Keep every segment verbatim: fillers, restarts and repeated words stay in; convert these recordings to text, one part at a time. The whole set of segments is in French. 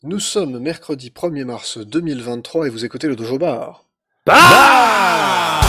Nous sommes mercredi premier mars deux mille vingt-trois et vous écoutez le Dojo Bar. Bah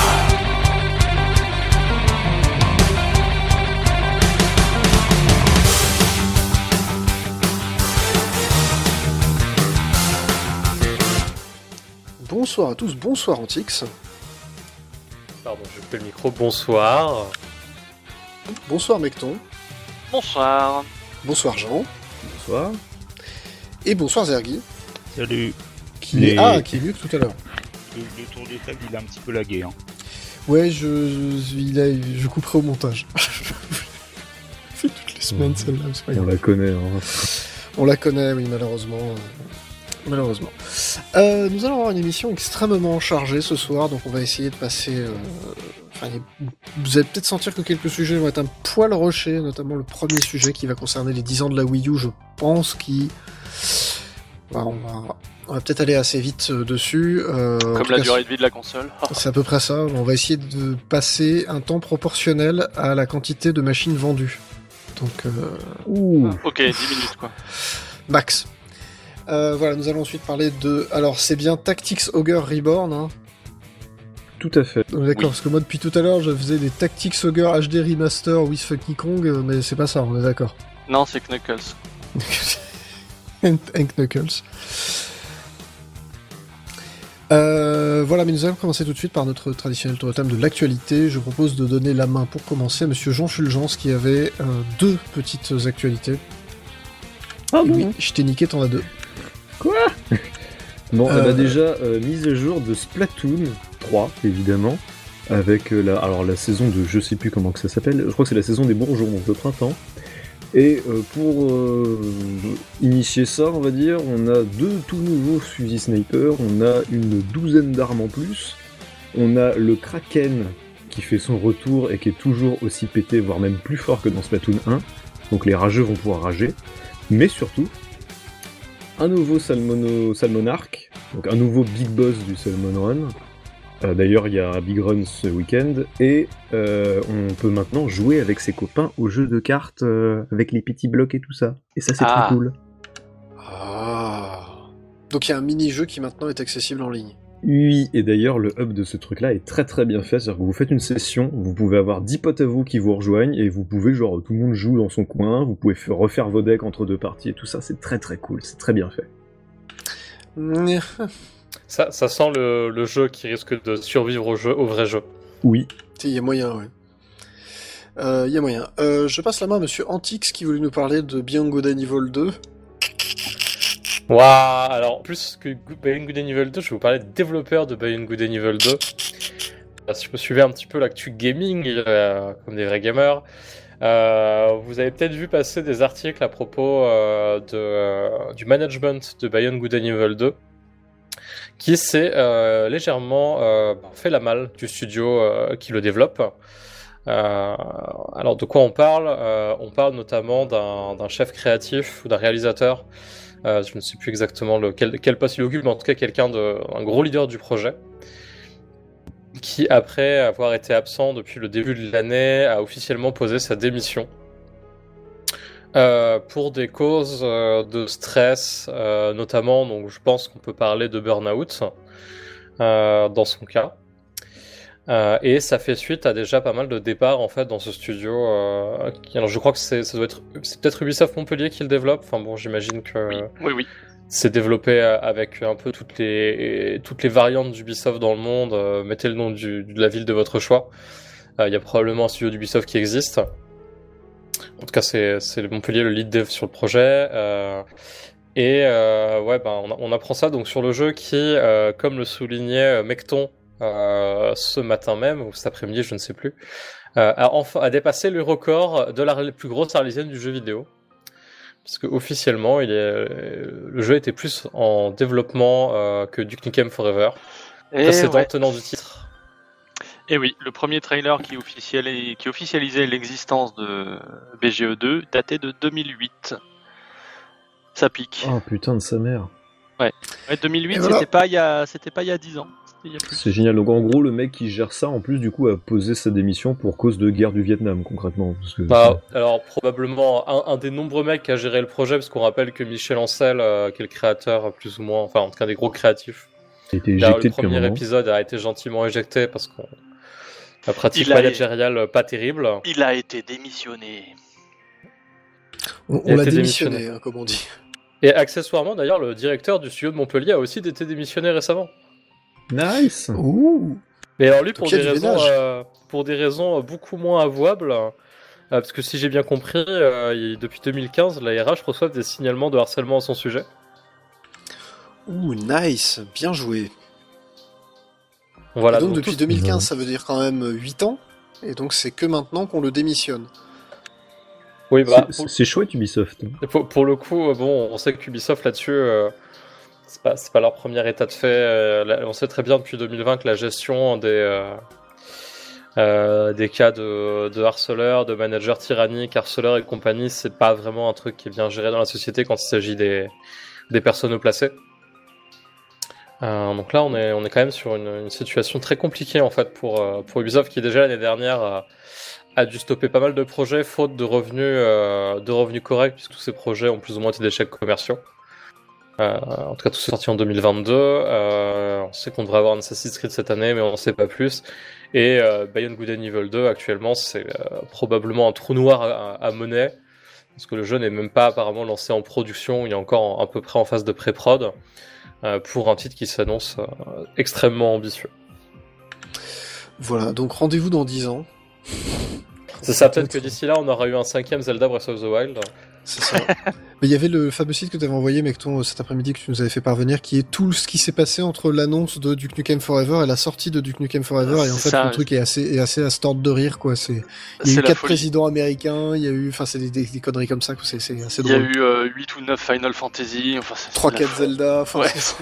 Bonsoir à tous, bonsoir Antix. Pardon, je fais le micro, bonsoir. Bonsoir Mecton. Bonsoir. Bonsoir Jean. Bonsoir. Et bonsoir Zergi. Salut. Qui Les- est... Ah, qui est mieux que tout à l'heure. Le, le tour de table, il a un petit peu lagué. Hein. Ouais, je, je, il a- je couperai au montage. je fais toutes les semaines celle-là, c'est pas On grave. la connaît. Hein. On la connaît, oui, malheureusement. euh, Malheureusement. Euh, nous allons avoir une émission extrêmement chargée ce soir, donc on va essayer de passer... euh, Enfin, il y a- vous allez peut-être sentir que quelques sujets vont être un poil rushés, notamment le premier sujet qui va concerner les dix ans de la Wii U, je pense qu'il... Bah, on va, on va peut-être aller assez vite euh, dessus. euh, en Comme tout la cas, durée de vie de la console. c'est à peu près ça. On va essayer de passer un temps proportionnel à la quantité de machines vendues. Donc, euh, Ouh. Ok, dix minutes quoi. max. Euh, voilà, nous allons ensuite parler de... Alors, c'est bien Tactics Ogre Reborn, hein. Tout à fait. On est D'accord, Oui. parce que moi, depuis tout à l'heure, je faisais des Tactics Ogre H D Remaster with Funky Kong, euh, mais c'est pas ça, on est d'accord. Non, c'est Knuckles. Hank Hank Knuckles. Euh, voilà, mais nous allons commencer tout de suite par notre traditionnel tour de table de l'actualité. Je propose de donner la main pour commencer à Monsieur Jean Fulgence qui avait euh, deux petites actualités. Ah Oui, je t'ai niqué, t'en as deux. Quoi Bon, Euh, elle a déjà euh, mise à jour de Splatoon trois, évidemment, avec euh, la, alors la saison de, je sais plus comment que ça s'appelle, je crois que c'est la saison des bourgeons, donc le printemps. Et euh, pour euh, initier ça, on va dire, on a deux tout nouveaux fusils sniper, on a une douzaine d'armes en plus, on a le Kraken qui fait son retour et qui est toujours aussi pété, voire même plus fort que dans Splatoon un, donc les rageux vont pouvoir rager, mais surtout, un nouveau Salmono, Salmonarch, donc un nouveau Big Boss du Salmon Run. Euh, D'ailleurs, il y a Big Run ce week-end, et euh, on peut maintenant jouer avec ses copains au jeu de cartes euh, avec les petits blocs et tout ça. Et ça, c'est Ah. très cool. Ah. Donc il y a un mini-jeu qui maintenant est accessible en ligne. Oui, et d'ailleurs, le hub de ce truc-là est très très bien fait. C'est-à-dire que vous faites une session, vous pouvez avoir dix potes à vous qui vous rejoignent, et vous pouvez, genre, tout le monde joue dans son coin, vous pouvez f- refaire vos decks entre deux parties et tout ça. C'est très très cool, c'est très bien fait. Ça, ça sent le, le jeu qui risque de survivre au, jeu, au vrai jeu. Oui. Il y a moyen, ouais. Euh, Il y a moyen. Euh, je passe la main à Monsieur Antix qui voulait nous parler de Beyond Good and Evil deux. Waouh. Alors, plus que Beyond Good and Evil deux, je vais vous parler des développeurs de Beyond Good and Evil deux. Euh, Si je me suivais un petit peu l'actu gaming, euh, comme des vrais gamers, euh, vous avez peut-être vu passer des articles à propos euh, de, euh, du management de Beyond Good and Evil deux, qui s'est euh, légèrement euh, fait la malle du studio euh, qui le développe. Euh, alors de quoi on parle Euh, On parle notamment d'un d'un chef créatif ou d'un réalisateur. Euh, je ne sais plus exactement le, quel, quel poste il occupe, mais en tout cas quelqu'un de, un gros leader du projet, qui après avoir été absent depuis le début de l'année a officiellement posé sa démission. Euh, pour des causes euh, de stress, euh, notamment, donc je pense qu'on peut parler de burn-out euh, dans son cas. Euh, et ça fait suite à déjà pas mal de départs en fait dans ce studio. Euh, qui, alors je crois que c'est, ça doit être, c'est peut-être Ubisoft Montpellier qui le développe. Enfin bon, j'imagine que Oui, oui, oui. c'est développé euh, avec un peu toutes les toutes les variantes d'Ubisoft dans le monde. Euh, mettez le nom du, de la ville de votre choix. Il euh, y a probablement un studio d'Ubisoft qui existe. En tout cas, c'est, c'est Montpellier le lead dev sur le projet. Euh, et euh, ouais, ben, on, on apprend ça donc sur le jeu qui, euh, comme le soulignait euh, Mecton euh, ce matin même, ou cet après-midi, je ne sais plus, euh, a, enfin, a dépassé le record de la plus grosse arlésienne du jeu vidéo. Parce que officiellement, il est, le jeu était plus en développement euh, que Duke Nukem Forever, Et, précédent ouais. tenant du titre. Et oui, le premier trailer qui, officiali- qui officialisait l'existence de B G E deux datait de deux mille huit. Ça pique. Oh putain de sa mère. Ouais, deux mille huit, Et voilà. c'était pas il y a, c'était pas il y a dix ans. Il y a plus. C'est génial. Donc en gros, le mec qui gère ça, en plus, du coup, a posé sa démission pour cause de guerre du Vietnam, concrètement. Parce que, Bah, alors probablement un, un des nombreux mecs qui a géré le projet, parce qu'on rappelle que Michel Ancel, euh, qui est le créateur plus ou moins, enfin en tout cas des gros créatifs, il a été là, éjecté le depuis un premier moment. épisode a été gentiment éjecté parce qu'on la pratique Il a- managériale pas terrible. Il a été démissionné. On, Il a on l'a été démissionné, démissionné. hein, comme on dit. Et accessoirement d'ailleurs, le directeur du studio de Montpellier a aussi été démissionné récemment. Nice. Ouh. Mais alors lui pour Donc, il y des a du raisons, ménage. euh, pour des raisons euh, beaucoup moins avouables, euh, parce que si j'ai bien compris, euh, il- depuis deux mille quinze, la R H reçoit des signalements de harcèlement à son sujet. Ouh, nice, bien joué. Voilà. et donc, donc depuis tout- deux mille quinze, ça veut dire quand même huit ans, et donc c'est que maintenant qu'on le démissionne. Oui, bah, C'est- C'est chouette, Ubisoft. pour, pour le coup, euh, bon, on sait qu'Ubisoft là-dessus, euh, c'est pas, c'est pas leur premier état de fait. euh, là, on sait très bien depuis deux mille vingt que la gestion des euh, euh, des cas de, de harceleurs, de managers tyranniques, harceleurs et compagnie, c'est pas vraiment un truc qui est bien géré dans la société quand il s'agit des des personnes haut placées. Euh, donc là, on est on est quand même sur une, une situation très compliquée en fait pour euh, pour Ubisoft qui déjà l'année dernière euh, a dû stopper pas mal de projets faute de revenus euh, de revenus corrects puisque tous ces projets ont plus ou moins été des chèques commerciaux. Euh, en tout cas, tout est sorti en deux mille vingt-deux. Euh, on sait qu'on devrait avoir un Assassin's Creed cette année, mais on ne sait pas plus. Et euh, Beyond Good and Evil deux, actuellement, c'est euh, probablement un trou noir à, à monnaie, parce que le jeu n'est même pas apparemment lancé en production, il est encore en, à peu près en phase de pré-prod, euh, pour un titre qui s'annonce euh, extrêmement ambitieux. Voilà, donc rendez-vous dans dix ans. C'est ça, peut-être que d'ici là, on aura eu un cinquième Zelda Breath of the Wild. C'est ça. Mais il y avait le fameux site que tu avais envoyé, Mecton, cet après-midi, que tu nous avais fait parvenir, qui est tout ce qui s'est passé entre l'annonce de Duke Nukem Forever et la sortie de Duke Nukem Forever. Et en C'est fait, ça. le truc est assez, est assez à se tordre de rire, quoi. C'est, il y a C'est eu la quatre folie. présidents américains, il y a eu, enfin, c'est des, des, des conneries comme ça, quoi. C'est, c'est assez Il y a drôle. eu euh, huit ou neuf Final Fantasy. Enfin, c'est- trois c'est quatre la- Zelda, enfin, Ouais. c'est,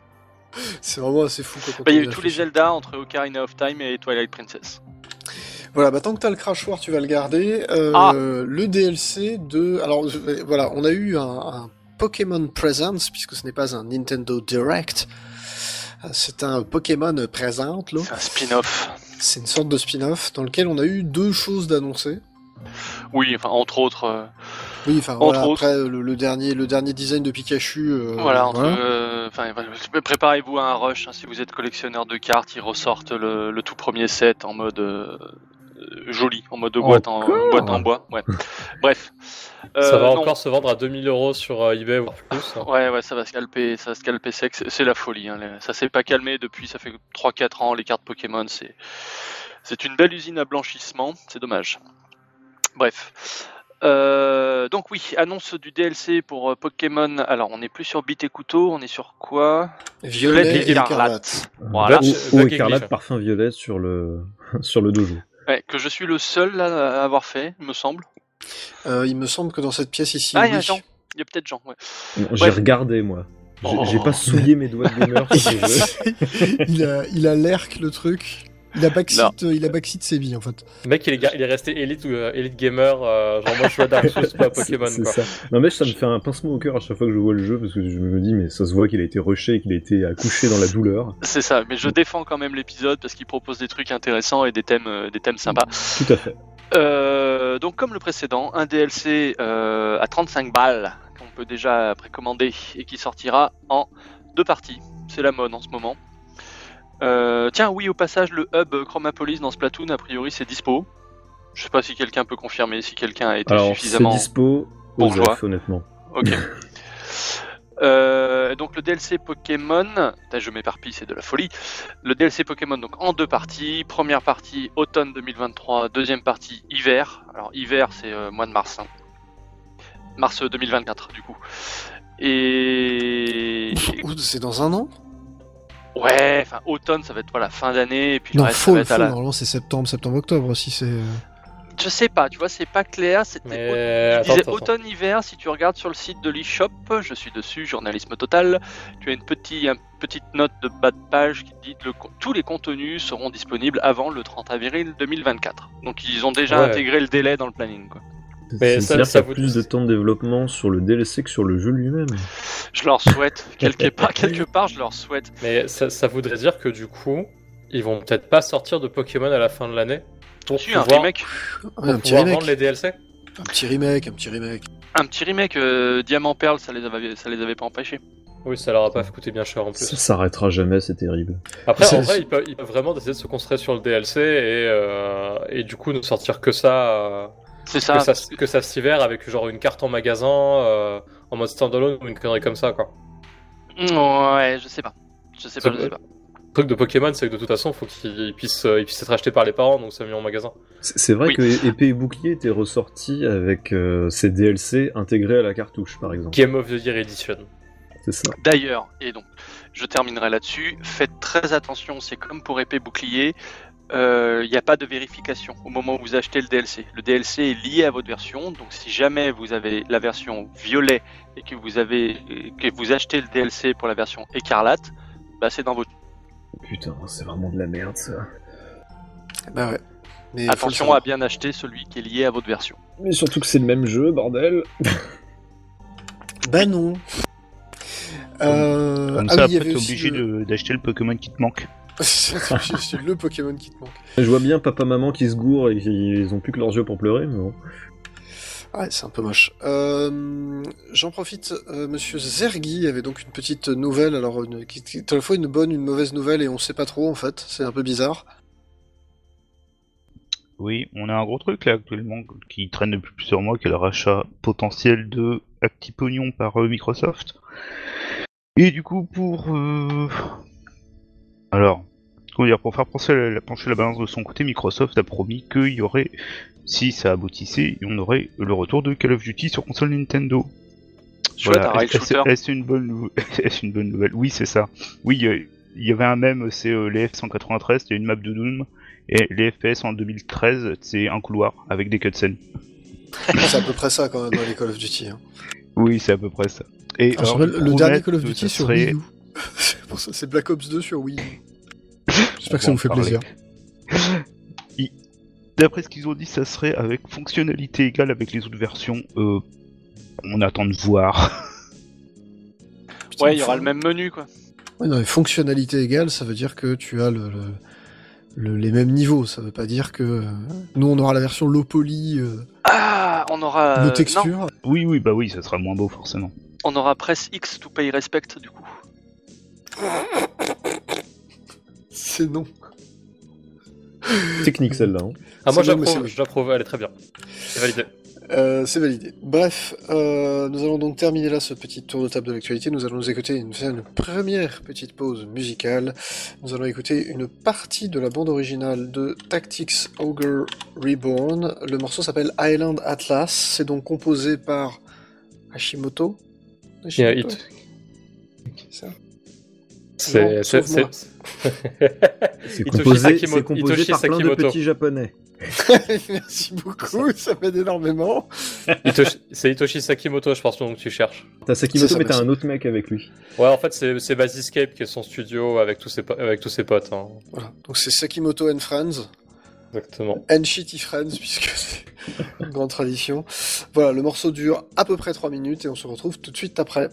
c'est vraiment assez fou, quoi. quand Bah, il y a on eu tous les réfléchit. Zelda entre Ocarina of Time et Twilight Princess. Voilà, bah tant que t'as le Crash War, tu vas le garder. Euh, Ah. Le D L C de... Alors, euh, voilà, on a eu un, un Pokémon Presents, puisque ce n'est pas un Nintendo Direct. Euh, C'est un Pokémon Present, là. C'est un spin-off. C'est une sorte de spin-off dans lequel on a eu deux choses d'annoncer. Oui, enfin, entre autres. euh, Oui, enfin, Entre voilà, autres. après, le, le dernier, le dernier design de Pikachu... euh, Voilà, entre, euh, enfin, voilà, préparez-vous à un rush hein, si vous êtes collectionneur de cartes. Ils ressortent le, le tout premier set en mode euh, euh, joli, en mode boîte en, Encore boîte en bois. Ouais. Bref. Ça Euh, va non. encore se vendre à deux mille euros sur euh, eBay, voire plus. Ouais, ouais, ça va scalper, ça va scalper sec, c'est c'est la folie. Hein. les- Ça s'est pas calmé depuis, ça fait trois quatre ans. Les cartes Pokémon, c'est c'est une belle usine à blanchissement. C'est dommage. Bref. Euh, donc oui, annonce du D L C pour euh, Pokémon. Alors, on n'est plus sur Bit et Couteau, on est sur quoi? Violet Violette et et écarlate. écarlate. Voilà. Bug- Ou, ou bug écarlate English. parfum violet sur le, sur le dojo. Ouais, que je suis le seul là, à avoir fait, il me semble. Euh, il me semble que dans cette pièce ici, Ah, il y a oui. Jean. Il y a peut-être Jean, ouais. Non, J'ai Bref. regardé, moi. J'ai Oh. j'ai pas souillé mes doigts de gamer sur ce jeu. il a, il a l'air que le truc. Il a backseat, Non. euh, il a backseat Séville, en fait. Le mec, il est, ga- il est resté élite ou euh, élite gamer. euh, genre, moi, je joue à Dark Souls, pas à Pokémon, C'est quoi. ça. Non mais ça me fait un pincement au cœur à chaque fois que je vois le jeu parce que je me dis mais ça se voit qu'il a été rushé et qu'il a été accouché dans la douleur. C'est ça, mais je défends quand même l'épisode parce qu'il propose des trucs intéressants et des thèmes, euh, des thèmes sympas. Tout à fait. Euh, donc comme le précédent, un D L C euh, à trente-cinq balles qu'on peut déjà précommander et qui sortira en deux parties. C'est la mode en ce moment. Euh, tiens, oui, au passage, le hub Chromapolis dans Splatoon, a priori, c'est dispo. Je sais pas si quelqu'un peut confirmer, si quelqu'un a été Alors c'est suffisamment... dispo aux bourgeois. F, honnêtement. Ok. Euh, donc le D L C Pokémon, putain, je m'éparpille, c'est de la folie. Le D L C Pokémon donc en deux parties. Première partie automne deux mille vingt-trois, deuxième partie hiver. Alors hiver c'est euh, mois de mars, hein. Mars deux mille vingt-quatre du coup. Et Ouh, c'est dans un an? ouais, enfin automne ça va être voilà fin d'année et puis le Non, reste ça faux, va être faux. à la. Normalement, c'est septembre, septembre-octobre, si c'est... euh, Je sais pas, tu vois, c'est pas clair. C'était Mais au- attends, je disais attends, attends. automne-hiver. Si tu regardes sur le site de l'eShop, je suis dessus, journalisme total. Tu as une petite, une petite note de bas de page qui dit que le con- tous les contenus seront disponibles avant le trente avril deux mille vingt-quatre. Donc ils ont déjà Ouais. intégré le délai dans le planning, quoi. Mais ça- C'est-à-dire ça qu'il y a vous- plus de temps de développement sur le D L C que sur le jeu lui-même. Je leur souhaite, quelque part, quelque part, je leur souhaite. Mais ça, ça voudrait dire que du coup, ils vont peut-être pas sortir de Pokémon à la fin de l'année pour Tu un pouvoir, remake, pour Ouais, un petit pouvoir remake. vendre les D L C. Un petit remake, un petit remake. un petit remake, euh, Diamant Perle, ça les avait, ça les avait pas empêchés. Oui, ça leur a pas coûté bien cher en plus. Ça s'arrêtera jamais, c'est terrible. Après, C'est- en vrai, ils peuvent, ils peuvent vraiment essayer de se concentrer sur le D L C et, euh, et du coup ne sortir que ça, euh, C'est ça. que ça, que ça cet hiver avec genre une carte en magasin euh, en mode standalone ou une connerie comme ça quoi. Ouais, je sais pas. Je sais pas, je sais pas. Le truc de Pokémon, c'est que de toute façon, faut qu'ils puissent, euh, ils puissent être achetés par les parents, donc ça mis en magasin. C'est c'est vrai Oui. que Épée et Bouclier était ressorti avec euh, ces D L C intégrés à la cartouche, par exemple. Game of the Year Edition. C'est ça. D'ailleurs, et donc, je terminerai là-dessus, faites très attention, c'est comme pour épée bouclier, il n'y a pas de vérification au moment où vous achetez le D L C. Le D L C est lié à votre version, donc si jamais vous avez la version violet et que vous, avez, que vous achetez le D L C pour la version écarlate, bah c'est dans votre... Putain, c'est vraiment de la merde, ça. Bah ouais. Mais faut le Attention savoir. à bien acheter celui qui est lié à votre version. Mais surtout que c'est le même jeu, bordel. Bah non. Euh... Comme ah ça, oui, il y après, avait t'es aussi obligé le... de- d'acheter le Pokémon qui te manque. c'est le Pokémon qui te manque. Je vois bien papa-maman qui se gourent et qu'ils ont plus que leurs yeux pour pleurer, mais bon. Ouais, c'est un peu moche. Euh, J'en profite, euh, Monsieur Zergi avait donc une petite nouvelle, alors une, qui qui est à la fois une bonne, une mauvaise nouvelle, et on sait pas trop en fait, c'est un peu bizarre. Oui, on a un gros truc là actuellement qui traîne depuis plusieurs mois, qui est le rachat potentiel de Actipognon par euh, Microsoft. Et du coup, pour... euh, Alors, comment dire, pour faire pencher la, pencher la balance de son côté, Microsoft a promis qu'il y aurait, si ça aboutissait, on aurait le retour de Call of Duty sur console Nintendo. Chouette, un rail Est-ce shooter. est-ce une bonne nou- est-ce une bonne nouvelle? Oui, c'est ça. Oui, euh, il y avait un mème, c'est euh, les F cent quatre-vingt-treize, c'est une map de Doom, et les F P S en deux mille treize, c'est un couloir avec des cutscenes. C'est à peu près ça quand même dans les Call of Duty. Hein. Oui, c'est à peu près ça. Et Ah, je alors, rappelle, ils le dernier promettent Call of que Duty ça sur serait- Wii U. C'est pour ça, c'est Black Ops deux sur Wii U. J'espère On que ça va vous en fait parler. plaisir. Il- D'après ce qu'ils ont dit, ça serait avec fonctionnalité égale avec les autres versions. Euh, on attend de voir. Putain, Ouais, il y aura faut- le même menu, quoi. Ouais, non, mais fonctionnalité égale, ça veut dire que tu as le, le- le- les mêmes niveaux. Ça veut pas dire que euh, nous on aura la version low poly, euh, Ah, on aura... low euh, texture. non, Oui, oui, bah oui, ça sera moins beau forcément. on aura Press X to pay respect, du coup. C'est non. Technique celle-là. Hein. Ah, moi C'est bon, mais j'approuve, c'est- j'approuve, elle est très bien. C'est validé. Euh, c'est validé. Bref, euh, nous allons donc terminer là ce petit tour de table de l'actualité. Nous allons nous écouter une, faire une première petite pause musicale. Nous allons écouter une partie de la bande originale de Tactics Ogre Reborn. Le morceau s'appelle Island Atlas. C'est donc composé par Hashimoto. Yeah, Hashimoto it- C'est ça. C'est, Non, c'est, sauve-moi. c'est- C'est Itoshi composé, Sakimo- c'est composé Itoshi par plein de Sakimoto. petits japonais. Merci beaucoup, ça m'aide énormément. Hitoshi- c'est Hitoshi Sakimoto, je pense, donc tu cherches. T'as Sakimoto, C'est ça, mais t'as merci. un autre mec avec lui. Ouais, en fait, c'est, c'est Basiscape qui est son studio avec tous ses, po- avec tous ses potes. Hein. Voilà. Donc c'est Sakimoto and Friends. Exactement. And Shitty Friends, puisque c'est une grande tradition. Voilà, le morceau dure à peu près trois minutes et on se retrouve tout de suite après.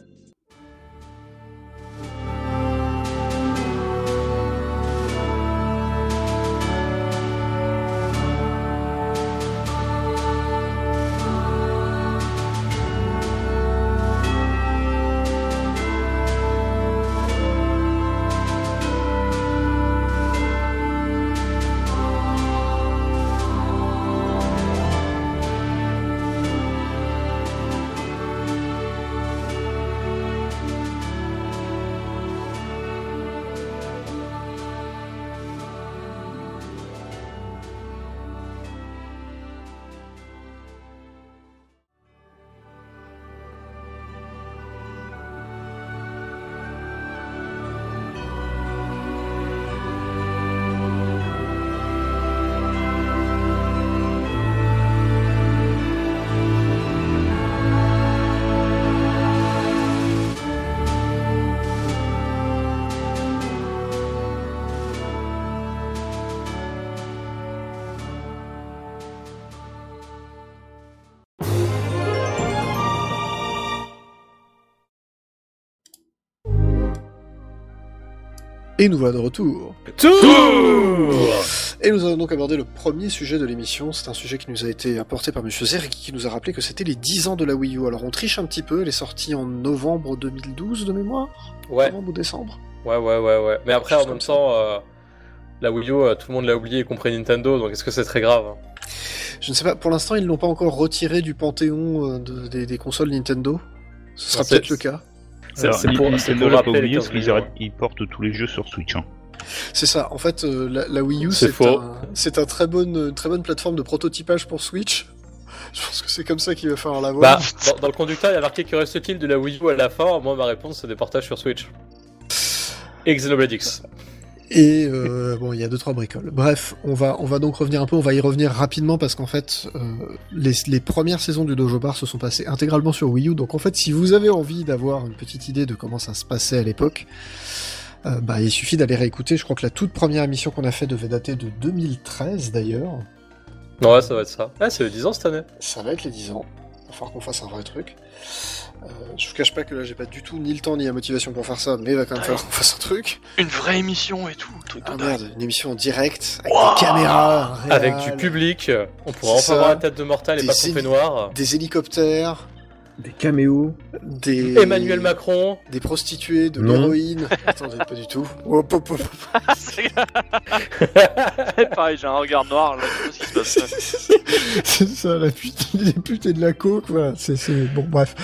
Et nous voilà de retour. Tour Et nous allons donc aborder le premier sujet de l'émission. C'est un sujet qui nous a été apporté par Monsieur Zer, qui nous a rappelé que c'était les dix ans de la Wii U. Alors on triche un petit peu, elle est sortie en novembre deux mille douze de mémoire. Ouais. Novembre ou décembre. Ouais, ouais, ouais, ouais. Mais après, Quelque en chose même comme temps, euh, la Wii U, euh, tout le monde l'a oublié, y compris Nintendo, donc est-ce que c'est très grave? Je ne sais pas, pour l'instant ils l'ont pas encore retiré du panthéon euh, de- des, des consoles Nintendo. Ce sera Non, c'est- peut-être le cas. C'est Alors, c'est pour, c'est Nintendo pour l'a pas rappeler les oublié quinze parce qu'ils millions. arrêtent- ils portent tous les jeux sur Switch. Hein. C'est ça, en fait euh, la, la Wii U C'est c'est faux. un, c'est un très bonne, une très bonne plateforme de prototypage pour Switch. Je pense que c'est comme ça qu'il va falloir l'avoir. Bah, dans, dans le conducteur, il y a marqué que reste-t-il de la Wii U à la fin. Moi, ma réponse, c'est des portages sur Switch. Et Xenoblade X. Et euh, bon, il y a deux trois bricoles. Bref, on va on va donc revenir un peu, on va y revenir rapidement parce qu'en fait, euh, les, les premières saisons du Dojo Bar se sont passées intégralement sur Wii U. Donc en fait, si vous avez envie d'avoir une petite idée de comment ça se passait à l'époque, euh, bah il suffit d'aller réécouter. Je crois que la toute première émission qu'on a fait devait dater de deux mille treize d'ailleurs. Ouais, ça va être ça. Ah, c'est les dix ans cette année. Ça va être les dix ans. Il va falloir qu'on fasse un vrai truc. Euh, je vous cache pas que là j'ai pas du tout ni le temps ni la motivation pour faire ça, mais il va quand même falloir qu'on fasse un truc. Une vraie émission et tout. Truc de Ah dingue. merde, une émission en direct, avec Wow. des caméras, un Avec réal, du public, on pourra C'est enfin ça. voir la tête de Mortal et Des pas son zé- peignoir. des hélicoptères, Des caméos. des... Emmanuel Macron. Des prostituées, de Non. l'héroïne. Attendez, pas du tout. Hop, hop, hop. C'est c'est pareil, j'ai un regard noir là, je sais pas ce qui se passe. C'est ça, la pute, les putes et de la coke, voilà. C'est, c'est... Bon, bref.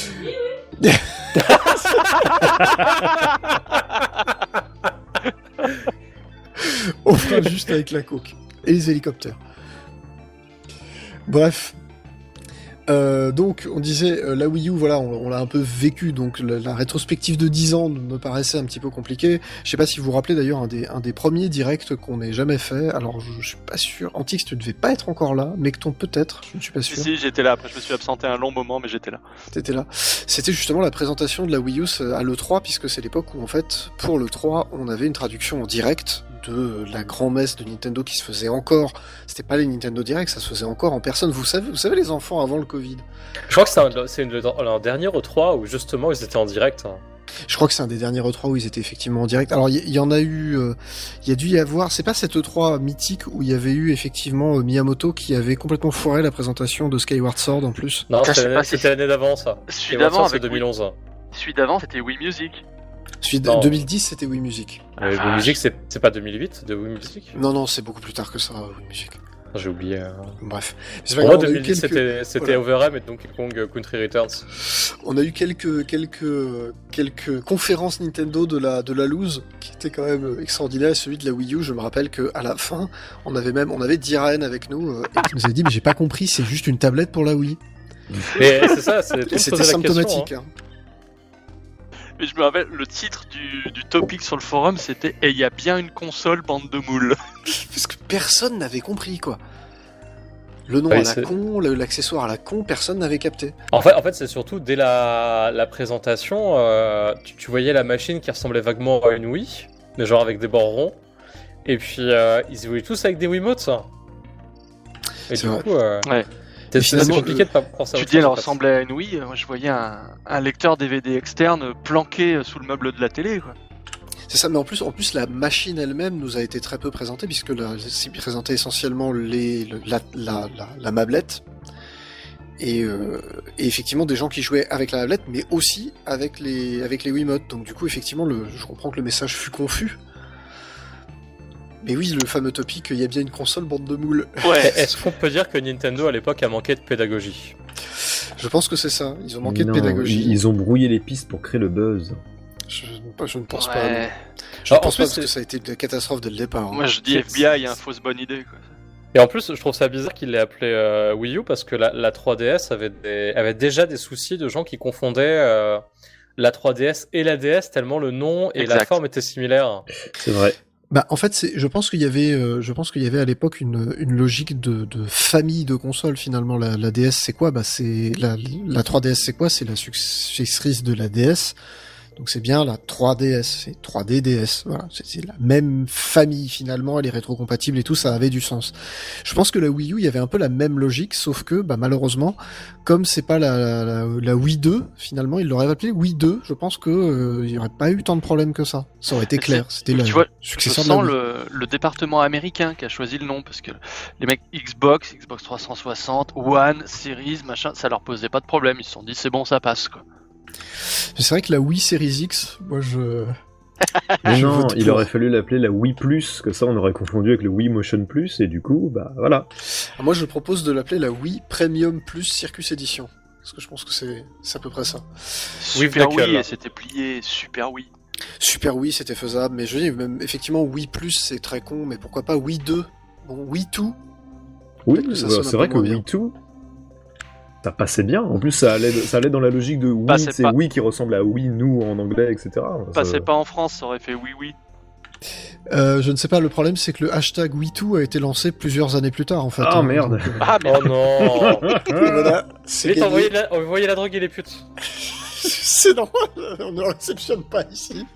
On fera juste avec la coke. Et les hélicoptères. Bref. Euh, donc, on disait, euh, la Wii U, voilà, on, on l'a un peu vécu, donc la, la rétrospective de dix ans me paraissait un petit peu compliquée. Je sais pas si vous vous rappelez d'ailleurs un des, un des premiers directs qu'on ait jamais fait, alors je, je suis pas sûr, Antix, tu ne devais pas être encore là, Mecton peut-être, je ne suis pas Si, sûr. si, j'étais là. Après, je me suis absenté un long moment, mais j'étais là. T'étais là. C'était justement la présentation de la Wii U à l'E trois, puisque c'est l'époque où, en fait, pour l'E trois, on avait une traduction en direct de la grand-messe de Nintendo qui se faisait encore. C'était pas les Nintendo Direct, ça se faisait encore en personne. Vous savez, vous savez les enfants avant le Covid. Je crois que c'est, un- c'est une- leur dernier E trois où justement ils étaient en direct. hein. Je crois que c'est un des derniers E trois où ils étaient effectivement en direct. Alors, il y, y en a eu, euh, il y a dû y avoir, c'est pas cet E trois mythique où il y avait eu effectivement euh, Miyamoto qui avait complètement foiré la présentation de Skyward Sword en plus. Non, Putain, je c'était sais l'année, pas si c'était l'année d'avant ça. Celui Et d'avant, Watson, c'est avec deux mille onze. Celui d'avant, c'était Wii Music. Celui de Non. deux mille dix, c'était Wii Music. Euh, Wii vache. Music, c'est, c'est pas deux mille huit de Wii Music? Non, non, c'est beaucoup plus tard que ça, Wii Music. J'ai oublié. euh. Bref. C'est pas Pour moi, grave, on a eu deux mille dix, quelques- c'était, c'était Overrun et Donkey Kong euh, Country Returns. On a eu quelques quelques quelques conférences Nintendo de la de la loose qui étaient quand même extraordinaires. Celui de la Wii U, je me rappelle que à la fin, on avait même on avait Diren avec nous euh, et qui nous avait dit mais j'ai pas compris, c'est juste une tablette pour la Wii. Mais c'est ça, c'est, tout le Et monde c'était posait la question, symptomatique. hein. hein. Mais je me rappelle, le titre du, du topic sur le forum, c'était « Et il y a bien une console, bande de moules Parce que personne n'avait compris quoi. Le nom Ouais, à la c'est- con, le- l'accessoire à la con, personne n'avait capté. En fait, en fait, c'est surtout dès la, la présentation, euh, tu, tu voyais la machine qui ressemblait vaguement à une Wii, mais genre avec des bords ronds. Et puis euh, ils jouaient tous avec des Wiimotes. Et C'est du vrai. coup, euh, Ouais. c'est, Et c'est finalement, compliqué le- de pas penser à Tu autre dis, elle chose, en fait. ressemblait à une Wii. Moi, je voyais un, un lecteur D V D externe planqué sous le meuble de la télé, quoi. C'est ça, mais en plus, en plus, la machine elle-même nous a été très peu présentée, puisque là, c'est présenté essentiellement les, le- la, la, la, la mablette, et, euh, et effectivement des gens qui jouaient avec la mablette, mais aussi avec les, avec les Wiimotes. Donc du coup, effectivement, le, je comprends que le message fut confus. Mais oui, le fameux topic, il y a bien une console, bande de moules. Ouais. Est-ce qu'on peut dire que Nintendo à l'époque a manqué de pédagogie? Je pense que c'est ça, ils ont manqué Non, de pédagogie. Ils, ils ont brouillé les pistes pour créer le buzz. Je, je ne pense pas. Ouais. non. Je Alors, ne pense en pas plus, parce que c'est- ça a été une catastrophe dès le départ. hein. Moi, je dis C'est- F B I, il y a une fausse bonne idée, quoi. Et en plus, je trouve ça bizarre qu'il l'ait appelé euh, Wii U parce que la, la trois D S avait, des, avait déjà des soucis de gens qui confondaient euh, la trois D S et la D S tellement le nom et la Exact. forme étaient similaires. C'est vrai. Bah, en fait, c'est, je pense qu'il y avait, euh, je pense qu'il y avait à l'époque une, une logique de, de famille de consoles finalement. La, la D S, c'est quoi? Bah, c'est la, la trois D S, c'est quoi? C'est la successrice de la D S. Donc c'est bien la trois D S, c'est trois D D S, voilà, c'est, c'est la même famille finalement, elle est rétrocompatible et tout, ça avait du sens. Je pense que la Wii U, il y avait un peu la même logique, sauf que bah, malheureusement, comme c'est pas la, la, la, la Wii deux, finalement, ils l'auraient appelé Wii deux, je pense que euh, il y aurait pas eu tant de problèmes que ça. Ça aurait été clair, c'était le successeur de la Wii. Je sens le, le département américain qui a choisi le nom, parce que les mecs Xbox, Xbox trois cent soixante, One, Series, machin, ça leur posait pas de problème, ils se sont dit c'est bon, ça passe quoi. C'est vrai que la Wii Series X, moi je... Mais je non, il aurait fallu l'appeler la Wii Plus, que ça on aurait confondu avec le Wii Motion Plus, et du coup, bah voilà. Moi je propose de l'appeler la Wii Premium Plus Circus Edition, parce que je pense que c'est, c'est à peu près ça. Super Wii, Wii et c'était plié, Super Wii. Super Wii, c'était faisable, mais je dis, même, effectivement, Wii Plus c'est très con, mais pourquoi pas Wii deux? Bon, Wii deux? Oui, bah, c'est vrai que Wii deux... ça passait bien. En plus, ça allait, ça allait dans la logique de Wii, c'est pas... Wii qui ressemble à Wii nous en anglais, et cetera. Passait ça... pas en France, ça aurait fait oui oui. Euh, je ne sais pas, le problème c'est que le hashtag Wii deux a été lancé plusieurs années plus tard en fait. Ah hein, merde. Donc, euh... Ah merde. Oh non. Voilà, c'est Vite, envoyez la, envoyez la drogue et les putes. C'est normal, on ne réceptionne pas ici.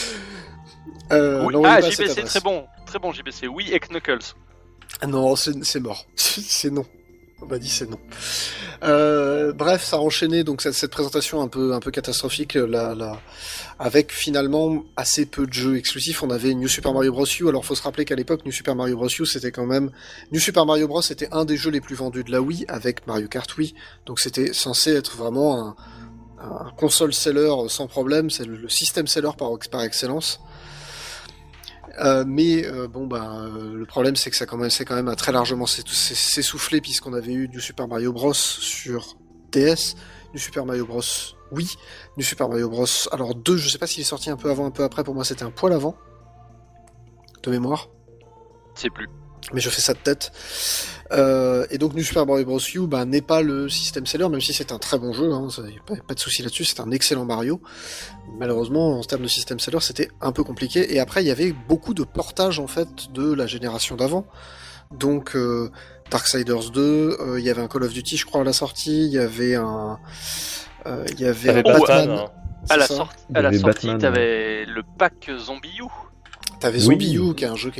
Euh, oui. Ah, J B C, très bon, très bon J B C. Oui, et Knuckles. Non, c'est, c'est mort. C'est non. On m'a dit c'est non. Euh, bref, ça a enchaîné donc cette, cette présentation un peu un peu catastrophique là, là, avec finalement assez peu de jeux exclusifs. On avait New Super Mario Bros. U. Alors faut se rappeler qu'à l'époque New Super Mario Bros. U c'était quand même New Super Mario Bros. Était un des jeux les plus vendus de la Wii avec Mario Kart Wii. Donc c'était censé être vraiment un, un console seller sans problème. C'est le, le système seller par par excellence. Euh, mais euh, bon bah euh, le problème c'est que ça commençait quand même à très largement s'essouffler puisqu'on avait eu du Super Mario Bros sur D S, du Super Mario Bros Wii, du Super Mario Bros alors deux, je sais pas s'il est sorti un peu avant, un peu après, pour moi c'était un poil avant de mémoire. C'est plus. Mais je fais ça de tête. Euh, et donc New Super Mario Bros. U bah, n'est pas le système seller, même si c'est un très bon jeu, hein, ça, y a pas, pas de souci là-dessus, c'est un excellent Mario. Malheureusement, en termes de système seller, c'était un peu compliqué. Et après, il y avait beaucoup de portages en fait de la génération d'avant. Donc euh, Darksiders deux, il euh, y avait un Call of Duty, je crois, à la sortie. Il y avait un, euh, il y avait un Batman. Batman hein. À la, sorti, à la sortie, Batman, t'avais ouais. le pack Zombie U. T'avais Zombie oui. U, qui est un jeu qui est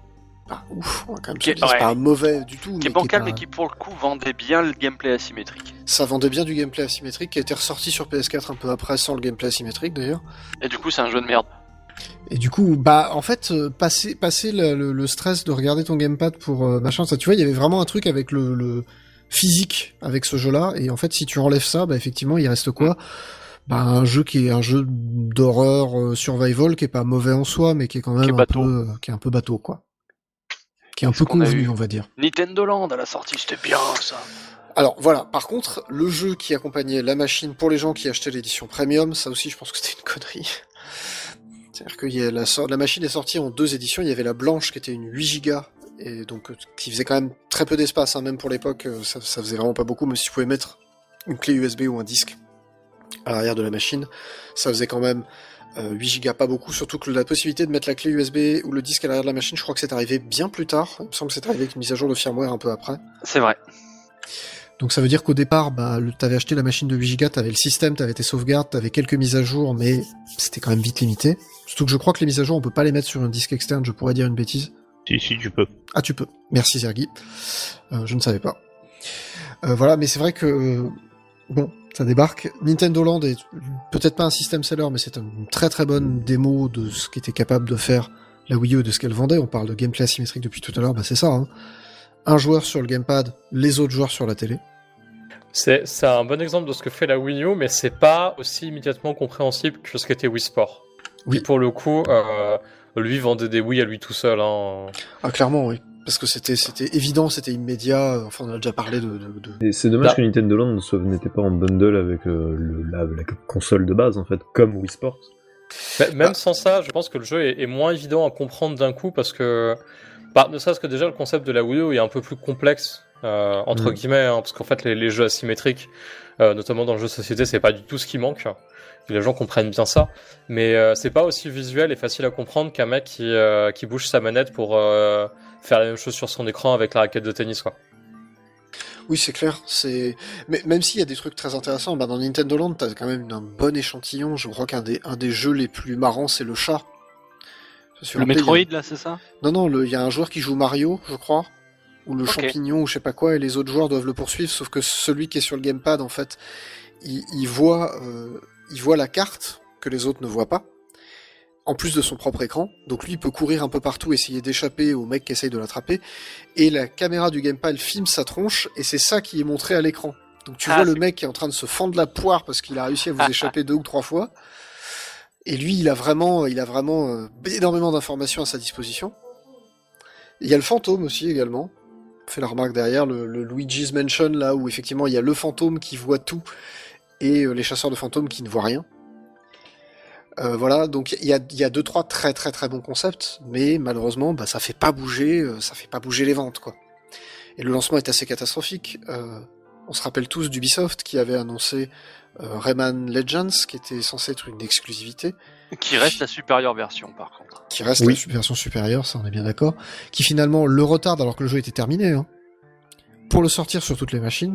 pas ouf, on va quand même se dire, c'est pas un mauvais du tout. Qui est bancal, mais qui pour le coup vendait bien le gameplay asymétrique. Ça vendait bien du gameplay asymétrique, qui a été ressorti sur P S quatre un peu après, sans le gameplay asymétrique d'ailleurs. Et du coup, c'est un jeu de merde. Et du coup, bah, en fait, euh, passer, passer le, le, le stress de regarder ton gamepad pour euh, machin, ça, tu vois, il y avait vraiment un truc avec le, le physique avec ce jeu-là, et en fait, si tu enlèves ça, bah, effectivement, il reste quoi? Bah, un jeu qui est un jeu d'horreur euh, survival, qui est pas mauvais en soi, mais qui est quand même un peu, euh, qui est un peu bateau, quoi. Qui est un peu convenu, on va dire. Nintendo Land à la sortie, c'était bien ça. Alors voilà, par contre, le jeu qui accompagnait la machine pour les gens qui achetaient l'édition premium, ça aussi je pense que c'était une connerie. C'est-à-dire que y a la, la machine est sortie en deux éditions, il y avait la blanche qui était une huit gigas, et donc qui faisait quand même très peu d'espace, hein, même pour l'époque, ça, ça faisait vraiment pas beaucoup, mais si tu pouvais mettre une clé U S B ou un disque à l'arrière de la machine, ça faisait quand même Euh, huit gigas, pas beaucoup, surtout que la possibilité de mettre la clé U S B ou le disque à l'arrière de la machine, je crois que c'est arrivé bien plus tard. Il me semble que c'est arrivé avec une mise à jour de firmware un peu après. C'est vrai. Donc ça veut dire qu'au départ, bah, le, t'avais acheté la machine de huit gigas, t'avais le système, t'avais tes sauvegardes, t'avais quelques mises à jour, mais c'était quand même vite limité. Surtout que je crois que les mises à jour, on peut pas les mettre sur un disque externe, je pourrais dire une bêtise. Si, si, tu peux. Ah, tu peux. Merci, Zergi. Euh, je ne savais pas. Euh, voilà, mais c'est vrai que... Euh, bon... Ça débarque. Nintendo Land est peut-être pas un système seller, mais c'est une très très bonne démo de ce qu'était capable de faire la Wii U et de ce qu'elle vendait. On parle de gameplay asymétrique depuis tout à l'heure, bah c'est ça. Hein. Un joueur sur le gamepad, les autres joueurs sur la télé. C'est, c'est un bon exemple de ce que fait la Wii U, mais c'est pas aussi immédiatement compréhensible que ce qu'était Wii Sport. Oui. Qui pour le coup, euh, lui vendait des Wii à lui tout seul. Hein. Ah clairement, oui. Parce que c'était c'était évident, c'était immédiat. Enfin, on a déjà parlé de. de, de... Et c'est dommage Là. que Nintendo Land n'était pas en bundle avec euh, le, la, la console de base en fait, comme Wii Sports. Bah, même ah. sans ça, je pense que le jeu est, est moins évident à comprendre d'un coup parce que, bah, ne serait-ce que déjà le concept de la Wii U est un peu plus complexe euh, entre mmh. guillemets, hein, parce qu'en fait les, les jeux asymétriques, euh, notamment dans le jeu de société, c'est pas du tout ce qui manque. Les gens comprennent bien ça, mais euh, c'est pas aussi visuel et facile à comprendre qu'un mec qui euh, qui bouge sa manette pour euh, faire la même chose sur son écran avec la raquette de tennis, quoi. Oui, c'est clair. C'est, mais même s'il y a des trucs très intéressants, bah dans Nintendo Land, t'as quand même un bon échantillon. Je crois qu'un des un des jeux les plus marrants, c'est le chat. Sur Le un P, Metroid, il y a- là, c'est ça? Non, non, le- il y a un joueur qui joue Mario, je crois, ou le Ok. champignon, ou je sais pas quoi, et les autres joueurs doivent le poursuivre. Sauf que celui qui est sur le gamepad, en fait, il, il voit, euh, il voit la carte que les autres ne voient pas. En plus de son propre écran, donc lui il peut courir un peu partout, essayer d'échapper au mec qui essaye de l'attraper, et la caméra du gamepad filme sa tronche, et c'est ça qui est montré à l'écran. Donc tu Ah, vois le c'est- mec qui est en train de se fendre la poire parce qu'il a réussi à vous échapper deux ou trois fois, et lui il a vraiment, il a vraiment euh, énormément d'informations à sa disposition. Il y a le fantôme aussi également, on fait la remarque derrière, le, le Luigi's Mansion là où effectivement il y a le fantôme qui voit tout, et euh, les chasseurs de fantômes qui ne voient rien. Euh, voilà, donc il y a, il y a deux trois très très très bons concepts, mais malheureusement, bah, ça fait pas bouger, euh, ça fait pas bouger les ventes, quoi. Et le lancement est assez catastrophique. Euh, on se rappelle tous d'Ubisoft qui avait annoncé euh, Rayman Legends, qui était censé être une exclusivité, Qui reste la supérieure version, par contre. qui reste Oui. la version supérieure, ça on est bien d'accord, qui finalement le retarde alors que le jeu était terminé, hein, pour le sortir sur toutes les machines,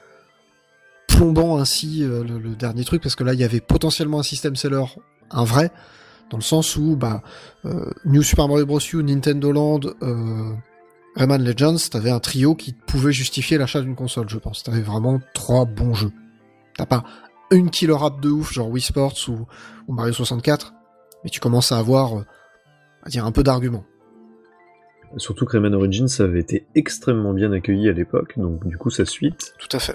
plombant ainsi euh, le, le dernier truc, parce que là il y avait potentiellement un système seller, un vrai, dans le sens où bah, euh, New Super Mario Bros. U, Nintendo Land, euh, Rayman Legends, t'avais un trio qui pouvait justifier l'achat d'une console, je pense. T'avais vraiment trois bons jeux. T'as pas une killer app de ouf, genre Wii Sports ou, ou Mario soixante-quatre, mais tu commences à avoir, euh, à dire, un peu d'arguments. Surtout que Rayman Origins avait été extrêmement bien accueilli à l'époque, donc du coup sa suite. Tout à fait.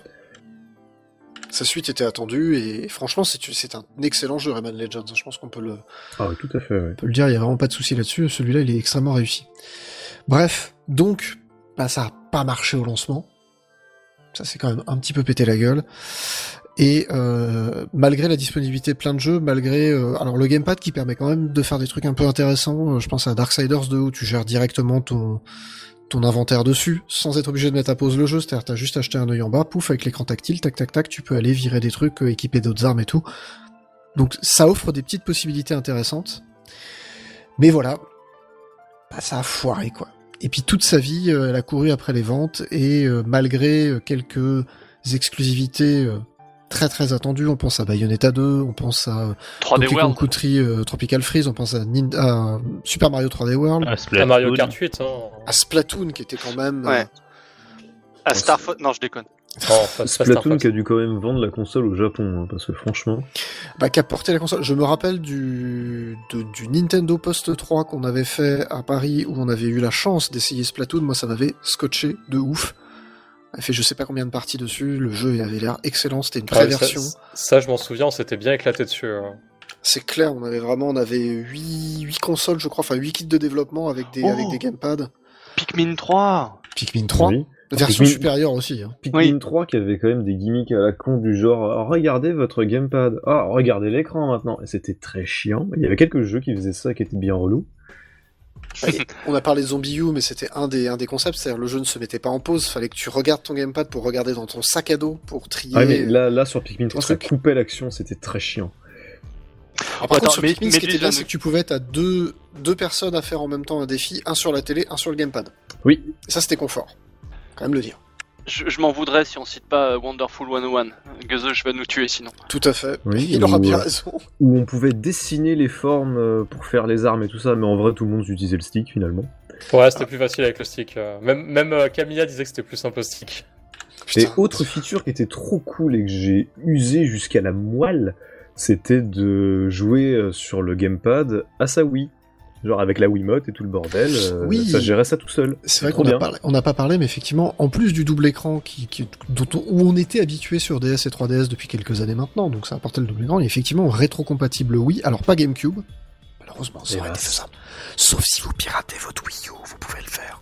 Sa suite était attendue, et franchement, c'est, c'est un excellent jeu, Rayman Legends. Je pense qu'on peut le, Ah oui, tout à fait, ouais. on peut le dire, il y a vraiment pas de souci là-dessus. Celui-là, il est extrêmement réussi. Bref, donc, bah, ça a pas marché au lancement. Ça s'est quand même un petit peu pété la gueule. Et euh, malgré la disponibilité de plein de jeux, malgré euh, alors le gamepad qui permet quand même de faire des trucs un peu intéressants. euh, Je pense à Darksiders deux où tu gères directement ton ton inventaire dessus, sans être obligé de mettre à pause le jeu, c'est-à-dire t'as juste acheté un œil en bas, pouf, avec l'écran tactile, tac tac tac, tu peux aller virer des trucs, euh, équiper d'autres armes et tout. Donc ça offre des petites possibilités intéressantes. Mais voilà, bah, ça a foiré quoi. Et puis toute sa vie, euh, elle a couru après les ventes, et euh, malgré euh, quelques exclusivités euh, très très attendues, on pense à Bayonetta deux, on pense à euh, trois D Donkey World. Kong Country euh, Tropical Freeze, on pense à, Nin- à Super Mario trois D World, Ah, À Splatoon. Mario Kart huit, hein. à Splatoon qui était quand même... euh, Ouais. À Star Fox. Non, je déconne. Oh, pas- pas Star Splatoon Fox. qui a dû quand même vendre la console au Japon, hein, parce que franchement... bah, qui a porté la console. Je me rappelle du, de- du Nintendo Post trois qu'on avait fait à Paris, où on avait eu la chance d'essayer Splatoon. Moi, ça m'avait scotché de ouf. On a fait je sais pas combien de parties dessus. Le jeu avait l'air excellent. C'était une Ouais, ça, pré-version. ça, je m'en souviens, on s'était bien éclaté dessus. hein. C'est clair, on avait vraiment, on avait huit consoles, je crois, enfin huit kits de développement avec des, Oh. avec des gamepads. Pikmin trois. Pikmin trois, Oui. version Pikmin- supérieure aussi. Hein. Pikmin Oui. trois qui avait quand même des gimmicks à la con du genre ah, regardez votre gamepad, ah regardez l'écran maintenant, et c'était très chiant. Il y avait quelques jeux qui faisaient ça qui étaient bien relous. Et on a parlé de Zombie U, mais c'était un des, un des concepts, c'est-à-dire le jeu ne se mettait pas en pause, fallait que tu regardes ton gamepad pour regarder dans ton sac à dos, pour trier. Ah mais là, là sur Pikmin trois, des ça trucs. coupait l'action, c'était très chiant. Alors, par Attends, contre, sur mais- Pikmin, mais ce qui était déjà, bien, ne- c'est que tu pouvais être à deux, deux personnes à faire en même temps un défi, un sur la télé, un sur le gamepad. Oui. Et ça, c'était confort. Quand même le dire. Je, je m'en voudrais si on cite pas euh, Wonderful cent un. Guzzle, je vais nous tuer sinon. Tout à fait. Oui, Il aura ou, bien euh, raison. Où on pouvait dessiner les formes euh, pour faire les armes et tout ça, mais en vrai tout le monde utilisait le stick finalement. Ouais, c'était plus facile avec le stick. euh. Même, même euh, Camilla disait que c'était plus simple au stick. Et Putain. autre feature qui était trop cool et que j'ai usé jusqu'à la moelle, c'était de jouer euh, sur le gamepad à sa Wii. Genre avec la Wiimote et tout le bordel, euh, Oui. ça gérait ça tout seul. C'est vrai Trop qu'on bien. n'a pas parlé, mais effectivement, en plus du double écran qui, qui, dont on, où on était habitué sur D S et trois D S depuis quelques années maintenant, donc ça apportait le double écran, et effectivement rétro-compatible Wii, alors pas GameCube, malheureusement ça aurait été Hélas. faisable. Sauf si vous piratez votre Wii U, vous pouvez le faire.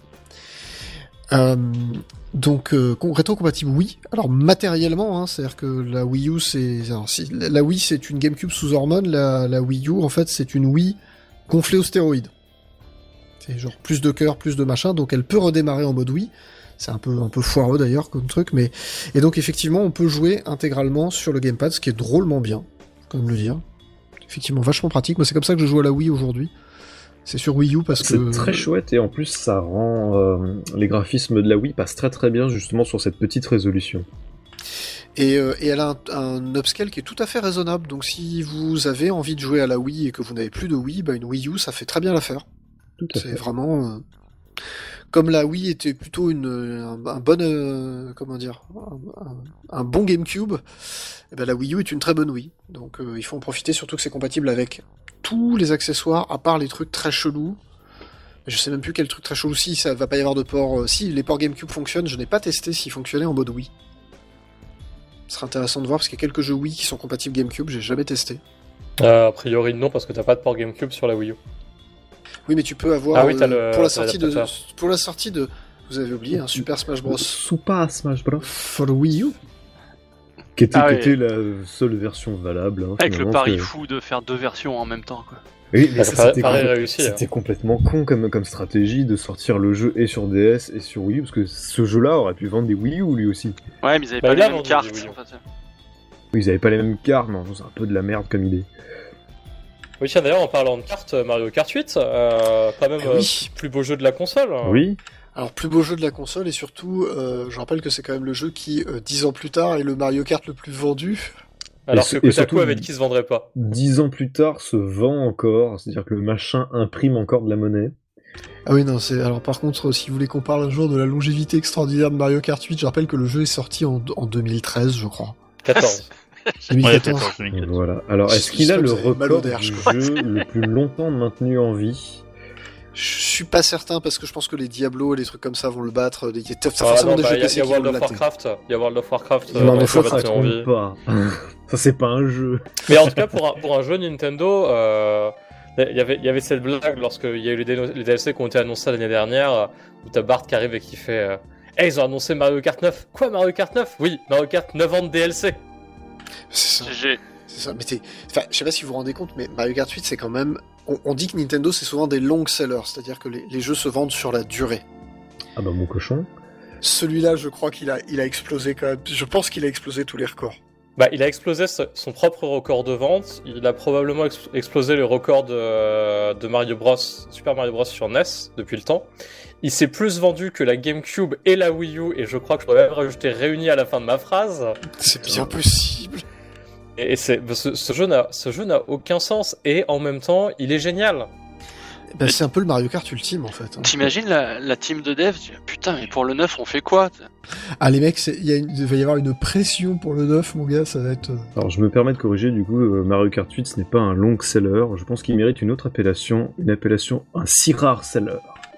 Euh, donc euh, con- rétro-compatible Wii, alors matériellement, hein, c'est-à-dire que la Wii U c'est... alors, si, la la Wii c'est une GameCube sous hormones, la, la Wii U en fait c'est une Wii gonflée aux stéroïdes. C'est genre plus de cœur, plus de machin, donc elle peut redémarrer en mode Wii. C'est un peu, un peu foireux d'ailleurs comme truc, mais... Et donc effectivement, on peut jouer intégralement sur le gamepad, ce qui est drôlement bien, comme le dire. Effectivement, vachement pratique. Moi, c'est comme ça que je joue à la Wii aujourd'hui. C'est sur Wii U parce C'est que... très chouette et en plus ça rend euh, les graphismes de la Wii passent très très bien justement sur cette petite résolution. Et, euh, et elle a un, un upscale qui est tout à fait raisonnable. Donc si vous avez envie de jouer à la Wii et que vous n'avez plus de Wii, bah une Wii U ça fait très bien l'affaire. Tout à C'est fait. vraiment... euh, Comme la Wii était plutôt une, un, un bon... euh, comment dire un, un- un bon GameCube, eh ben la Wii U est une très bonne Wii. Donc euh, il faut en profiter, surtout que c'est compatible avec tous les accessoires, à part les trucs très chelous. Je sais même plus quel truc très chelou. Si, ça va pas y avoir de port... euh, si, les ports GameCube fonctionnent, je n'ai pas testé s'ils fonctionnaient en mode Wii. Ce serait intéressant de voir, parce qu'il y a quelques jeux Wii qui sont compatibles GameCube, j'ai jamais testé. Euh, a priori, non, parce que t'as pas de port GameCube sur la Wii U. Oui, mais tu peux avoir... Ah oui, t'as euh, le- pour, la t'as sortie de, l'adaptateur. pour la sortie de... Vous avez oublié, un Super Smash Bros. Super Smash Bros. For Wii U. Qui était, Ah qui ouais. était la seule version valable. hein, Avec le finalement, pari c'est- fou de faire deux versions en même temps, quoi. Oui, mais Ah, ça, ça c'était, paraît complè- réussi, c'était complètement con comme, comme stratégie de sortir le jeu et sur D S et sur Wii U, parce que ce jeu-là aurait pu vendre des Wii U lui aussi. Ouais, mais ils avaient Bah, pas il les a mêmes vendu cartes. des Wii U. en fait. Oui, ils avaient pas les mêmes cartes, mais c'est un peu de la merde comme idée. Oui, tiens, d'ailleurs, en parlant de cartes, Mario Kart huit, euh, quand même Eh euh, oui. plus beau jeu de la console. hein. Oui, Alors, plus beau jeu de la console, et surtout, euh, je rappelle que c'est quand même le jeu qui, euh, dix ans plus tard, est le Mario Kart le plus vendu. Alors Et que ce- et Kotaku surtout- avait dit qu'il se vendrait pas. dix ans plus tard, se vend encore, c'est-à-dire que le machin imprime encore de la monnaie. Ah oui, non, c'est... Alors, par contre, si vous voulez qu'on parle un jour de la longévité extraordinaire de Mario Kart huit, je rappelle que le jeu est sorti en, en deux mille treize, je crois. quatorze. Ouais, deux mille quatorze. quatorze, deux mille quatorze. Voilà. Alors, est-ce qu'il a Je le sens que vous avez mal au record derche, du quoi. jeu le plus longtemps maintenu en vie? Je suis pas certain, parce que je pense que les Diablo et les trucs comme ça vont le battre. Il y a Ah, forcément non, des bah, jeux il y a, P C il y a qui World vont le of latter. Warcraft. Il y a World of Warcraft. Non, euh, mais dans le faut jeu ça maintenu en compte vie. pas. Ça, c'est pas un jeu. Mais en tout cas, pour un, pour un jeu Nintendo, euh, il y avait, il y avait cette blague lorsqu'il y a eu les, D- les D L C qui ont été annoncés l'année dernière, euh, où t'as Bart qui arrive et qui fait euh, Hey, ils ont annoncé Mario Kart neuf. Quoi, Mario Kart neuf? Oui, Mario Kart neuf ans de D L C. C'est ça. G G. C'est ça, mais t'es... Enfin, je sais pas si vous vous rendez compte, mais Mario Kart huit, c'est quand même... On, on dit que Nintendo, c'est souvent des long sellers, c'est-à-dire que les, les jeux se vendent sur la durée. Ah bah, mon cochon. Celui-là, je crois qu'il a, il a explosé quand même. Je pense qu'il a explosé tous les records. Bah, il a explosé ce- son propre record de vente. Il a probablement ex- explosé le record de, de Mario Bros, Super Mario Bros sur N E S depuis le temps. Il s'est plus vendu que la GameCube et la Wii U, et je crois que je pourrais même rajouter réunis à la fin de ma phrase. C'est bien possible. Et, et c'est, ce, ce jeu n'a, ce jeu n'a aucun sens, et en même temps, il est génial. Ben, c'est un peu le Mario Kart ultime, en fait. hein. T'imagines la, la team de dev? tu dis, Putain, mais pour le neuf, on fait quoi? Ah, les mecs, c'est- il, y a une- il va y avoir une pression pour le neuf, mon gars, ça va être... euh, Alors, je me permets de corriger, du coup, euh, Mario Kart huit, ce n'est pas un long seller. Je pense qu'il mérite une autre appellation, une appellation, un si rare seller.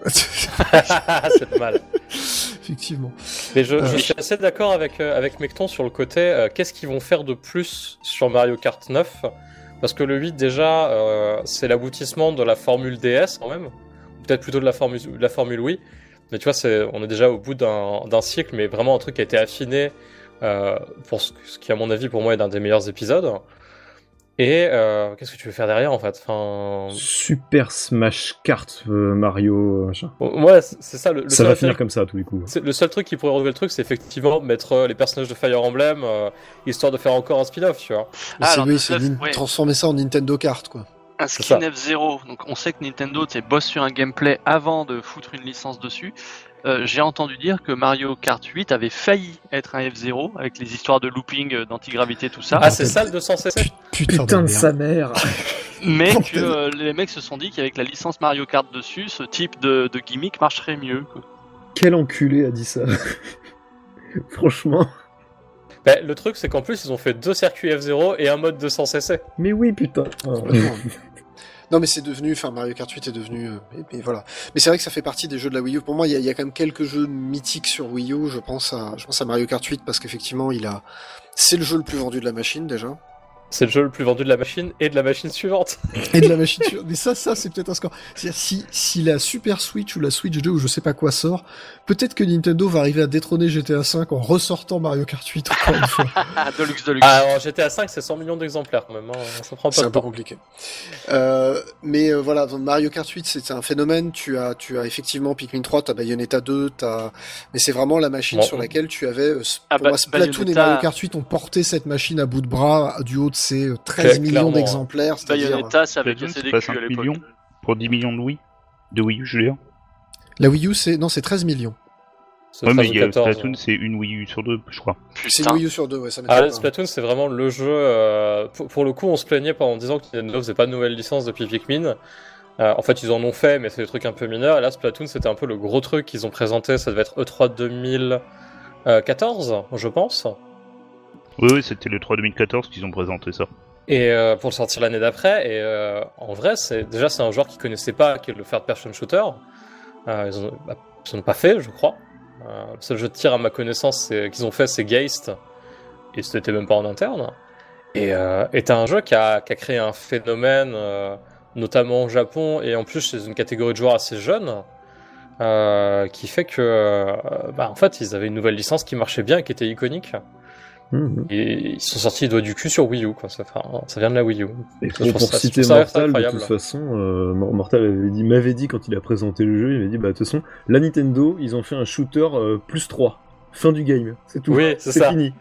c'est pas mal. Effectivement. Mais je, Euh, je suis assez d'accord avec, euh, avec Mecton sur le côté, euh, qu'est-ce qu'ils vont faire de plus sur Mario Kart neuf? Parce que le huit, déjà, euh, c'est l'aboutissement de la formule D S, quand même. Ou peut-être plutôt de la formule, de la formule Wii. Mais tu vois, c'est, on est déjà au bout d'un, d'un cycle, mais vraiment un truc qui a été affiné, euh, pour ce, ce qui, à mon avis, pour moi, est l'un des meilleurs épisodes. Et euh, qu'est-ce que tu veux faire derrière, en fait? Enfin, Super Smash Kart euh, Mario, euh, machin. ouais, c'est c'est ça. Le, le Ça seul va intérêt- finir comme ça à tous les coups. C'est- Le seul truc qui pourrait relever le truc, c'est effectivement mettre euh, les personnages de Fire Emblem, euh, histoire de faire encore un spin-off, tu vois. Mais Ah, c'est, alors, oui, le c'est neuf, nin- ouais. transformer ça en Nintendo Kart, quoi. Un C'est skin ça. F-Zero. Donc on sait que Nintendo tu sais, bosse sur un gameplay avant de foutre une licence dessus. Euh, j'ai entendu dire que Mario Kart huit avait failli être un F-Zero avec les histoires de looping, euh, d'antigravité, tout ça. Ah, c'est ça le deux cents C C? Putain, Putain de merde. sa mère. Mais Bordel. que euh, les mecs se sont dit qu'avec la licence Mario Kart dessus, ce type de, de gimmick marcherait mieux. Quoi. Quel enculé a dit ça? Franchement. Bah, le truc, c'est qu'en plus, ils ont fait deux circuits F zéro et un mode deux cents C C. Mais oui, putain. Complètement. Non, mais c'est devenu, enfin Mario Kart huit est devenu, euh, mais, mais voilà. Mais c'est vrai que ça fait partie des jeux de la Wii U. Pour moi, il y, a- il y a quand même quelques jeux mythiques sur Wii U. Je pense à, je pense à Mario Kart huit parce qu'effectivement, il a, c'est le jeu le plus vendu de la machine déjà. C'est le jeu le plus vendu de la machine et de la machine suivante. Et de la machine. sur- Mais ça, ça, c'est peut-être un score. C'est-à-dire si, si la Super Switch ou la Switch deux ou je sais pas quoi sort, peut-être que Nintendo va arriver à détrôner G T A cinq en ressortant Mario Kart huit encore une fois. Ah, Deluxe, Deluxe. Ah, alors G T A cinq, c'est cent millions d'exemplaires quand même. Hein. Ça prend pas C'est de un peu temps. compliqué. Euh, mais euh, voilà, donc Mario Kart huit, c'est un phénomène. Tu as, tu as effectivement Pikmin trois, t'as Bayonetta deux, t'as, mais c'est vraiment la machine Bon. sur laquelle tu avais. euh, s- Ah, pour bah, moi, Splatoon et Bayonetta- Mario Kart huit ont porté cette machine à bout de bras du haut de ses euh, treize Cla- millions clairement, d'exemplaires. C'est-à-dire, Bayonetta, ça avait Splatoon, cassé c'est des pas culs à cinq l'époque. millions. Pour dix millions de Wii De Wii U, je veux dire. La Wii U, c'est non, c'est treize millions. C'est Ouais, mais treize il ou y a quatorze. Splatoon, c'est une Wii U sur deux, je crois. C'est une Putain. Wii U sur deux, ouais, ça Ah, m'étonne là, pas. Splatoon, c'est vraiment le jeu. euh, pour, pour le coup, on se plaignait pendant dix ans que Nintendo faisait pas de nouvelles licences depuis Pikmin. Euh, en fait, ils en ont fait, mais c'est des trucs un peu mineurs. Et là, Splatoon, c'était un peu le gros truc qu'ils ont présenté. Ça devait être E trois deux mille quatorze, je pense. Oui, oui, c'était le trois deux mille quatorze qu'ils ont présenté ça. Et euh, pour le sortir l'année d'après. Et euh, en vrai, c'est déjà c'est un joueur qu'ils connaissaient pas, qui est le third-person shooter. Euh, ils, ont, bah, ils en ont pas fait, je crois. Euh, le seul jeu de tir à ma connaissance c'est, qu'ils ont fait, c'est Geist. Et c'était même pas en interne. Et euh, et t'as un jeu qui a, qui a créé un phénomène, euh, notamment au Japon, et en plus chez une catégorie de joueurs assez jeune, euh, qui fait que, euh, bah, en fait, ils avaient une nouvelle licence qui marchait bien et qui était iconique. Mhm. Et ils sont sortis les doigts du cul sur Wii U, quoi. Ça, enfin, ça vient de la Wii U. Et Je pour, trouve pour ça- je citer trouve ça Mortal, de incroyable. toute façon, euh, Mor- Mortal avait dit, m'avait dit quand il a présenté le jeu, il m'a dit, bah de toute façon, la Nintendo, ils ont fait un shooter euh, plus trois. Fin du game, c'est tout. Oui, c'est c'est ça. fini.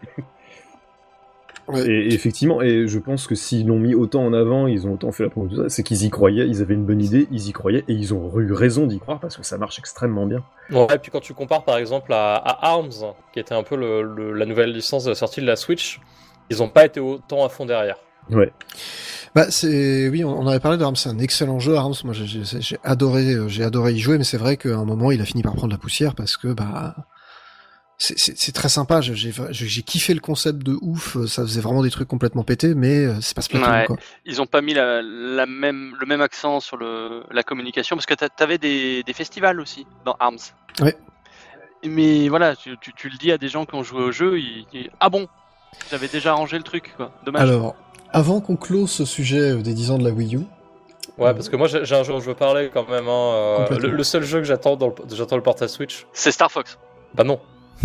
Ouais. Et, et effectivement, et je pense que s'ils l'ont mis autant en avant, ils ont autant fait la promotion, c'est qu'ils y croyaient, ils avaient une bonne idée, ils y croyaient, et ils ont eu raison d'y croire parce que ça marche extrêmement bien. Ouais, et puis quand tu compares par exemple à, à Arms, qui était un peu le, le- la nouvelle licence de la sortie de la Switch, ils ont pas été autant à fond derrière. Ouais. Bah c'est oui, on on avait parlé d'Arms, c'est un excellent jeu Arms. Moi j'ai, j'ai j'ai adoré, euh, j'ai adoré y jouer, mais c'est vrai qu'à un moment il a fini par prendre la poussière parce que bah c'est c'est, c'est très sympa. J'ai, j'ai j'ai kiffé le concept de ouf. Ça faisait vraiment des trucs complètement pétés, mais euh, c'est pas Splatoon Ouais. quoi. Ils ont pas mis la, la même, le même accent sur le, la communication parce que t'a- t'avais des, des festivals aussi dans Arms. Ouais. Mais voilà, tu, tu, tu le dis à des gens qui ont joué au jeu, ils, ils- ah bon, j'avais déjà arrangé le truc, quoi. Dommage. Alors avant qu'on close ce sujet euh, des dix ans de la Wii U, Ouais, parce que moi j'ai, j'ai un jeu dont je veux parler quand même. Hein, euh, Complètement. le, le seul jeu que j'attends, dans le, j'attends le portage Switch. C'est Star Fox. Bah non.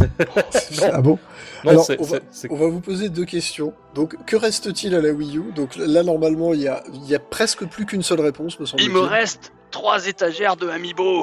Non. ah bon. Non, Alors, c'est, on va- c'est, c'est- On va vous poser deux questions. Donc, que reste-t-il à la Wii U? Donc là, normalement, il y a, il y a presque plus qu'une seule réponse, me semble-t-il. Il me reste trois étagères de Amiibo.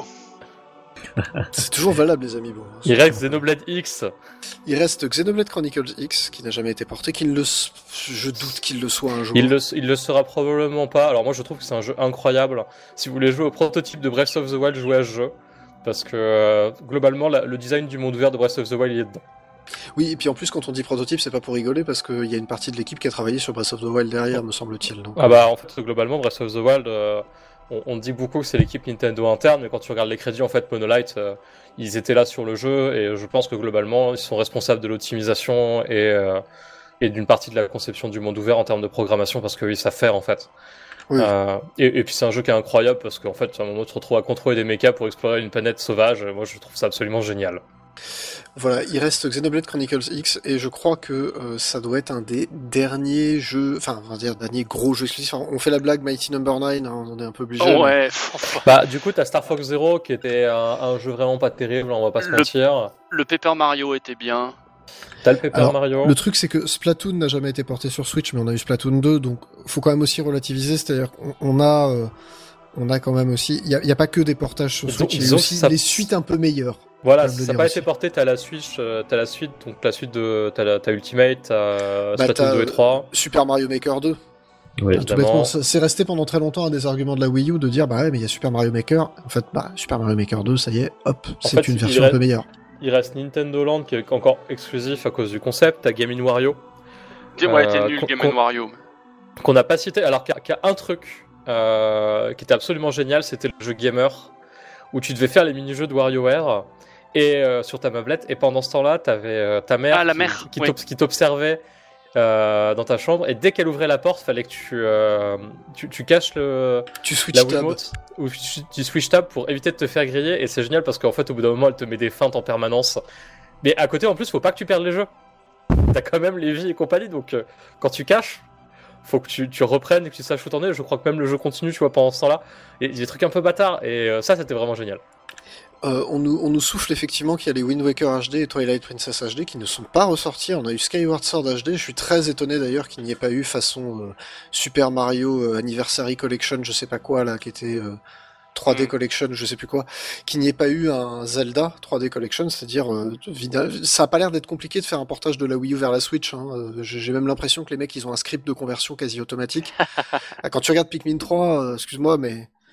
C'est toujours valable, les amiibo. hein. Il reste Xenoblade X. Il reste Xenoblade Chronicles X, qui n'a jamais été porté, qui ne le... s- Je doute qu'il le soit un jour. Il le, il le sera probablement pas. Alors moi je trouve que c'est un jeu incroyable. Si vous voulez jouer au prototype de Breath of the Wild, jouez à ce jeu. Parce que euh, globalement la- le design du monde ouvert de Breath of the Wild il est dedans. Oui, et puis en plus, quand on dit prototype, c'est pas pour rigoler, parce qu'il y a une partie de l'équipe qui a travaillé sur Breath of the Wild derrière, me semble-t-il. Donc... Ah bah en fait globalement Breath of the Wild, euh, on, on dit beaucoup que c'est l'équipe Nintendo interne, mais quand tu regardes les crédits en fait Monolith, euh, ils étaient là sur le jeu et je pense que globalement ils sont responsables de l'optimisation et, euh, et d'une partie de la conception du monde ouvert en termes de programmation parce qu'ils savent faire en fait. Oui. Euh, et, et puis c'est un jeu qui est incroyable parce qu'en fait à un moment tu te retrouves à contrôler des mechas pour explorer une planète sauvage. Moi je trouve ça absolument génial. Voilà, il reste Xenoblade Chronicles X, et je crois que euh, ça doit être un des derniers jeux, enfin, on va dire, dernier gros jeu exclusif. Enfin, on fait la blague Mighty Number nine, hein, on en est un peu obligé. Oh, mais- ouais. Bah du coup t'as Star Fox Zero qui était un, un jeu vraiment pas terrible, on va pas se Le- mentir. Le Paper Mario était bien. T'as le Paper Alors, Mario. Le truc, c'est que Splatoon n'a jamais été porté sur Switch, mais on a eu Splatoon deux, donc faut quand même aussi relativiser, c'est-à-dire qu'on on a, euh, on a quand même aussi, il y a, il y a pas que des portages sur Disons- Switch, il y a disons aussi que ça- des suites un peu meilleures. Voilà, Faut le ça n'a dire pas aussi. été porté, t'as la Switch, euh, t'as la suite, donc la suite de, t'as, la- t'as Ultimate, t'as Bah, Splatoon t'as, deux et trois. Super Mario Maker deux. Ouais. Tout Évidemment. bêtement, ça- c'est resté pendant très longtemps un des arguments de la Wii U de dire, bah ouais, mais il y a Super Mario Maker. En fait, bah, Super Mario Maker deux, ça y est, hop, c'est fait, une il version reste- un peu meilleure. Il reste Nintendo Land qui est encore exclusif à cause du concept, t'as Game and Wario, Dis-moi, Euh, était nul con- Game con- and Wario. qu'on n'a pas cité, alors qu'il y a, qu'il y a un truc euh, qui était absolument génial, c'était le jeu Gamer, où tu devais faire les mini-jeux de WarioWare, et euh, sur ta meublette, et pendant ce temps-là, t'avais euh, ta mère Ah, la qui, mère, qui, oui. t'ob- qui t'observait euh, dans ta chambre, et dès qu'elle ouvrait la porte, fallait que tu, euh, tu, tu caches le, Tu switch la tab. Wiimote, ou tu, tu switch tab pour éviter de te faire griller, et c'est génial parce qu'en fait, au bout d'un moment, elle te met des feintes en permanence. Mais à côté, en plus, faut pas que tu perdes les jeux. T'as quand même les vies et compagnie, donc euh, quand tu caches, faut que tu, tu reprennes et que tu saches où t'en es. Je crois que même le jeu continue, tu vois, pendant ce temps-là. Et il y a des trucs un peu bâtards, et euh, ça, c'était vraiment génial. Euh, on, nous, on nous souffle effectivement qu'il y a les Wind Waker H D et Twilight Princess H D qui ne sont pas ressortis. On a eu Skyward Sword H D. Je suis très étonné d'ailleurs qu'il n'y ait pas eu façon euh, Super Mario euh, Anniversary Collection, je sais pas quoi là, qui était euh, trois D Mm. Collection, je sais plus quoi, qu'il n'y ait pas eu un Zelda trois D Collection, c'est-à-dire euh, vida- ça a pas l'air d'être compliqué de faire un portage de la Wii U vers la Switch. Hein. Euh, J'ai j'ai même l'impression que les mecs ils ont un script de conversion quasi automatique. Ah, quand tu regardes Pikmin trois, euh, excuse-moi, mais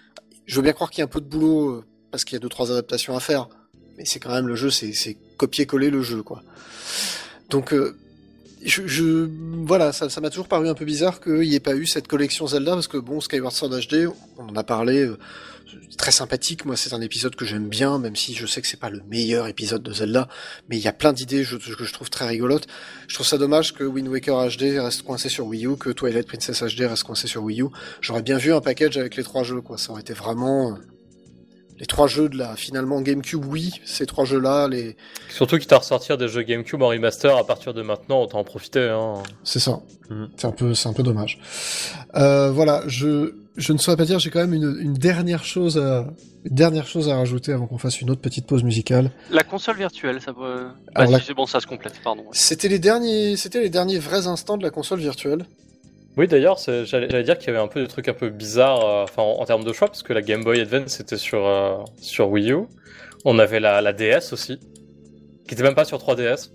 je veux bien croire qu'il y a un peu de boulot euh, parce qu'il y a deux trois adaptations à faire, mais c'est quand même le jeu, c'est, c'est copier-coller le jeu, quoi. Donc, euh, je, je, voilà, ça, ça m'a toujours paru un peu bizarre qu'il n'y ait pas eu cette collection Zelda, parce que bon, Skyward Sword H D, on en a parlé, euh, très sympathique. Moi, c'est un épisode que j'aime bien, même si je sais que c'est pas le meilleur épisode de Zelda, mais il y a plein d'idées je, que je trouve très rigolotes. Je trouve ça dommage que Wind Waker H D reste coincé sur Wii U, que Twilight Princess H D reste coincé sur Wii U. J'aurais bien vu un package avec les trois jeux, quoi. Ça aurait été vraiment euh, les trois jeux de la finalement GameCube. Oui, ces trois jeux-là, les. Surtout quitte à ressortir des jeux GameCube en remaster à partir de maintenant, autant en profiter. Hein. C'est ça. Mm. C'est un peu, c'est un peu dommage. Euh, voilà, je, je ne saurais pas dire. J'ai quand même une, une dernière chose à, une dernière chose à rajouter avant qu'on fasse une autre petite pause musicale. La console virtuelle, ça peut. Alors, Vas-y, la- c'est bon, ça se complète. Pardon. C'était les derniers, c'était les derniers vrais instants de la console virtuelle. Oui, d'ailleurs, c'est- j'allais j'allais dire qu'il y avait un peu des trucs un peu bizarres euh, enfin, en, en termes de choix, parce que la Game Boy Advance c'était sur, euh, sur Wii U. On avait la, la D S aussi, qui était même pas sur trois D S.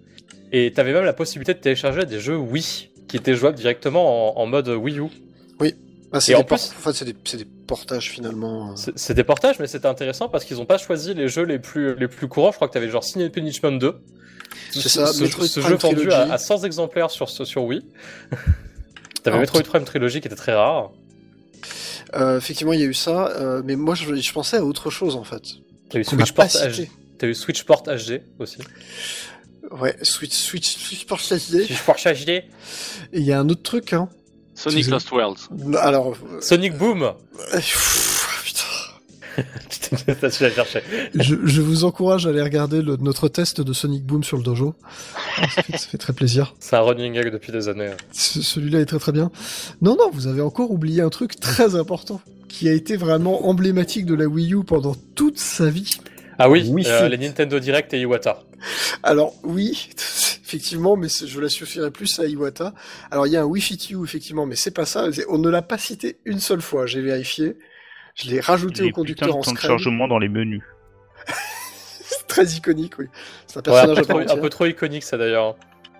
Et t'avais même la possibilité de télécharger des jeux Wii, qui étaient jouables directement en, en mode Wii U. Bah, c'est Et des en por- plus- en fait, c'est des, c'est des portages finalement. C'est c'est des portages, mais c'était intéressant parce qu'ils ont pas choisi les jeux les plus, les plus courants. Je crois que t'avais genre Sin and Punishment deux. C'est ça, Ce, Metroid ce Prime jeu vendu Trilogy. à, à cent exemplaires sur, sur Wii. T'avais Alors, Metroid Prime Trilogy qui était très rare. Euh, effectivement, il y a eu ça, euh, mais moi, je, je pensais à autre chose en fait. T'as eu Qu'on n'a Switchport pas H D. cité. T'as eu Switchport H D aussi. Ouais, Switch, Switch, Switch pour H D. Switchport H D. Et il y a un autre truc, hein. Sonic Excusez- Lost Worlds. Alors. euh, Sonic Boom. euh, pff, putain. Ça, tu l'as cherché. Je, je vous encourage à aller regarder le- notre test de Sonic Boom sur le dojo. Ah, ça, fait, ça fait très plaisir. C'est un running gag depuis des années. Ce- celui-là est très très bien. Non, non, vous avez encore oublié un truc très important qui a été vraiment emblématique de la Wii U pendant toute sa vie. Ah oui, Oui, euh, c'est- les Nintendo Direct et Iwata. Alors oui, effectivement, mais c'est- je l'associerais plus à Iwata. Alors il y a un Wii Fit You, effectivement, mais c'est pas ça. On ne l'a pas cité une seule fois. J'ai vérifié. Je l'ai rajouté Les au putains conducteur de en temps de screen. chargement dans les menus. C'est très iconique, oui. C'est un Ouais, personnage un, peu à part trop, un entière. peu trop iconique ça d'ailleurs.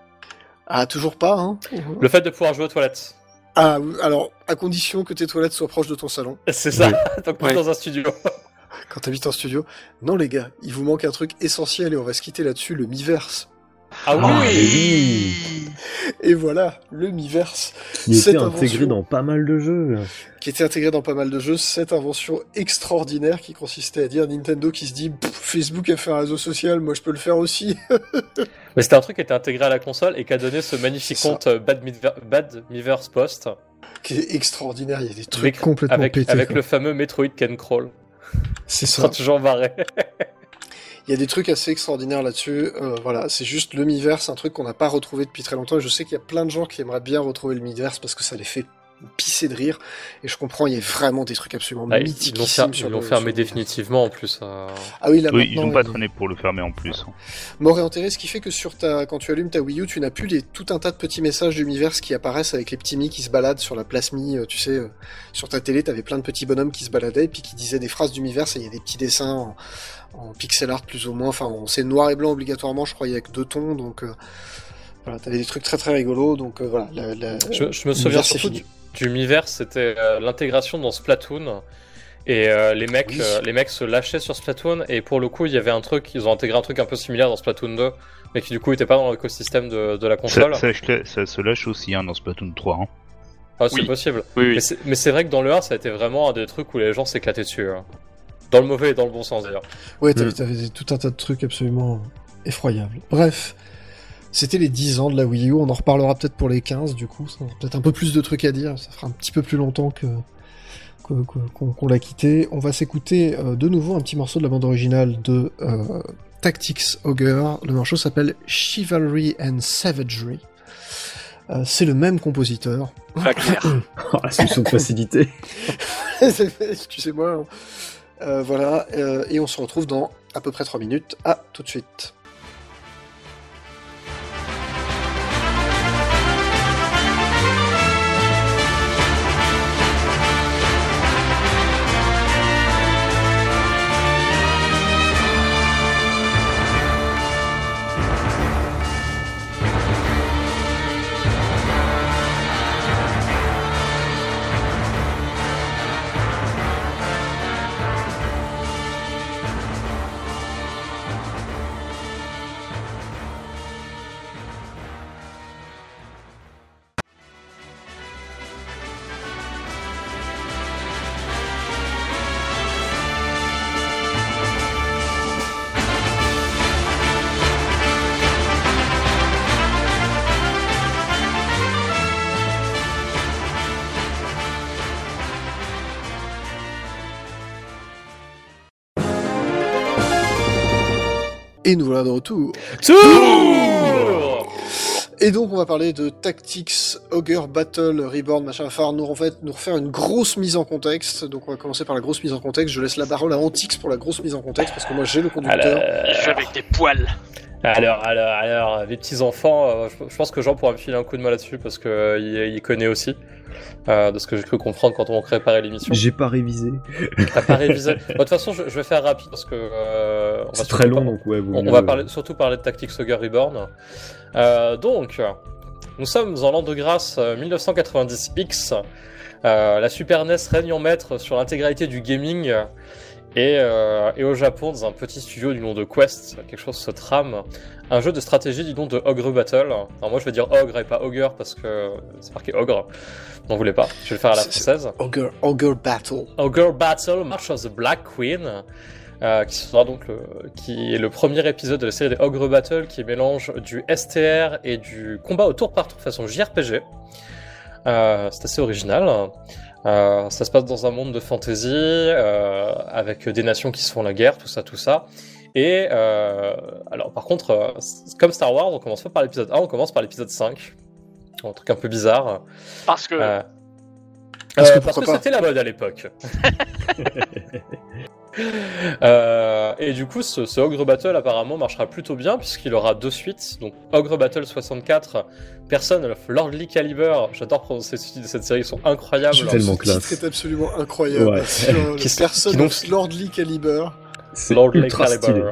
Ah, toujours pas, hein. Le fait de pouvoir jouer aux toilettes. Ah, oui, alors, à condition que tes toilettes soient proches de ton salon, C'est ça, donc Ouais. dans un studio. quand t'habites en studio. Non, les gars, il vous manque un truc essentiel et on va se quitter là-dessus, le Miiverse. Ah Ah, oui, oui. Et voilà, le Miiverse, Qui Cette était invention. intégré dans pas mal de jeux. qui était intégré dans pas mal de jeux, cette invention extraordinaire qui consistait à dire Nintendo qui se dit Pff, Facebook a fait un réseau social, moi je peux le faire aussi. Mais c'était un truc qui était intégré à la console et qui a donné ce magnifique C'est ça. compte euh, Bad, Miiver- Bad Miiverse Post qui est extraordinaire, il y a des trucs avec, complètement avec, pétés. avec quoi. le fameux Metroid Ken Crawl. C'est Ça ça. sera toujours barré. Il y a des trucs assez extraordinaires là-dessus. Euh, voilà, c'est juste le Miiverse, un truc qu'on n'a pas retrouvé depuis très longtemps. Et je sais qu'il y a plein de gens qui aimeraient bien retrouver le Miiverse parce que ça les fait pisser de rire. Et je comprends, il y a vraiment des trucs absolument Ah, ils mythiques. l'ont fer- ils l'ont fermé définitivement en plus. euh. Ah oui, là Oui, ils maintenant, ont pas il- traîné pour le fermer en plus. Mort et enterré, ce qui fait que sur ta, quand tu allumes ta Wii U, tu n'as plus les, tout un tas de petits messages du Miiverse qui apparaissent avec les petits Mi qui se baladent sur la place Mi, euh, tu sais, euh, sur ta télé, t'avais plein de petits bonhommes qui se baladaient, puis qui disaient des phrases du Miiverse, et il y a des petits dessins en, en pixel art plus ou moins, enfin, on- c'est noir et blanc obligatoirement, je crois, avec deux tons, donc, euh, voilà, t'avais des trucs très très rigolos, donc, euh, voilà, la, la- Je, je me souviens Miiverse, c'est surtout fini. du, du Miiverse, c'était euh, l'intégration dans Splatoon. Et euh, les mecs, Oui. euh, les mecs se lâchaient sur Splatoon. Et pour le coup, il y avait un truc, ils ont intégré un truc un peu similaire dans Splatoon deux, mais qui du coup était pas dans l'écosystème de, de la Ça, console. ça, ça se lâche aussi hein, dans Splatoon trois. Hein. Ah, c'est Oui. possible. Oui, oui. Mais c'est- Mais c'est vrai que dans le un, ça a été vraiment un des trucs où les gens s'éclataient dessus. hein. Dans le mauvais et dans le bon sens d'ailleurs. Ouais, t'avais, Mm. t'avais des- tout un tas de trucs absolument effroyables. Bref, c'était les dix ans de la Wii U, on en reparlera peut-être pour les quinze du coup, ça aura peut-être un peu plus de trucs à dire, ça fera un petit peu plus longtemps que, que- que- qu'on, qu'on l'a quitté. On va s'écouter euh, de nouveau un petit morceau de la bande originale de euh, Tactics Ogre, le morceau s'appelle Chivalry and Savagery. Euh, c'est le même compositeur. Pas clair. Oh, la solution de facilité. Excusez-moi. hein. Euh, voilà, euh, et on se retrouve dans à peu près trois minutes. À tout de suite. Et nous voilà de retour. Tour. Et donc on va parler de Tactics Ogre Battle Reborn, machin. Enfin, nous en fait nous refaire une grosse mise en contexte. Donc on va commencer par la grosse mise en contexte. Je laisse la parole à Antix pour la grosse mise en contexte parce que moi j'ai le conducteur. Alors, Il joue avec des poils. alors, alors, alors, les petits enfants, euh, je, je pense que Jean pourra me filer un coup de main là-dessus parce que euh, il, il connaît aussi. Euh, de ce que j'ai cru comprendre quand on préparait l'émission. J'ai pas révisé. T'as pas révisé. Bon, de toute façon, je, je vais faire rapide parce que euh, on va C'est très long, par- donc ouais. vaut On, mieux, on va euh, parler, surtout parler de Tactics Ogre Reborn. Euh, donc, nous sommes en l'an de grâce euh, mille neuf cent quatre-vingt-dix X. Euh, la Super N E S règne en maître sur l'intégralité du gaming. Et, euh, et au Japon, dans un petit studio du nom de Quest, quelque chose se trame. Un jeu de stratégie du nom de Ogre Battle. Alors moi, je vais dire Ogre et pas Ogre parce que c'est marqué Ogre. N'en voulez pas. Je vais le faire à la C'est- française. Ogre, Ogre Battle. Ogre Battle, March of the Black Queen, euh, qui sera donc le, qui est le premier épisode de la série des Ogre Battle, qui mélange du S T R et du combat au tour par tour façon J R P G. Euh, c'est assez original. Euh, ça se passe dans un monde de fantasy, euh, avec des nations qui se font la guerre, tout ça, tout ça. Et euh, alors par contre, euh, comme Star Wars, on commence pas par l'épisode un, on commence par l'épisode cinq. Un truc un peu bizarre. Parce que. Euh, Parce que euh, pourquoi parce que pas. c'était la mode à l'époque. euh, et du coup, ce, ce Ogre Battle apparemment marchera plutôt bien puisqu'il aura deux suites. Donc Ogre Battle soixante-quatre, Person of Lordly Caliber. J'adore prononcer ces titres de cette série, ils sont incroyables. Je- Tellement Ce titre classe. est absolument incroyable. Ouais. Sur le Qui s- personne qui donc- of Lordly Caliber. C'est Lordly ultra Caliber. stylé.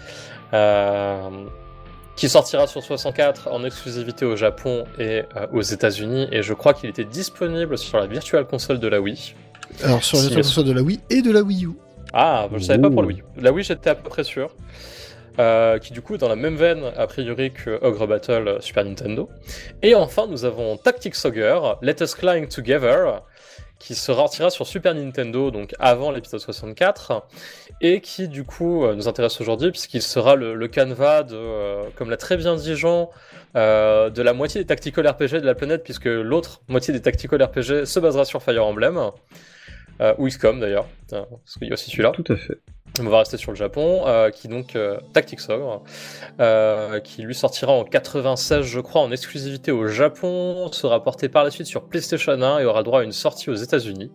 Euh, qui sortira sur soixante-quatre en exclusivité au Japon et euh, aux États-Unis. Et je crois qu'il était disponible sur la Virtual Console de la Wii. Alors sur Si, la bien console de la Wii et de la Wii U. Ah, je savais pas pour le Ouh. Wii. La Wii, j'étais à peu près sûr. Euh, qui du coup est dans la même veine, a priori, que Ogre Battle euh, Super Nintendo. Et enfin, nous avons Tactics Ogre, Let Us Climb Together, qui se sortira sur Super Nintendo, donc avant l'épisode soixante-quatre, et qui du coup euh, nous intéresse aujourd'hui, puisqu'il sera le, le canevas de, euh, comme l'a très bien dit Jean, euh, de la moitié des Tactical R P G de la planète, puisque l'autre moitié des Tactical R P G se basera sur Fire Emblem. Euh, ou X COM d'ailleurs, euh, parce qu'il y a aussi celui-là. Tout à fait. On va rester sur le Japon, euh, qui donc euh, Tactics Ogre, euh, qui lui sortira en quatre-vingt-seize, je crois, en exclusivité au Japon, sera porté par la suite sur PlayStation un et aura droit à une sortie aux États-Unis.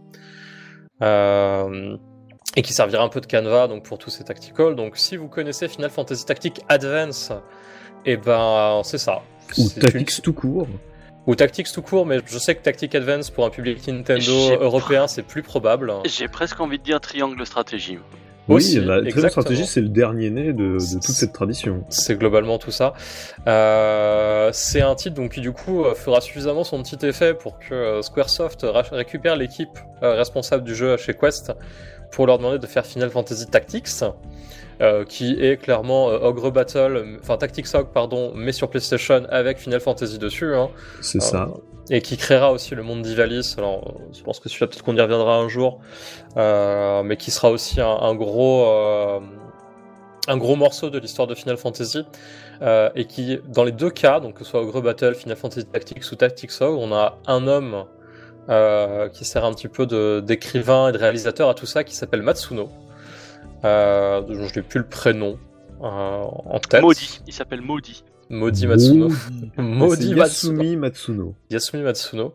Euh, et qui servira un peu de canevas donc pour tous ces tacticals. Donc si vous connaissez Final Fantasy Tactics Advance, et ben c'est ça. Ou C'est Tactics une- tout court. Ou Tactics tout court, mais je sais que Tactics Advance pour un public Nintendo J'ai- européen c'est plus probable. J'ai presque envie de dire triangle stratégie. Aussi, oui, la exactement. Triangle Stratégie, c'est le dernier né de, de toute cette tradition. C'est globalement tout ça. Euh, c'est un titre donc qui du coup euh, fera suffisamment son petit effet pour que euh, Squaresoft ra- récupère l'équipe euh, responsable du jeu chez Quest pour leur demander de faire Final Fantasy Tactics, euh, qui est clairement euh, Ogre Battle, euh, enfin Tactics Ogre pardon, mais sur PlayStation avec Final Fantasy dessus. Hein. C'est Euh, ça. Et qui créera aussi le monde d'Ivalice. Alors, euh, je pense que celui-là, peut-être qu'on y reviendra un jour, euh, mais qui sera aussi un, un gros, euh, un gros morceau de l'histoire de Final Fantasy, euh, et qui, dans les deux cas, donc que ce soit Ogre Battle, Final Fantasy Tactics ou Tactics Ogre, on a un homme euh, qui sert un petit peu de, d'écrivain et de réalisateur à tout ça, qui s'appelle Matsuno. Euh, je n'ai plus le prénom euh, en tête. Maudit, il s'appelle Maudit. Maudit Matsuno. Maudit. Maudit C'est Matsuno. Yasumi Matsuno. Yasumi Matsuno,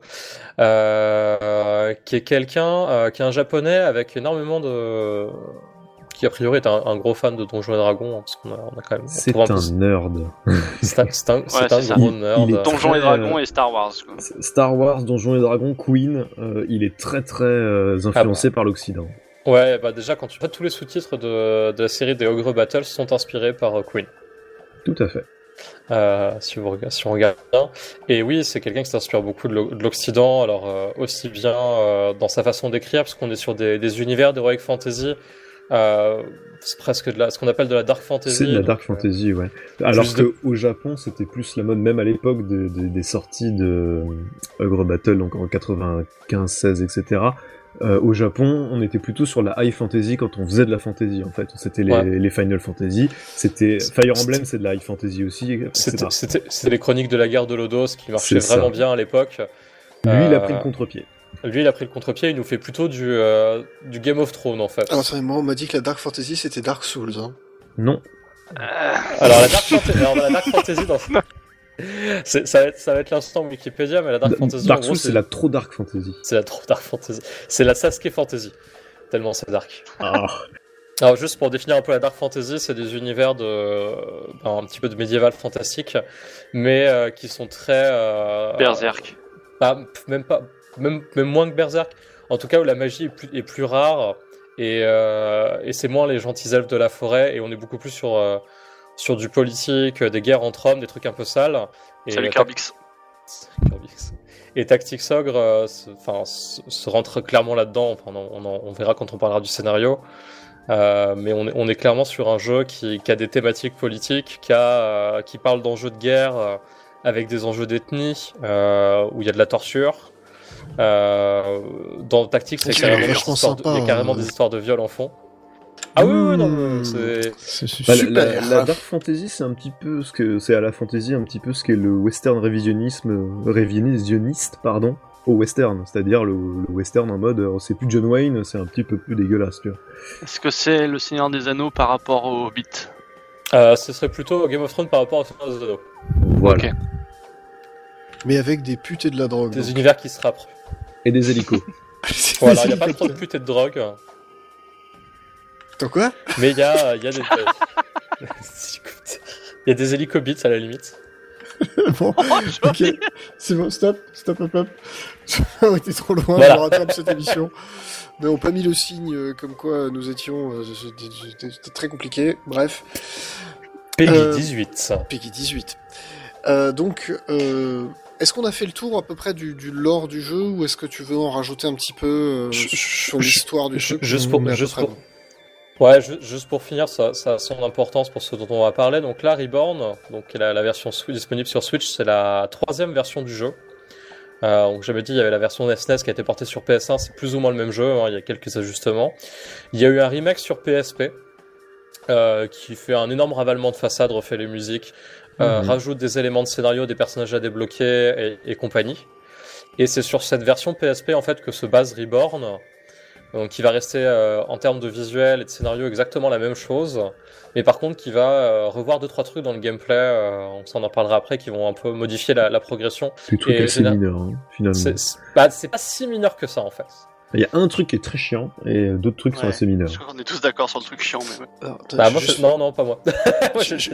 euh, qui est quelqu'un, euh, qui est un japonais avec énormément de... qui a priori est un, un gros fan de Donjons et Dragons, hein, parce qu'on a, on a quand même... on C'est trouve un peu- nerd. C'est un, c'est un, c'est Ouais, un c'est ça. gros Il- nerd. il est Donjons Très, et Dragons euh, et Star Wars. Quoi. Star Wars, Donjons et Dragons, Queen, euh, il est très très euh, influencé par l'Occident. Ouais, bah déjà, quand tu vois tous les sous-titres de, de la série des Ogre Battle sont inspirés par euh, Queen. Tout à fait. Euh, si, vous regardez, si on regarde bien. Et oui, c'est quelqu'un qui s'inspire beaucoup de l'O- de l'Occident, alors euh, aussi bien euh, dans sa façon d'écrire, parce qu'on est sur des, des univers d'Heroic Fantasy, euh, c'est presque de la, ce qu'on appelle de la Dark Fantasy. C'est de la donc, Dark euh, Fantasy, ouais. Alors juste de- qu'au Japon, c'était plus la mode, même à l'époque de- de- des sorties de euh, Ogre Battle, donc en quatre-vingt-quinze, seize, et cetera. Euh, au Japon, on était plutôt sur la high fantasy quand on faisait de la fantasy, en fait. C'était les, Ouais. les Final Fantasy. C'était Fire Emblem, c'est de la high fantasy aussi. et C'était, cetera. c'était, c'était les chroniques de la guerre de Lodos qui marchaient C'est vraiment ça. bien à l'époque. Lui, il a Euh, pris le contre-pied. Lui, il a pris le contre-pied, il nous fait plutôt du, euh, du Game of Thrones en fait. Alors, attendez, moi, on m'a dit que la Dark Fantasy c'était Dark Souls. Hein. Non. Euh, Alors la Dark Fantasy, alors, la Dark Fantasy dans... c'est, ça va être, ça va être l'instant Wikipédia, mais la Dark Fantasy, en Dark gros, Souls, c'est... c'est la trop Dark Fantasy. c'est la trop Dark Fantasy. C'est la Sasuke Fantasy. Tellement c'est dark. Ah. Alors juste pour définir un peu la Dark Fantasy, c'est des univers de... ben, un petit peu de médiéval fantastique, mais euh, qui sont très... Euh... Berserk. Bah, même pas, même, même moins que Berserk. En tout cas, où la magie est plus, est plus rare et, euh, et c'est moins les gentils elfes de la forêt et on est beaucoup plus sur euh, sur du politique, des guerres entre hommes, des trucs un peu sales. Et Salut euh, Carbix. Carbix. Et Tactics Ogre, euh, se, enfin, se, se rentre clairement là-dedans. Enfin, on, on, on verra quand on parlera du scénario. Euh, mais on est, on est clairement sur un jeu qui, qui a des thématiques politiques, qui, a, euh, qui parle d'enjeux de guerre euh, avec des enjeux d'ethnie, euh, où il y a de la torture. Euh, dans Tactics, il y a carrément, des histoires, sympa, de, il y a carrément euh... des histoires de viol en fond. Ah oui, oui, non, mais c'est... C'est c'est Bah, la, super. la, la Dark Fantasy, c'est un petit peu ce que c'est à la fantasy un petit peu ce qu'est le western révisionnisme, euh, révisionniste, pardon, au western, c'est-à-dire le, le western en mode euh, c'est plus John Wayne, c'est un petit peu plus dégueulasse, tu vois. Est-ce que c'est le Seigneur des Anneaux par rapport au Hobbit? Euh, ce serait plutôt Game of Thrones par rapport au Seigneur des Anneaux. Voilà. Ok. Mais avec des putes et de la drogue. Des donc. univers qui se rapprochent. Et des hélicos. Bon, alors il n'y a pas trop de putes et de drogue, Attends quoi? mais il y a, y a des... Il y a des hélicobits à la limite. Bon, Oh, ok, joli. c'est bon, stop, stop, stop, stop. On était trop loin, Voilà. on rattrape cette émission. Nous n'avons pas mis le signe euh, comme quoi nous étions... euh, C'était c'était très compliqué, bref. Peggy Euh, dix-huit. Peggy dix-huit. Euh, donc, euh, est-ce qu'on a fait le tour à peu près du, du lore du jeu, ou est-ce que tu veux en rajouter un petit peu euh, Je- sur je- l'histoire du je- jeu? juste On pour- est à peu juste près pour- bon. Ouais, ju- juste pour finir, ça, ça a son importance pour ce dont on va parler. Donc là, Reborn, donc qui est la, la version swi- disponible sur Switch, c'est la troisième version du jeu. Euh, donc j'avais dit, il y avait la version S N E S qui a été portée sur P S un, c'est plus ou moins le même jeu, hein, il y a quelques ajustements. Il y a eu un remake sur P S P, euh, qui fait un énorme ravalement de façade, refait les musiques, euh, Mhm. rajoute des éléments de scénario, des personnages à débloquer et, et compagnie. Et c'est sur cette version P S P en fait que se base Reborn. Donc qui va rester euh, en termes de visuel et de scénario exactement la même chose, mais par contre qui va euh, revoir deux trois trucs dans le gameplay, euh, on s'en en parlera après, qui vont un peu modifier la, la progression. Des trucs Et assez général- mineurs, hein, finalement. C'est, c'est, bah, c'est pas si mineur que ça en fait. Il y a un truc qui est très chiant et d'autres trucs sont Ouais. assez mineurs. Je crois qu'on est tous d'accord sur le truc chiant, mais ouais. Alors, attends, Bah je- moi juste- c'est... non non pas moi. Moi, je- je-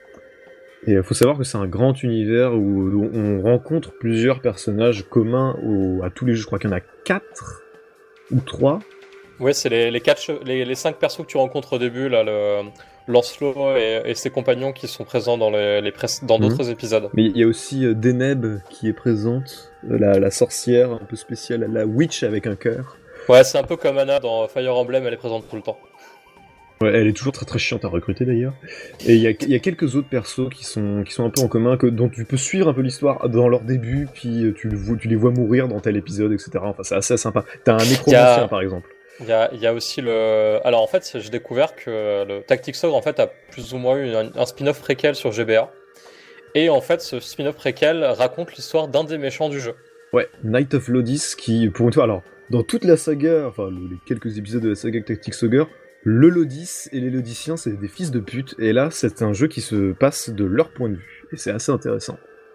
Et il faut savoir que c'est un grand univers où, où on rencontre plusieurs personnages communs au- à tous les jeux. Je crois qu'il y en a quatre ou trois. Ouais, c'est les les quatre che- les, les cinq persos que tu rencontres au début là, le Lancelot et, et ses compagnons qui sont présents dans les, les pré- dans Mhm. d'autres épisodes. Mais il y a aussi euh, Deneb qui est présente, euh, la, la sorcière un peu spéciale, la witch avec un cœur. Ouais, c'est un peu comme Anna dans Fire Emblem, elle est présente tout le temps. Ouais, elle est toujours très très chiante à recruter d'ailleurs. Et il y a, il y a quelques autres persos qui sont, qui sont un peu en commun, que, dont tu peux suivre un peu l'histoire dans leur début, puis euh, tu, le vois- tu les vois mourir dans tel épisode, et cetera. Enfin, c'est assez sympa. T'as un nécromancien par exemple. Il y a, il y a aussi le... Alors en fait, j'ai découvert que le Tactics Ogre en fait, a plus ou moins eu un, un spin-off préquel sur G B A. Et en fait, ce spin-off préquel raconte l'histoire d'un des méchants du jeu. Ouais, Night of Lodis qui, pour une fois, alors, dans toute la saga, enfin, le- les quelques épisodes de la saga Tactics Ogre, le Lodis et les Lodiciens, c'est des fils de pute, et là, c'est un jeu qui se passe de leur point de vue, et c'est assez intéressant.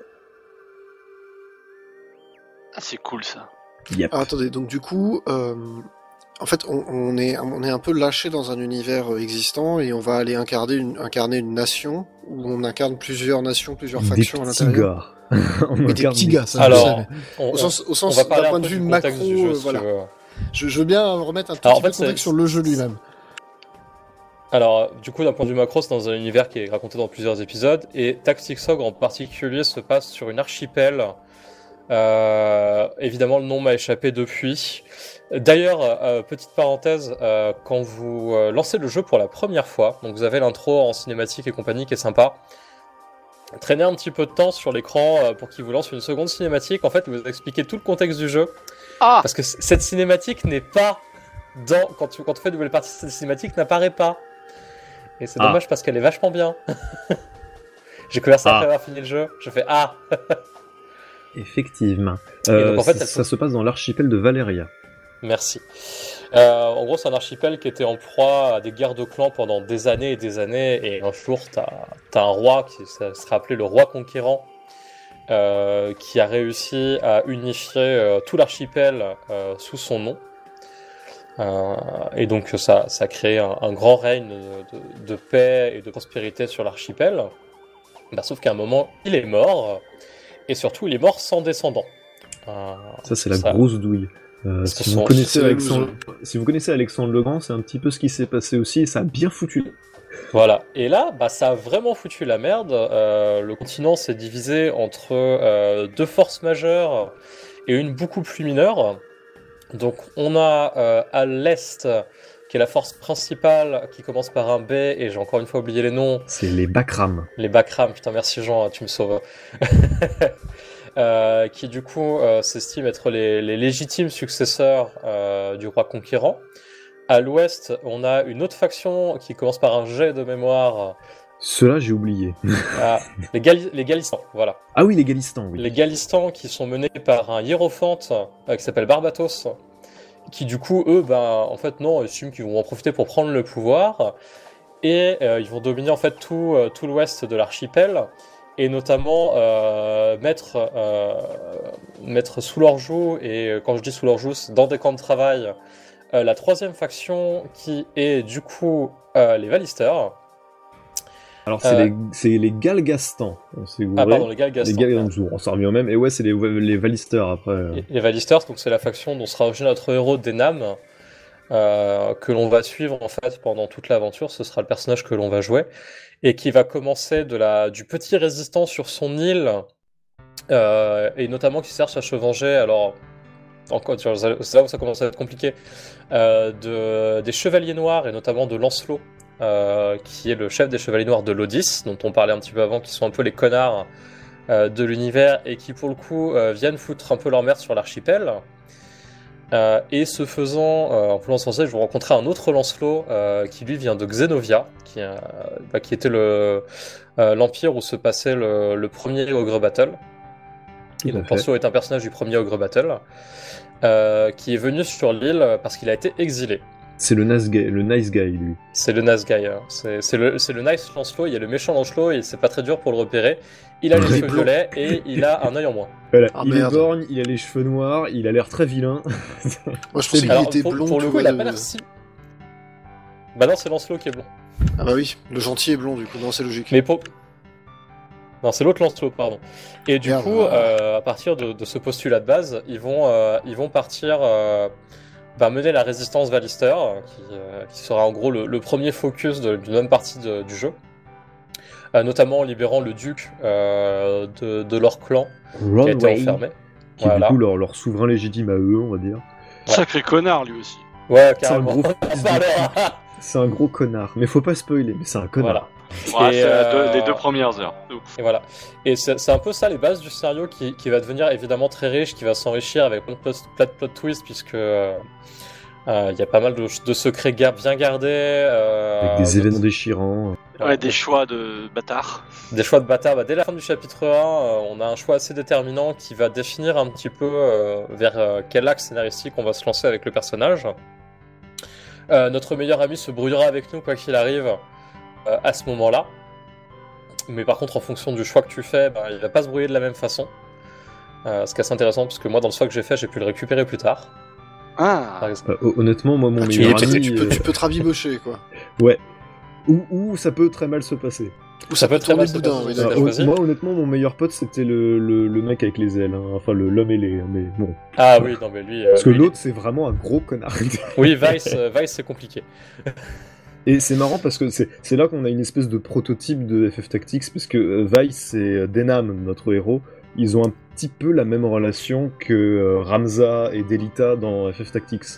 Ah, c'est cool ça. Yep. Ah, attendez, donc du coup, euh, en fait, on, on est, on est un peu lâché dans un univers euh, existant et on va aller incarner une, incarner une nation où on incarne plusieurs nations, plusieurs Des factions à petits l'intérieur. gars. On Et des incarne petits des- gars, ça. je Alors, sais, mais on, au sens, au on sens va parler d'un un point peu de vue du macro, contexte du jeu, euh, si voilà. tu veux. Je, je veux bien remettre un tout Alors, petit en peu fait, de contexte c'est- sur le jeu lui-même. Alors, du coup, d'un point de vue macro, c'est dans un univers qui est raconté dans plusieurs épisodes, et Tactics Ogre en particulier se passe sur une archipel. Euh, évidemment, le nom m'a échappé depuis. D'ailleurs, euh, petite parenthèse, euh, quand vous euh, lancez le jeu pour la première fois, donc vous avez l'intro en cinématique et compagnie qui est sympa, traînez un petit peu de temps sur l'écran euh, pour qu'il vous lance une seconde cinématique. En fait, vous expliquez tout le contexte du jeu, Ah, parce que c- cette cinématique n'est pas dans... Quand tu, quand tu fais une nouvelle partie, cette cinématique n'apparaît pas. Et c'est Ah. dommage parce qu'elle est vachement bien. J'ai découvert ça Ah. après avoir fini le jeu. Je fais ah. Effectivement. Et Euh, donc, en fait, ça, elle ça se passe dans l'archipel de Valeria. Merci. Euh, en gros, c'est un archipel qui était en proie à des guerres de clans pendant des années et des années, et un jour, t'as, t'as un roi qui ça serait appelé le roi conquérant, euh, qui a réussi à unifier euh, tout l'archipel euh, sous son nom. Euh, et donc ça, ça a créé un, un grand règne de, de, de paix et de prospérité sur l'archipel. Bah, sauf qu'à un moment, il est mort, et surtout, il est mort sans descendant. Euh, Ça, c'est la ça- grosse douille. Euh, Parce que si, vous son- connaissez c'est Alexandre... loose. si vous connaissez Alexandre le Grand, c'est un petit peu ce qui s'est passé aussi, et ça a bien foutu. Voilà. Et là, bah, ça a vraiment foutu la merde. Euh, le continent s'est divisé entre euh, deux forces majeures et une beaucoup plus mineure. Donc, on a euh, à l'est, qui est la force principale, qui commence par un B, et j'ai encore une fois oublié les noms. C'est les Bakram. Les Bakram, putain, merci Jean, tu me sauves. Euh, qui du coup euh, s'estiment être les, les légitimes successeurs euh, du roi conquérant. À l'ouest, on a une autre faction qui commence par un G de mémoire. Ceux-là, j'ai oublié. Ah, les, Gali- les Galistans, voilà. Ah oui, les Galistans, oui. Les Galistans qui sont menés par un hiérophante euh, qui s'appelle Barbatos, qui du coup, eux, ben, en fait, non, ils estiment qu'ils vont en profiter pour prendre le pouvoir, et euh, ils vont dominer en fait tout, euh, tout l'ouest de l'archipel, et notamment euh, mettre, euh, mettre sous leur joug, et euh, quand je dis sous leur joug, c'est dans des camps de travail, euh, la troisième faction qui est du coup euh, les Valisters. Alors, c'est Euh, les, c'est les Galgastans. On s'est Ah gouré. pardon, les Galgastans. Les Gal... On s'en revient au même. Et ouais, c'est les, les Valisters après. euh. Les- Les Valisters, donc c'est la faction dont sera originaire notre héros Denam, euh, que l'on va suivre en fait pendant toute l'aventure. Ce sera le personnage que l'on va jouer et qui va commencer de la du petit résistant sur son île, euh, et notamment qui cherche à se venger. Alors encore, c'est là où ça commence à être compliqué. Euh, de des chevaliers noirs et notamment de Lancelot, euh, qui est le chef des chevaliers noirs de l'Odys, dont on parlait un petit peu avant, qui sont un peu les connards euh, de l'univers et qui pour le coup euh, viennent foutre un peu leur merde sur l'archipel. Euh, et ce faisant, euh, en voulant s'en je vous rencontrer un autre Lancelot euh, qui lui vient de Xénovia, qui, euh, bah, qui était le euh, l'empire où se passait le, le premier Ogre Battle. Tout Et à donc fait. Lancelot est un personnage du premier Ogre Battle, euh, qui est venu sur l'île parce qu'il a été exilé. C'est le nice guy, le nice guy lui. C'est le nice guy, hein. c'est, c'est, le, c'est le nice Lancelot, il y a le méchant Lancelot et c'est pas très dur pour le repérer. Il a les Il est cheveux blond. violets et il a un œil en moins. Voilà. Ah, il merde. est borgne, il a les cheveux noirs, il a l'air très vilain. Moi, je pensais qu'il Alors, était pour, blond. pour le tu coup, vois, il a le- pas l'air si... Bah non, c'est Lancelot qui est blond. Ah bah oui, le gentil est blond, du coup. Non, c'est logique. Mais pour... Non, c'est l'autre Lancelot, pardon. Et du Merde. coup, euh, à partir de, de ce postulat de base, ils vont, euh, ils vont partir euh, bah, mener la résistance Valister, qui, euh, qui sera en gros le, le premier focus de- d'une bonne partie de- du jeu. Euh, notamment en libérant le duc euh, de, de leur clan, qui a été Ronway, enfermé. qui est Voilà. du coup leur, leur souverain légitime à eux, on va dire. Sacré connard lui aussi. Ouais, C'est un carrément. gros Ah, fils de pardon. C'est un gros connard. Mais faut pas spoiler, mais c'est un connard. Voilà. Ouais, Et, c'est la deux- euh, les deux premières heures. Tout. Et voilà. Et c'est c'est un peu ça les bases du scénario qui, qui va devenir évidemment très riche, qui va s'enrichir avec plein de plot, plein de plot twists, puisque euh, euh, il y a pas mal de, de secrets ga- bien gardés. Euh, Avec des de- événements déchirants. Ouais, des choix de bâtards. des choix de bâtard. Bah, dès la fin du chapitre un, euh, on a un choix assez déterminant qui va définir un petit peu euh, vers euh, quel axe scénaristique on va se lancer avec le personnage. Euh, notre meilleur ami se brouillera avec nous quoi qu'il arrive euh, à ce moment-là. Mais par contre, en fonction du choix que tu fais, bah, il va pas se brouiller de la même façon. Euh, ce qui est assez intéressant, parce que moi, dans le choix que j'ai fait, j'ai pu le récupérer plus tard. Par Ah, exemple. Euh, honnêtement, moi, mon Ah, tu, meilleur tu, ami. tu peux, euh, tu peux te rabibocher, quoi. Ouais. Ou, ou ça peut très mal se passer. Ou Ça peut très tourner mal le se boudin, passer. oui, Ça Alors, t'as d'accord. choisi moi, honnêtement, mon meilleur pote, c'était le, le, le mec avec les ailes. hein. Enfin, le- l'homme ailé. hein, Mais bon. Ah oui, non, mais lui. euh, Parce que lui, l'autre, c'est vraiment un gros connard. Oui, Vice, euh, Vice c'est compliqué. Et c'est marrant parce que c'est c'est là qu'on a une espèce de prototype de F F Tactics, parce que euh, Vice et euh, Denham, notre héros, ils ont un petit peu la même relation que euh, Ramza et Delita dans F F Tactics.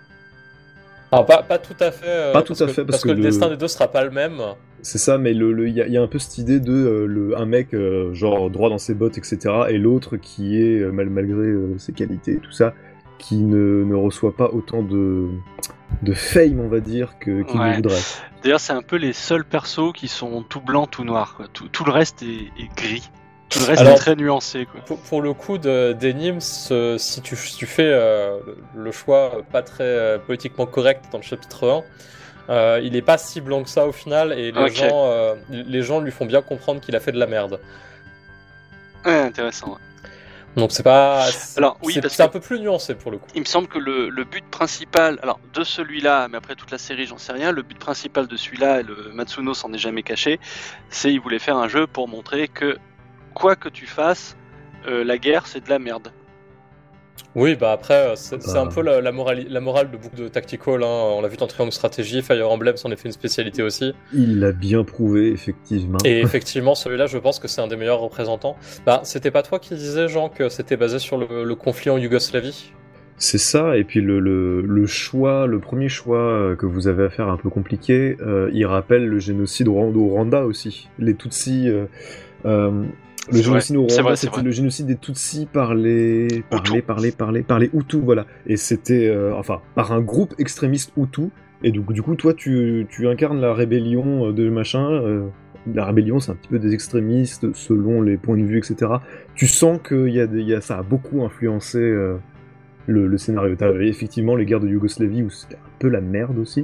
Alors, pas, pas tout à fait. euh, Pas tout parce à que- fait, Parce, parce que, que le le- destin des deux sera pas le même. C'est ça, mais le le- il y, a- il y a un peu cette idée de euh, le, un mec euh, genre droit dans ses bottes, et cetera, et l'autre qui est, euh, mal, malgré euh, ses qualités et tout ça, qui ne, ne reçoit pas autant de, de fame, on va dire, que, qu'il Ouais. ne voudrait. d'ailleurs, c'est un peu les seuls persos qui sont tout blancs, tout noirs. Quoi. Tout, tout le reste est, est gris. Tout le reste Alors, est très nuancé, quoi. Pour, pour le coup de, des Nims, euh, si tu, si tu fais euh, le, le choix pas très euh, politiquement correct dans le chapitre un, euh, il est pas si blanc que ça au final, et les, Ok. gens, euh, les gens lui font bien comprendre qu'il a fait de la merde. Ouais, intéressant. Ouais. Donc c'est pas... C'est, Alors, oui, c'est, parce c'est que- un peu plus nuancé pour le coup. Il me semble que le, le but principal, alors de celui-là, mais après toute la série, j'en sais rien, le but principal de celui-là, et le Matsuno s'en est jamais caché, c'est il voulait faire un jeu pour montrer que quoi que tu fasses, euh, la guerre c'est de la merde. Oui, bah après, euh, c'est, c'est Bah. un peu la, la, morale, la morale de beaucoup de tactical, hein. On l'a vu dans Triangle Stratégie, Fire Emblem s'en est fait une spécialité aussi. Il l'a bien prouvé, effectivement. Et effectivement, celui-là, je pense que c'est un des meilleurs représentants. Bah, c'était pas toi qui disais, Jean, que c'était basé sur le, le conflit en Yougoslavie? C'est ça, et puis le, le, le choix, le premier choix euh, que vous avez à faire un peu compliqué, euh, il rappelle le génocide au Rwanda- au Rwanda aussi. Les Tutsis... Euh, euh, le C'est génocide vrai, au c'est Rwanda, vrai, c'est c'était vrai. le génocide des Tutsis par les... par Hutus. les, par les, par les, par les Hutus, voilà. Et c'était... euh, enfin, par un groupe extrémiste Hutu. Et donc, du coup, toi, tu, tu incarnes la rébellion de machin... Euh, la rébellion, c'est un petit peu des extrémistes, selon les points de vue, et cetera. Tu sens que y a des, y a, ça a beaucoup influencé... Euh, Le, le scénario. T'as effectivement les guerres de Yougoslavie où c'était un peu la merde aussi.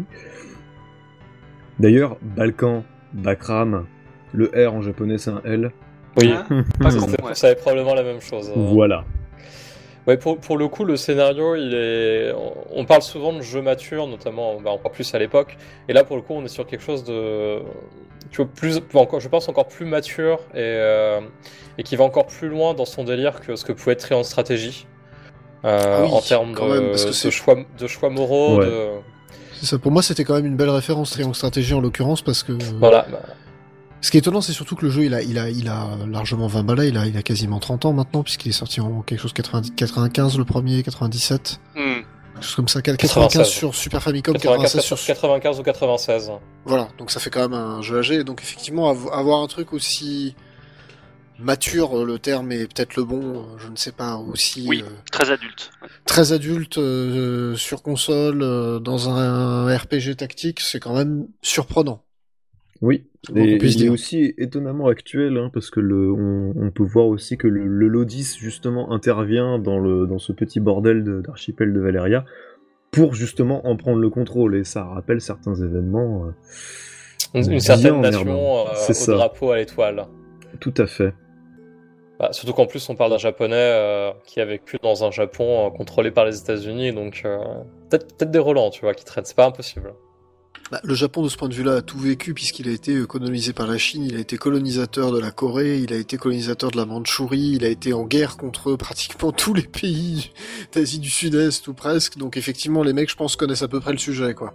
D'ailleurs, Balkan, Bakram, le R en japonais c'est un L. Oui, Hein Pas con, c'était, ouais. ça avait probablement la même chose. hein. Voilà. Ouais, pour, pour le coup, le scénario, il est. On parle souvent de jeu mature, notamment, bah, encore plus à l'époque. Et là, pour le coup, on est sur quelque chose de. Tu vois, plus, encore, je pense encore plus mature et, euh, et qui va encore plus loin dans son délire que ce que pouvait être Triangle Stratégie. Euh, Ah oui, en termes quand de, même, parce que de, c'est- choix, de choix moraux. Ouais. De... C'est ça. Pour moi, c'était quand même une belle référence Triangle Stratégie en l'occurrence parce que. Voilà. Bah, Ce qui est étonnant, c'est surtout que le jeu, il a, il a, il a largement vingt balais, il a, il a quasiment trente ans maintenant, puisqu'il est sorti en quelque chose quatre-vingt-dix, quatre-vingt-quinze le premier, quatre-vingt-dix-sept, Hmm. quelque chose comme ça, quatre-vingt-quinze quatre-vingt-seize. sur Super Famicom, quatre-vingt-quinze, quatre-vingt-seize sur... quatre-vingt-quinze ou quatre-vingt-seize. Voilà, donc ça fait quand même un jeu âgé, donc effectivement, av- avoir un truc aussi mature, euh, le terme est peut-être le bon, euh, je ne sais pas, aussi Oui, euh, très adulte. Ouais. très adulte euh, sur console, euh, dans un R P G tactique, c'est quand même surprenant. Oui. C'est le moins Et qu'on puisse il est dire. aussi étonnamment actuel, hein, parce que le, on, on peut voir aussi que le, le Lodis justement intervient dans, le, dans ce petit bordel de- d'archipel de Valeria pour justement en prendre le contrôle, et ça rappelle certains événements. euh, Une, une bien certaine emmerdants. nation euh, C'est au ça. drapeau à l'étoile. Tout à fait. Bah, surtout qu'en plus on parle d'un japonais euh, qui a vécu dans un Japon euh, contrôlé par les États-Unis, donc euh, peut-être, peut-être des relents, tu vois, qui traînent, c'est pas impossible. Bah, le Japon, de ce point de vue-là, a tout vécu puisqu'il a été euh, colonisé par la Chine, il a été colonisateur de la Corée, il a été colonisateur de la Mandchourie, il a été en guerre contre pratiquement tous les pays d'Asie du Sud-Est ou presque. Donc effectivement, les mecs, je pense, connaissent à peu près le sujet, quoi.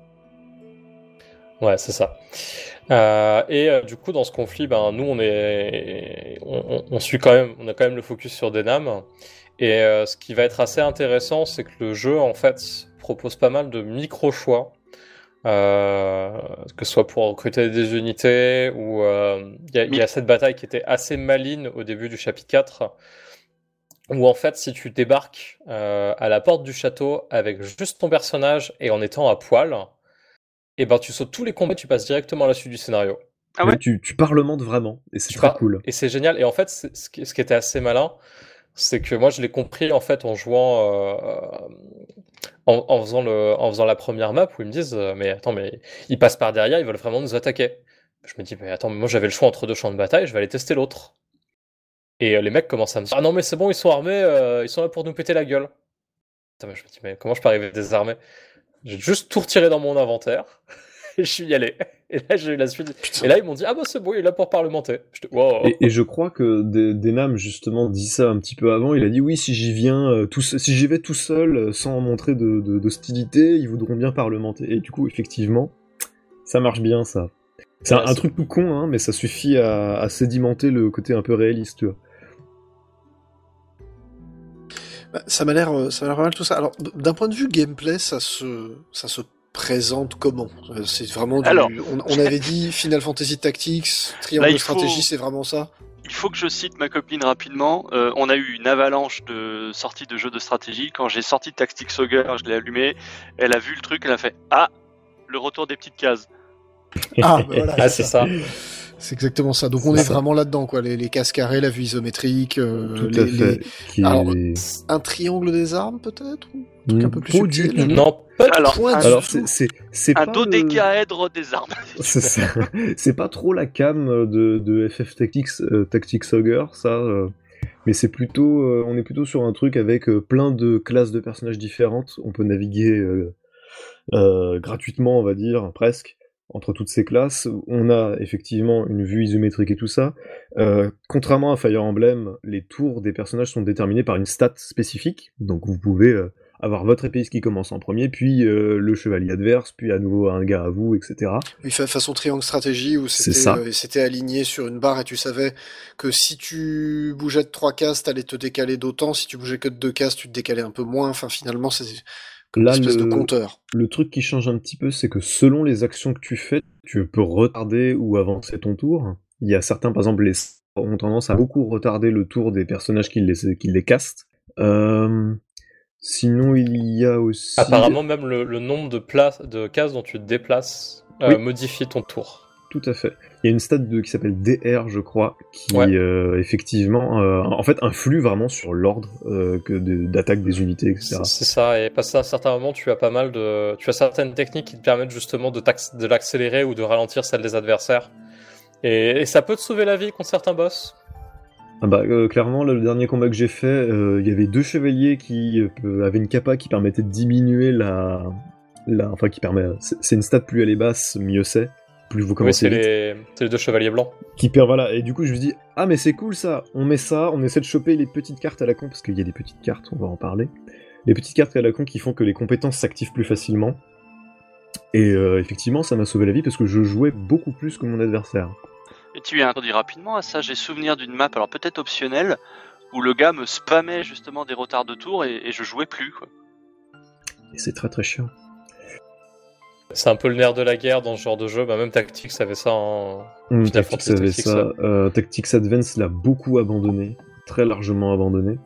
Ouais, c'est ça. Euh, et euh, du coup, dans ce conflit, ben nous, on est, on, on- on suit quand même, on a quand même le focus sur Denham. Et euh, ce qui va être assez intéressant, c'est que le jeu, en fait, propose pas mal de micro-choix. Euh, que ce soit pour recruter des unités ou euh, il y, a- il y a cette bataille qui était assez maligne au début du chapitre quatre où en fait si tu débarques euh, à la porte du château avec juste ton personnage et en étant à poil, et ben tu sautes tous les combats, tu passes directement à la suite du scénario. Ah ouais Mais tu, tu parlementes vraiment, et c'est Tu très pars- cool. Et c'est génial. Et en fait, c'est- ce qui, ce qui était assez malin, c'est que moi, je l'ai compris en fait en jouant, euh, en, en faisant le, en faisant la première map où ils me disent, euh, mais attends, mais ils passent par derrière, ils veulent vraiment nous attaquer. Je me dis, mais attends, mais moi j'avais le choix entre deux champs de bataille, je vais aller tester l'autre. Et euh, les mecs commencent à me dire, ah non, mais c'est bon, ils sont armés, euh, ils sont là pour nous péter la gueule. Putain, mais je me dis, mais comment je peux arriver désarmé? J'ai juste tout retiré dans mon inventaire et je suis y allé. Et là, j'ai eu la suite. Putain. Et là, ils m'ont dit, ah bah c'est bon, il est là pour parlementer. J'étais, wow. Et, et je crois que De- Denham justement dit ça un petit peu avant. Il a dit oui, si j'y viens, euh, tout, se- si j'y vais tout seul, euh, sans montrer de, de- d'hostilité, ils voudront bien parlementer. Et du coup, effectivement, ça marche bien ça. C'est Ouais, un, un c'est- truc tout con, hein, mais ça suffit à, à sédimenter le côté un peu réaliste, tu vois. Bah, ça m'a l'air, euh, ça m'a l'air pas mal tout ça. Alors, d- d'un point de vue gameplay, ça se, ça se présente comment? Euh, C'est vraiment du... Alors. on, on avait dit Final Fantasy Tactics, Là, Triangle il faut- Stratégie, c'est vraiment ça? Il faut que je cite ma copine rapidement. Euh, on a eu une avalanche de sorties de jeux de stratégie. Quand j'ai sorti Tactics Ogre, je l'ai allumé. Elle a vu le truc, elle a fait ah, le retour des petites cases. Ah, bah voilà, Ah, c'est ça. C'est exactement ça. Donc on C'est est ça. vraiment là-dedans, quoi. Les, les cases carrées, la vue isométrique, euh, Tout les, à fait. les- Qui Alors, est... un triangle des armes, peut-être ou un truc un peu plus Pas du subtil. tout. Non, pas de Alors, point un, du Alors tout. c'est c'est c'est un pas le- dodécaèdre des armes. C'est ça. C'est pas trop la cam de, de F F Tactics, euh, Tactics Ogre, ça. euh, Mais c'est plutôt, euh, on est plutôt sur un truc avec euh, plein de classes de personnages différentes. On peut naviguer euh, euh, gratuitement, on va dire, presque, entre toutes ces classes. On a effectivement une vue isométrique et tout ça. Euh, contrairement à Fire Emblem, les tours des personnages sont déterminés par une stat spécifique. Donc vous pouvez euh, avoir votre épéiste qui commence en premier, puis euh, le chevalier adverse, puis à nouveau un gars à vous, et cetera. Oui, fa- façon triangle stratégie où C'est c'était ça. euh, c'était aligné sur une barre et tu savais que si tu bougeais de trois cases, t'allais te décaler d'autant. Si tu bougeais que de deux cases, tu te décalais un peu moins. Enfin, finalement, c'est comme Là, une espèce le- de compteur. Le truc qui change un petit peu, c'est que selon les actions que tu fais, tu peux retarder ou avancer ton tour. Il y a certains, par exemple, les ont tendance à beaucoup retarder le tour des personnages qui les, qui les castent. Euh, Sinon, il y a aussi... Apparemment, même le, le nombre de, places, de cases dont tu te déplaces euh, Oui. modifie ton tour. Tout à fait. Il y a une stat de, qui s'appelle D R, je crois, qui Ouais. euh, effectivement, euh, en fait, influe vraiment sur l'ordre euh, que de- d'attaque des unités, et cetera. C'est c'est ça, et passé à un certain moment, tu as pas mal de. Tu as certaines techniques qui te permettent justement de, t'acc- de l'accélérer ou de ralentir celle des adversaires. Et, et ça peut te sauver la vie contre certains boss. Ah bah, euh, clairement, là, le dernier combat que j'ai fait, euh, il y avait deux chevaliers qui euh, avaient une capa qui permettait de diminuer la... la enfin, qui permet... C'est c'est une stat, plus elle est basse, mieux c'est. Plus vous Oui, commencez c'est vite. les... c'est les deux chevaliers blancs. Qui perd, voilà. Et du coup, je me dis, ah, mais c'est cool ça. On met ça, on essaie de choper les petites cartes à la con, parce qu'il y a des petites cartes, on va en parler. Les petites cartes à la con qui font que les compétences s'activent plus facilement. Et euh, effectivement, ça m'a sauvé la vie parce que je jouais beaucoup plus que mon adversaire. Et tu es introduit rapidement à ça. J'ai souvenir d'une map, alors peut-être optionnelle, où le gars me spammait justement des retards de tour et, et je jouais plus, quoi. Et c'est très très chiant. C'est un peu le nerf de la guerre dans ce genre de jeu. Bah, même Tactics avait ça en. Hum, Final Tactics Fantasy avait Tactics, ça. Euh, Tactics Advance l'a beaucoup abandonné. Très largement abandonné.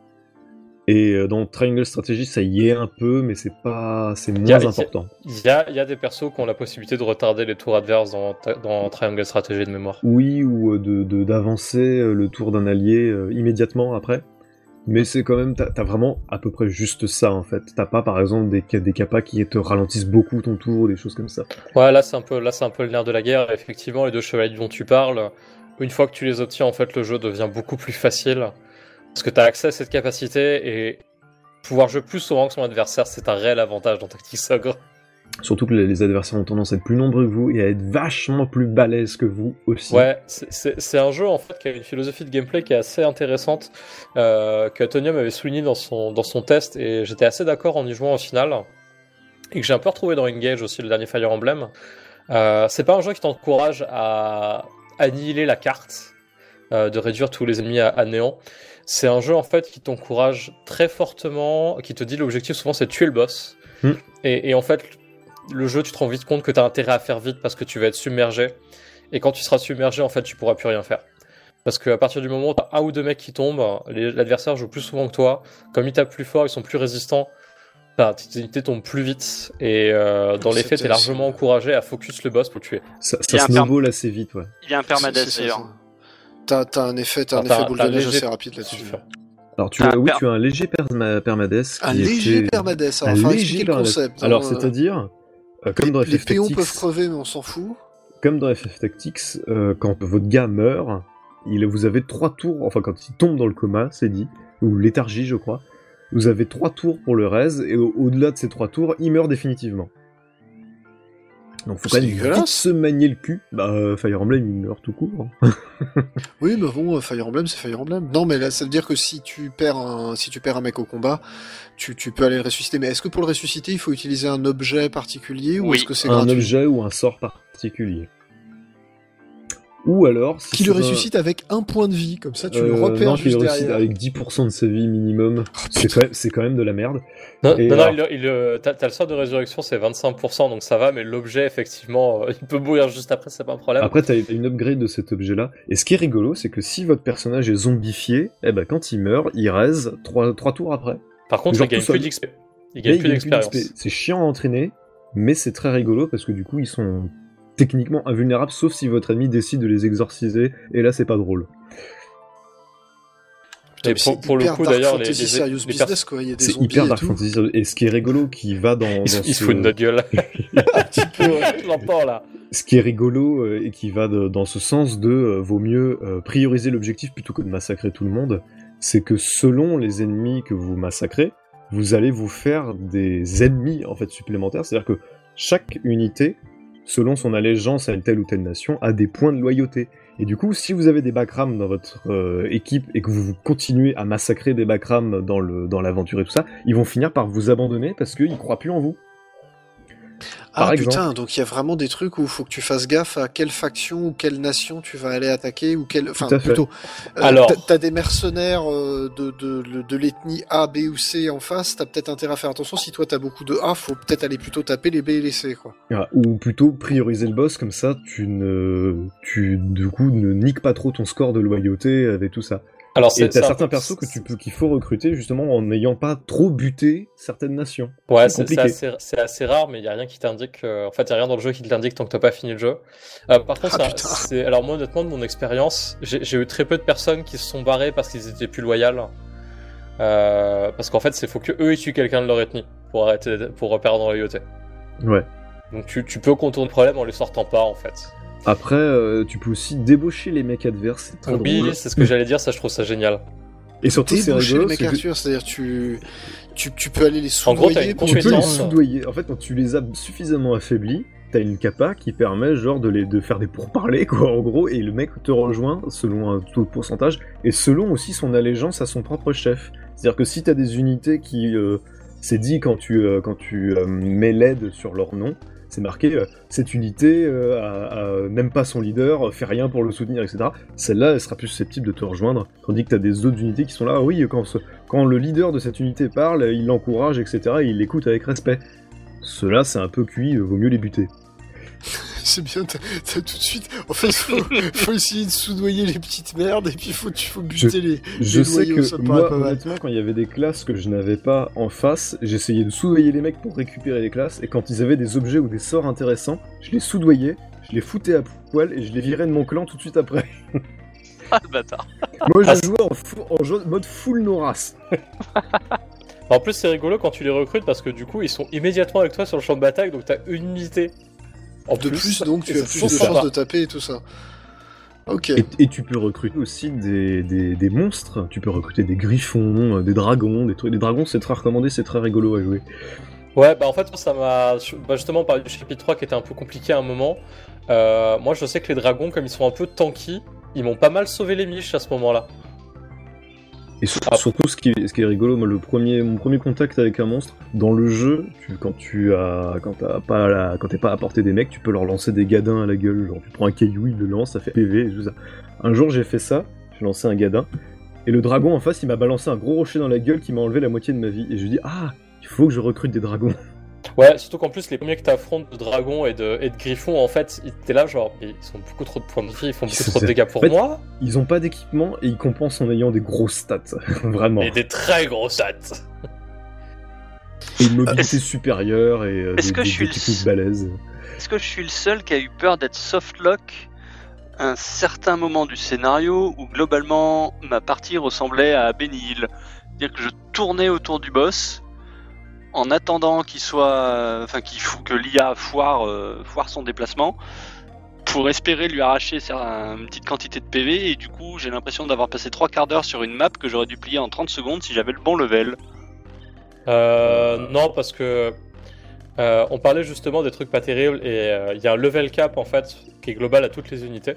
Et euh, dans Triangle Strategy, ça y est un peu, mais c'est pas, c'est moins Y a- y a- important. Il y a, il y a des persos qui ont la possibilité de retarder les tours adverses dans, dans Triangle Stratégie de mémoire. Oui, ou euh, de de- d'avancer euh, le tour d'un allié euh, immédiatement après. Mais c'est quand même, t'as t'as vraiment à peu près juste ça en fait. T'as pas par exemple des, ca- des capas qui te ralentissent beaucoup ton tour, des choses comme ça. Ouais, là c'est un peu, là c'est un peu le nerf de la guerre. Effectivement, les deux chevaliers dont tu parles, une fois que tu les obtiens, en fait, le jeu devient beaucoup plus facile parce que t'as accès à cette capacité et pouvoir jouer plus souvent que son adversaire, c'est un réel avantage dans Tactics Ogre. Surtout que les, les adversaires ont tendance à être plus nombreux que vous et à être vachement plus balèzes que vous aussi. Ouais, c'est- c'est c'est un jeu en fait qui a une philosophie de gameplay qui est assez intéressante, euh, que Tonium avait souligné dans son, dans son test, et j'étais assez d'accord en y jouant au final, et que j'ai un peu retrouvé dans Engage aussi, le dernier Fire Emblem. Euh, c'est pas un jeu qui t'encourage à annihiler la carte, euh, de réduire tous les ennemis à, à néant. C'est un jeu en fait qui t'encourage très fortement, qui te dit l'objectif souvent c'est de tuer le boss. Hmm. Et, et en fait, le jeu, tu te rends vite compte que tu as intérêt à faire vite parce que tu vas être submergé. Et quand tu seras submergé, en fait, tu pourras plus rien faire. Parce qu'à partir du moment où tu as un ou deux mecs qui tombent, les- l'adversaire joue plus souvent que toi. Comme ils tapent plus fort, ils sont plus résistants. Enfin, tes unités tombent plus vite. Et euh, dans les faits, C'était t'es largement assez- encouragé à focus le boss pour le tuer. Ça, Il y ça a un perm- snowball assez vite, ouais. Il y a un C'est- permadeath c'est ça, d'ailleurs. ça. T'as t'as un effet, t'as un Enfin, t'as effet un- boule t'as de un neige léger- assez rapide là-dessus. Suffisant. Alors tu T'as as, un oui, per- tu as un léger perma permadès. Un qui léger était- permadès. un Alors, enfin, léger expliquer le permadès. concept. Alors hein, c'est-à-dire, euh, comme les, dans les F F péons Tactics, peuvent crever, mais on s'en fout. comme dans F F Tactics, euh, quand votre gars meurt, il, vous avez trois tours, enfin quand il tombe dans le coma, c'est dit, ou léthargie je crois, vous avez trois tours pour le raise, et au- au-delà de ces trois tours, il meurt définitivement. Donc faut C'est quand même dégueulasse. vite se manier le cul. Bah euh, Fire Emblem il meurt tout court. Oui, mais bon, euh, Fire Emblem, c'est Fire Emblem. Non, mais là, ça veut dire que si tu perds un, si tu perds un mec au combat, tu, tu peux aller le ressusciter. Mais est-ce que pour le ressusciter, il faut utiliser un objet particulier ou Oui. est-ce que c'est Un gratuit? objet ou un sort particulier. Ou alors... si Qui le c'est un- ressuscite avec un point de vie, comme ça tu le Euh, repères non, qui juste le ressuscite derrière. avec dix pour cent de sa vie minimum. C'est quand, même- c'est quand même de la merde. Non, Et non, non, alors- il, il, euh, t'as, t'as le sort de résurrection, c'est vingt-cinq pour cent, donc ça va, mais l'objet, effectivement, euh, il peut mourir juste après, c'est pas un problème. Après, t'as une upgrade de cet objet-là. Et ce qui est rigolo, c'est que si votre personnage est zombifié, eh ben, quand il meurt, il raise trois tours après. Par contre, genre il gagne tout seul. plus d'X P. Il Mais gagne il plus gagne plus d'expérience. d'X P. C'est chiant à entraîner, mais c'est très rigolo parce que du coup, ils sont techniquement invulnérables, sauf si votre ennemi décide de les exorciser, et là c'est pas drôle. Et pour, pour le coup, d'ailleurs, les, les, serious les business, quoi. Il y a des c'est zombies hyper et Dark tout. Fantasy, et ce qui est rigolo, qui va dans, dans ils, ce... ils se foutent de notre gueule. Un petit peu, ouais. Je l'entends là. Ce qui est rigolo euh, et qui va de, dans ce sens de euh, vaut mieux euh, prioriser l'objectif plutôt que de massacrer tout le monde, c'est que selon les ennemis que vous massacrez, vous allez vous faire des ennemis en fait supplémentaires. C'est-à-dire que chaque unité, selon son allégeance à une telle ou telle nation, a des points de loyauté. Et du coup, si vous avez des backrams dans votre euh, équipe et que vous continuez à massacrer des backrams dans, le, dans l'aventure et tout ça, ils vont finir par vous abandonner parce qu'ils croient plus en vous. Par Ah exemple. putain, donc il y a vraiment des trucs où il faut que tu fasses gaffe à quelle faction ou quelle nation tu vas aller attaquer ou quelle... Enfin, Tout à fait. plutôt, euh, Alors- t'as, t'as des mercenaires euh, de, de, de, de l'ethnie A, B ou C en face, t'as peut-être intérêt à faire attention. Si toi t'as beaucoup de A, faut peut-être aller plutôt taper les B et les C, quoi. Ah, ou plutôt prioriser le boss, comme ça tu ne tu du coup ne niques pas trop ton score de loyauté avec tout ça. Alors, Et c'est, t'as c'est certains un- persos que tu peux qu'il faut recruter justement en n'ayant pas trop buté certaines nations. Ouais, c'est c'est, c'est, compliqué. assez, c'est assez rare, mais il y a rien qui t'indique. euh, En fait, il y a rien dans le jeu qui te l'indique tant que t'as pas fini le jeu. Euh, par contre, Ah, c'est un- putain. c'est, alors moi, honnêtement, de mon expérience, j'ai, j'ai eu très peu de personnes qui se sont barrées parce qu'ils étaient plus loyales. Euh, parce qu'en fait, c'est faut que eux ils tuent quelqu'un de leur ethnie pour arrêter, pour perdre en loyauté. Ouais. Donc tu, tu peux contourner le problème en les sortant pas, en fait. Après, euh, tu peux aussi débaucher les mecs adverses, c'est très Oui, drôle. c'est ce que j'allais dire, ça je trouve ça génial. Et surtout, c'est Déboucher les rigolo, mecs c'est que Arthur, c'est-à-dire tu, tu, tu peux aller les En gros, t'as soudoyer une pour tu peux les compétence. soudoyer. En fait, quand tu les as suffisamment affaiblis, t'as une capa qui permet genre de les de faire des pourparlers quoi, en gros, et le mec te rejoint selon un taux de pourcentage et selon aussi son allégeance à son propre chef. C'est-à-dire que si t'as des unités qui euh, c'est dit quand tu euh, quand tu euh, mets l'aide sur leur nom, c'est marqué euh, cette unité euh, a, a- n'aime pas son leader, euh, fait rien pour le soutenir, et cetera. Celle-là, elle sera plus susceptible de te rejoindre, tandis que t'as des autres unités qui sont là. Ah oui, quand ce- quand le leader de cette unité parle, il l'encourage, et cetera. Et il l'écoute avec respect. Ceux-là, c'est un peu cuit, euh, vaut mieux les buter. C'est bien, t'as, t'as tout de suite. En fait, faut, faut essayer de soudoyer les petites merdes et puis faut, tu faut buter les. Je les sais loyaux, que ça me paraît moi, pas mal. honnêtement, quand il y avait des classes que je n'avais pas en face, j'essayais de soudoyer les mecs pour récupérer les classes, et quand ils avaient des objets ou des sorts intéressants, je les soudoyais, je les foutais à poil et je les virais de mon clan tout de suite après. Ah, le bâtard. Moi, je Ah, jouais en, fou- en jeu- mode full Noras. En plus, c'est rigolo quand tu les recrutes parce que du coup, ils sont immédiatement avec toi sur le champ de bataille, donc t'as une unité. En De plus, donc tu et as c'est plus toujours de sympa. chances de taper et tout ça. Ok. Et, et tu peux recruter aussi des, des, des monstres, tu peux recruter des griffons, euh, des dragons, des trucs. Des dragons, c'est très recommandé, c'est très rigolo à jouer. Ouais, bah en fait, moi, ça m'a. Bah justement, on parlait du chapitre trois qui était un peu compliqué à un moment. Euh, moi, je sais que les dragons, comme ils sont un peu tanky, ils m'ont pas mal sauvé les miches à ce moment-là. Et sur- Ah. surtout, ce qui, est, ce qui est rigolo, moi, le premier, mon premier contact avec un monstre, dans le jeu, tu, quand tu as, quand t'as pas la, quand t'es pas à portée des mecs, tu peux leur lancer des gadins à la gueule. Genre, tu prends un caillou, il le lance, ça fait P V et tout ça. Un jour, j'ai fait ça, j'ai lancé un gadin, et le dragon en face, il m'a balancé un gros rocher dans la gueule qui m'a enlevé la moitié de ma vie. Et je lui dis, ah, il faut que je recrute des dragons. Ouais, surtout qu'en plus, les premiers que t'affrontes de dragons et de, et de griffons, en fait, ils étaient là, genre, mais ils ont beaucoup trop de points de vie, ils font beaucoup C'est trop de ça. dégâts pour En fait, moi, Ils ont pas d'équipement et ils compensent en ayant des grosses stats. Vraiment. et des très gros stats. Et une mobilité Est-ce- supérieure et euh, est-ce des, que des, je suis des le techniques balèzes. Est-ce que je suis le seul qui a eu peur d'être softlock à un certain moment du scénario où globalement ma partie ressemblait à Benny Hill? C'est-à-dire que je tournais autour du boss en attendant qu'il soit, enfin qu'il faut que l'I A foire, euh, foire son déplacement pour espérer lui arracher un- une petite quantité de P V, et du coup j'ai l'impression d'avoir passé trois quarts d'heure sur une map que j'aurais dû plier en trente secondes si j'avais le bon level. Euh, non, parce que euh, on parlait justement des trucs pas terribles et il y a un level cap en fait qui est global à toutes les unités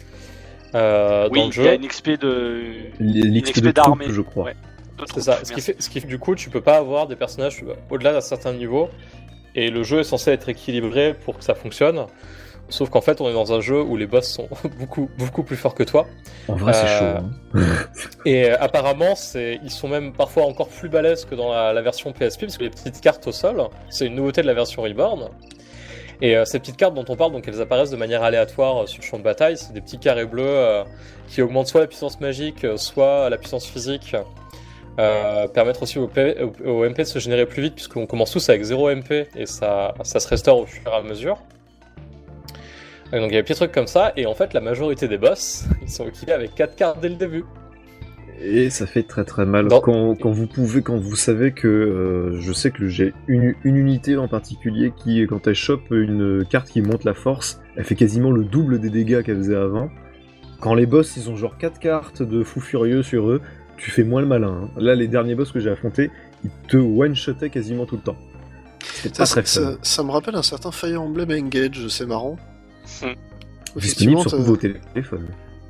euh, Oui, dans le il y a jeu. une X P de... L'X X P P de d'armée, troupe, je crois. ouais. de C'est troupe, ça. Ce qui, merci. fait, ce qui fait que du coup, tu peux pas avoir des personnages euh, au-delà d'un certain niveau et le jeu est censé être équilibré pour que ça fonctionne. Sauf qu'en fait, on est dans un jeu où les boss sont beaucoup beaucoup plus forts que toi. En vrai, c'est Euh, chaud. hein. Et euh, apparemment, c'est, ils sont même parfois encore plus balèzes que dans la, la version P S P, parce que les petites cartes au sol, c'est une nouveauté de la version Reborn. Et euh, ces petites cartes dont on parle, donc elles apparaissent de manière aléatoire euh, sur le champ de bataille. C'est des petits carrés bleus euh, qui augmentent soit la puissance magique, euh, soit la puissance physique. Euh, permettre aussi au, P- au- au M P de se générer plus vite, puisqu'on commence tous avec zéro M P et ça, ça se restaure au fur et à mesure. Et donc il y a des petits trucs comme ça, et en fait la majorité des boss, ils sont équipés avec quatre cartes dès le début. Et ça fait très très mal Dans- quand, quand vous pouvez, quand vous savez que euh, je sais que j'ai une, une unité en particulier qui, quand elle chope une carte qui monte la force, elle fait quasiment le double des dégâts qu'elle faisait avant. Quand les boss ils ont genre quatre cartes de fou furieux sur eux, tu fais moins le malin. Hein. Là les derniers boss que j'ai affrontés, ils te one-shotaient quasiment tout le temps. C'était Ça, pas très ça, fun. ça, ça me rappelle un certain Fire Emblem Engage, c'est marrant. Hmm. Disponible sur t'as- tous vos téléphones.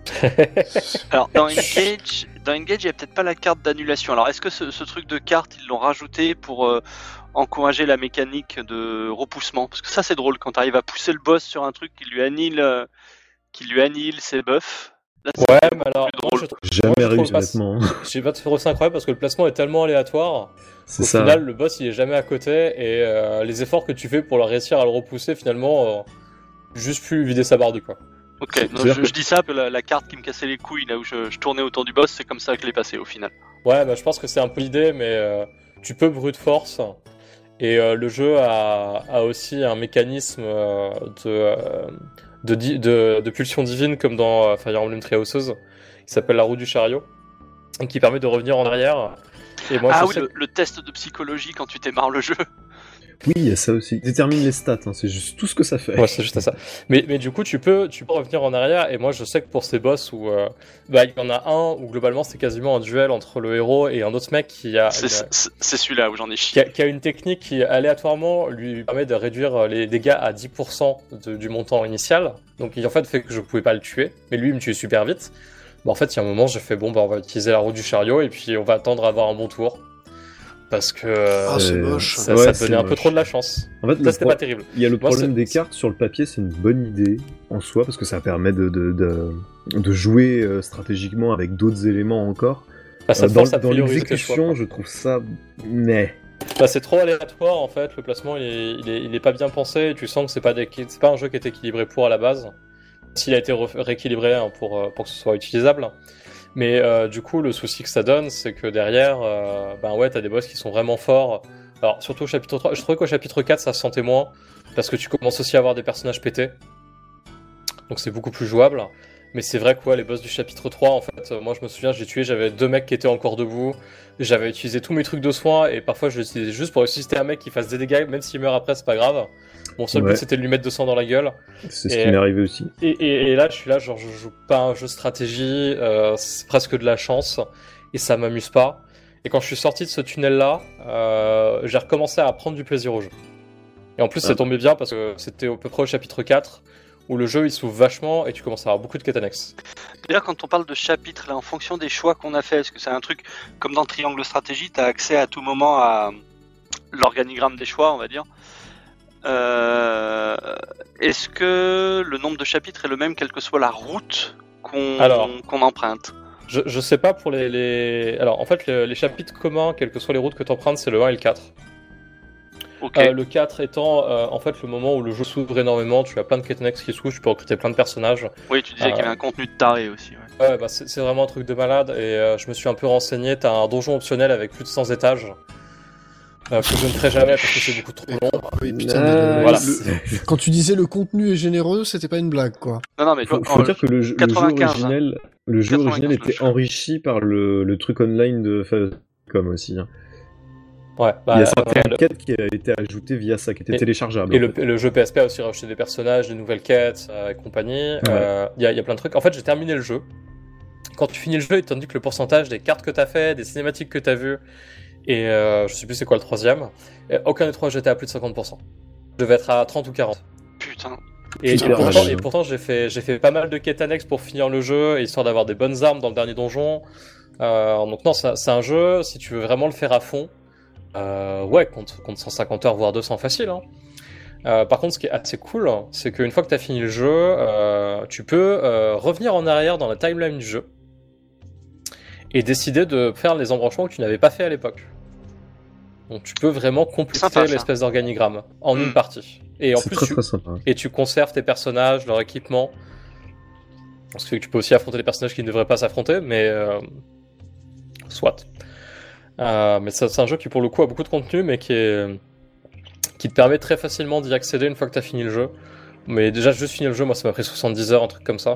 Alors dans Engage, dans Engage, il y a peut-être pas la carte d'annulation. Alors est-ce que ce, ce truc de carte, ils l'ont rajouté pour euh, encourager la mécanique de repoussement? Parce que ça c'est drôle quand tu arrives à pousser le boss sur un truc qui lui annule, euh, qui lui annule ses buffs. Là, c'est Ouais, mais alors, plus moi, drôle. je trouve, Jamais moi, je trouve réussi pas- honnêtement. j'ai pas trouvé ça incroyable parce que le placement est tellement aléatoire. C'est Au ça. final, le boss il est jamais à côté et euh, les efforts que tu fais pour le réussir à le repousser, finalement, euh, juste plus vider sa barre du quoi. Ok, non, C'est-à-dire je, que- je dis ça, que la, la carte qui me cassait les couilles là où je, je tournais autour du boss, c'est comme ça que je l'ai passé au final. Ouais, bah, je pense que c'est un peu l'idée, mais euh, tu peux brute force. Et euh, le jeu a, a aussi un mécanisme euh, de, euh, de, di- de, de pulsion divine comme dans euh, Fire Emblem Three Houses, qui s'appelle la roue du chariot, et qui permet de revenir en arrière. Et moi, ah je oui, sais le, le test de psychologie quand tu démarres le jeu. Oui, il y a ça aussi. Détermine les stats, hein, c'est juste tout ce que ça fait. Ouais, c'est juste ça. Mais, mais du coup, tu peux, tu peux revenir en arrière. Et moi, je sais que pour ces boss où, euh, bah, il y en a un où globalement c'est quasiment un duel entre le héros et un autre mec qui a, C'est une- c'est- c'est celui-là où j'en ai qui chié. a, qui a une technique qui aléatoirement lui permet de réduire les dégâts à dix pour cent de- du montant initial. Donc, il en fait fait que je pouvais pas le tuer. Mais lui, il me tuait super vite. Bah, en fait, il y a un moment, j'ai fait bon, bah, on va utiliser la roue du chariot et puis on va attendre à avoir un bon tour. Parce que euh, Ah, c'est Euh, moche. ça, Ouais, ça te c'est donnait un peu moche. trop de la chance. En fait, le Ça, c'était pro- pas terrible. il y a le Moi, problème c'est- des cartes sur le papier, c'est une bonne idée en soi parce que ça permet de, de, de, de jouer euh, stratégiquement avec d'autres éléments encore. Bah, ça Euh, te dans force à dans prioriser tes choix, l'exécution, quoi. je trouve ça. Mais. Bah, c'est trop aléatoire en fait, le placement il est, il est, il est pas bien pensé, et tu sens que c'est pas, des- c'est pas un jeu qui est équilibré pour à la base, s'il a été re- rééquilibré hein, pour, euh, pour que ce soit utilisable. Mais euh, du coup, le souci que ça donne, c'est que derrière, euh, ben ouais, t'as des boss qui sont vraiment forts. Alors, surtout au chapitre trois, je trouvais qu'au chapitre quatre, ça se sentait moins, parce que tu commences aussi à avoir des personnages pétés. Donc c'est beaucoup plus jouable. Mais c'est vrai que ouais, les boss du chapitre trois, en fait, euh, moi je me souviens, j'ai tué, j'avais deux mecs qui étaient encore debout, j'avais utilisé tous mes trucs de soins, et parfois je l'utilisais juste pour ressusciter un mec qui fasse des dégâts, même s'il meurt après, c'est pas grave. Mon seul Ouais. but c'était de lui mettre de sang dans la gueule. C'est ce Et- qui m'est arrivé aussi. Et, et, et là, je suis là, genre, je joue pas un jeu de stratégie, euh, c'est presque de la chance, et ça m'amuse pas. Et quand je suis sorti de ce tunnel-là, euh, j'ai recommencé à prendre du plaisir au jeu. Et en plus, Ah. c'est tombé bien parce que c'était à peu près au chapitre quatre, où le jeu il s'ouvre vachement et tu commences à avoir beaucoup de quêtes annexes. D'ailleurs, quand on parle de chapitre, là, en fonction des choix qu'on a fait, est-ce que c'est un truc comme dans Triangle Stratégie, tu as accès à tout moment à l'organigramme des choix, on va dire. Euh, Est-ce que le nombre de chapitres est le même, quelle que soit la route qu'on Alors. qu'on emprunte? Je, je sais pas pour les, les... Alors, en fait, le- les chapitres communs, quelles que soient les routes que tu empruntes, c'est le un et le quatre. Ok. Euh, le quatre étant, euh, en fait, le moment où le jeu s'ouvre énormément, tu as plein de quêtes annexes qui s'ouvrent, tu peux recruter plein de personnages. Oui, tu disais euh, qu'il y avait un contenu de taré aussi. Ouais. Ouais, bah c'est c'est vraiment un truc de malade et euh, je me suis un peu renseigné. T'as un donjon optionnel avec plus de cent étages euh, que je ne ferai jamais parce que c'est beaucoup trop long. Oui, putain, Euh, mais le- voilà. le- quand tu disais le contenu est généreux, c'était pas une blague, quoi. Non, non, mais Faut, en- faut dire que le, jeu- le jeu quatre-vingt-quinze, originel, le jeu quatre-vingt-quinze, originel le était jeu. enrichi par le, le truc online de Famicom aussi. hein. Ouais, Il bah, y a certaines euh, quêtes qui a été ajoutées via ça, qui étaient Et- téléchargeables. et en le, fait. le jeu P S P a aussi rajouté des personnages, des nouvelles quêtes euh, et compagnie. Il Ouais. y, a, y a plein de trucs. En fait, j'ai terminé le jeu. Quand tu finis le jeu, il t'indique que le pourcentage des cartes que t'as fait, des cinématiques que t'as vues, et euh, je sais plus c'est quoi le troisième. Et aucun des trois j'étais à plus de cinquante pour cent. Je devais être à trente ou quarante. Putain. Et, et Super pourtant, dommage. et pourtant, j'ai fait, j'ai fait pas mal de quêtes annexes pour finir le jeu, histoire d'avoir des bonnes armes dans le dernier donjon. Euh, donc non, c'est c'est un jeu, si tu veux vraiment le faire à fond, euh, ouais, compte, compte cent cinquante heures, voire deux cents facile. Hein. Euh, par contre, ce qui est assez cool, c'est qu'une fois que tu as fini le jeu, euh, tu peux euh, revenir en arrière dans la timeline du jeu et décider de faire les embranchements que tu n'avais pas fait à l'époque. Donc tu peux vraiment compléter Sympa, ça. l'espèce d'organigramme en Mm. une partie. Et en C'est plus, très tu, très sympa. et tu conserves tes personnages, leur équipement. Ce qui fait que tu peux aussi affronter des personnages qui ne devraient pas s'affronter, mais euh, soit. Euh, mais ça, c'est un jeu qui pour le coup a beaucoup de contenu, mais qui est qui te permet très facilement d'y accéder une fois que tu as fini le jeu. Mais déjà, juste fini le jeu, moi ça m'a pris soixante-dix heures, un truc comme ça.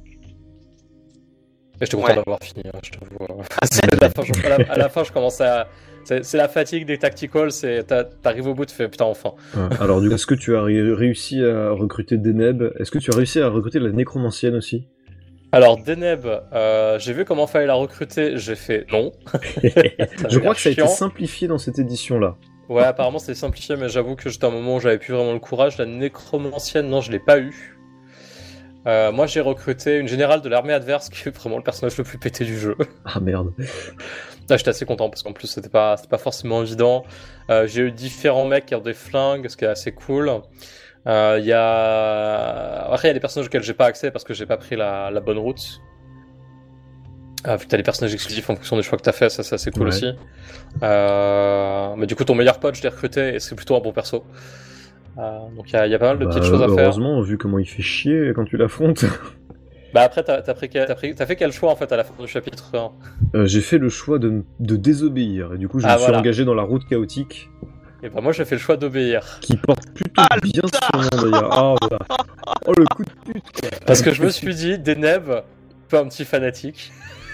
Et j'étais content Ouais. d'avoir fini, hein, je t'avoue. C'est à, la fin, je, à, la, à la fin, je commençais à. C'est, c'est la fatigue des tacticals, c'est, t'arrives au bout, tu fais putain, enfin. Ouais. Alors, du coup, est-ce que tu as ré- réussi à recruter Deneb? Est-ce que tu as réussi à recruter la nécromancienne aussi? Alors, Deneb, euh, j'ai vu comment fallait la recruter, j'ai fait non. Je crois que ça a été chiant. simplifié dans cette édition-là. Ouais, apparemment c'était simplifié, mais j'avoue que j'étais à un moment où j'avais plus vraiment le courage. La nécromancienne, non, je l'ai pas eu. Euh, moi, j'ai recruté une générale de l'armée adverse, qui est vraiment le personnage le plus pété du jeu. Ah merde. Là, j'étais assez content parce qu'en plus, c'était pas, c'était pas forcément évident. Euh, j'ai eu différents mecs qui ont des flingues, ce qui est assez cool. Il euh, y a après il y a des personnages auxquels j'ai pas accès parce que j'ai pas pris la, la bonne route. Ah, vu que t'as les personnages exclusifs en fonction des choix que t'as fait, ça c'est assez cool Ouais. aussi. Euh, mais du coup ton meilleur pote je l'ai recruté et c'est plutôt un bon perso. Euh, donc il y, y a pas mal de Bah, petites choses à faire. heureusement, vu comment il fait chier quand tu l'affrontes. Bah après t'as, t'as, pris, quel- t'as, pris, t'as fait quel choix en fait à la fin du chapitre hein Euh, j'ai fait le choix de, de désobéir, et du coup je Ah, me suis voilà. engagé dans la route chaotique, Et bah moi j'ai fait le choix d'obéir. qui porte plutôt bien son nom d'ailleurs. Ah, voilà. Oh le coup de pute quoi. Parce que je me suis dit, Deneb, pas un petit fanatique.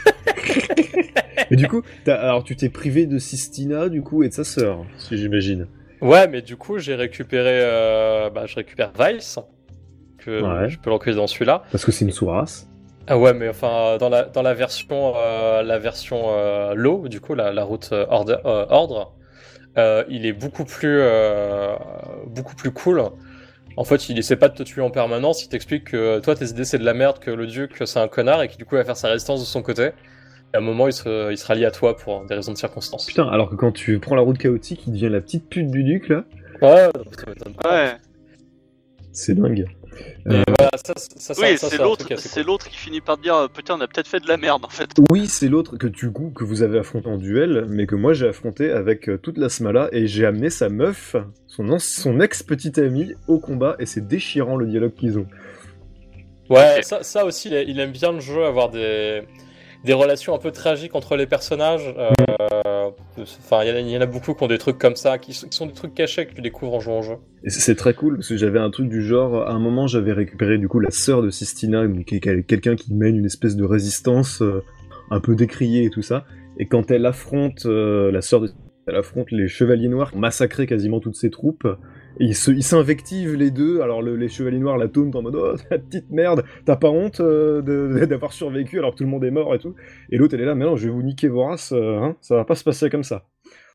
Et du coup, t'as- alors tu t'es privé de Sistina du coup et de sa sœur, si j'imagine. Ouais, mais du coup, j'ai récupéré. Euh, bah, je récupère Vice, que Ouais. je peux l'encueillir dans celui-là. Parce que c'est une sous-race. Ah ouais, mais enfin, dans la, dans la version, euh, la version euh, low, du coup, la, la route euh, ordre, euh, ordre euh, il est beaucoup plus, euh, beaucoup plus cool. En fait, il essaie pas de te tuer en permanence, il t'explique que toi, tes idées, c'est de la merde, que le dieu, que c'est un connard, et qu'il du coup, va faire sa résistance de son côté. Et à un moment, il, se, il sera lié à toi pour des raisons de circonstances. Putain, alors que quand tu prends la route chaotique, il devient la petite pute du duc là. Ouais, ça m'étonne pas. Ouais. C'est dingue. Et Euh, voilà, ça, ça, ça, Oui, ça, c'est un l'autre, truc assez c'est cool. l'autre qui finit par dire euh, putain, on a peut-être fait de la merde en fait. Oui, c'est l'autre que du coup que vous avez affronté en duel, mais que moi j'ai affronté avec euh, toute la Smala et j'ai amené sa meuf, son, an- son ex-petite amie, au combat et c'est déchirant le dialogue qu'ils ont. Ouais, Ok. ça, ça aussi, il, a- il aime bien le jeu, avoir des, des relations un peu tragiques entre les personnages. Euh, Enfin, il y, en a- il y en a beaucoup qui ont des trucs comme ça, qui, sont- qui sont des trucs cachés que tu découvres en jouant au jeu. Et c'est c'est très cool parce que j'avais un truc du genre, à un moment j'avais récupéré du coup la sœur de Sistina, qui est quel- quelqu'un qui mène une espèce de résistance euh, un peu décriée et tout ça, et quand elle affronte, euh, la sœur de elle affronte les chevaliers noirs, qui ont massacré quasiment toutes ses troupes, et ils se- ils s'invectivent les deux, alors le- les chevaliers noirs la tauntent en mode « Oh, ta petite merde, t'as pas honte euh, de- d'avoir survécu alors que tout le monde est mort et tout ?» Et l'autre elle est là « Mais non, je vais vous niquer vos races, euh, hein, ça va pas se passer comme ça. »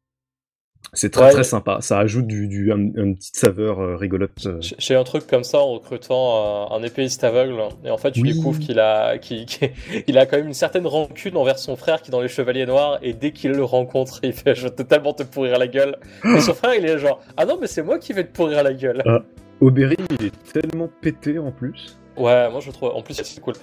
C'est très Ouais, très mais- sympa, ça ajoute du, du, un, une petite saveur euh, rigolote. euh. J'ai j'ai un truc comme ça en recrutant un, un épéiste aveugle, et en fait, tu Oui. découvres qu'il a, qu'il, qu'il- il a quand même une certaine rancune envers son frère qui est dans les Chevaliers Noirs, et dès qu'il le rencontre, il fait « Je vais totalement te pourrir la gueule ». Et son frère, il est genre « Ah non, mais c'est moi qui vais te pourrir la gueule ». Oberyn, il est tellement pété en plus. Ouais, moi je trouve. En plus, c'est cool.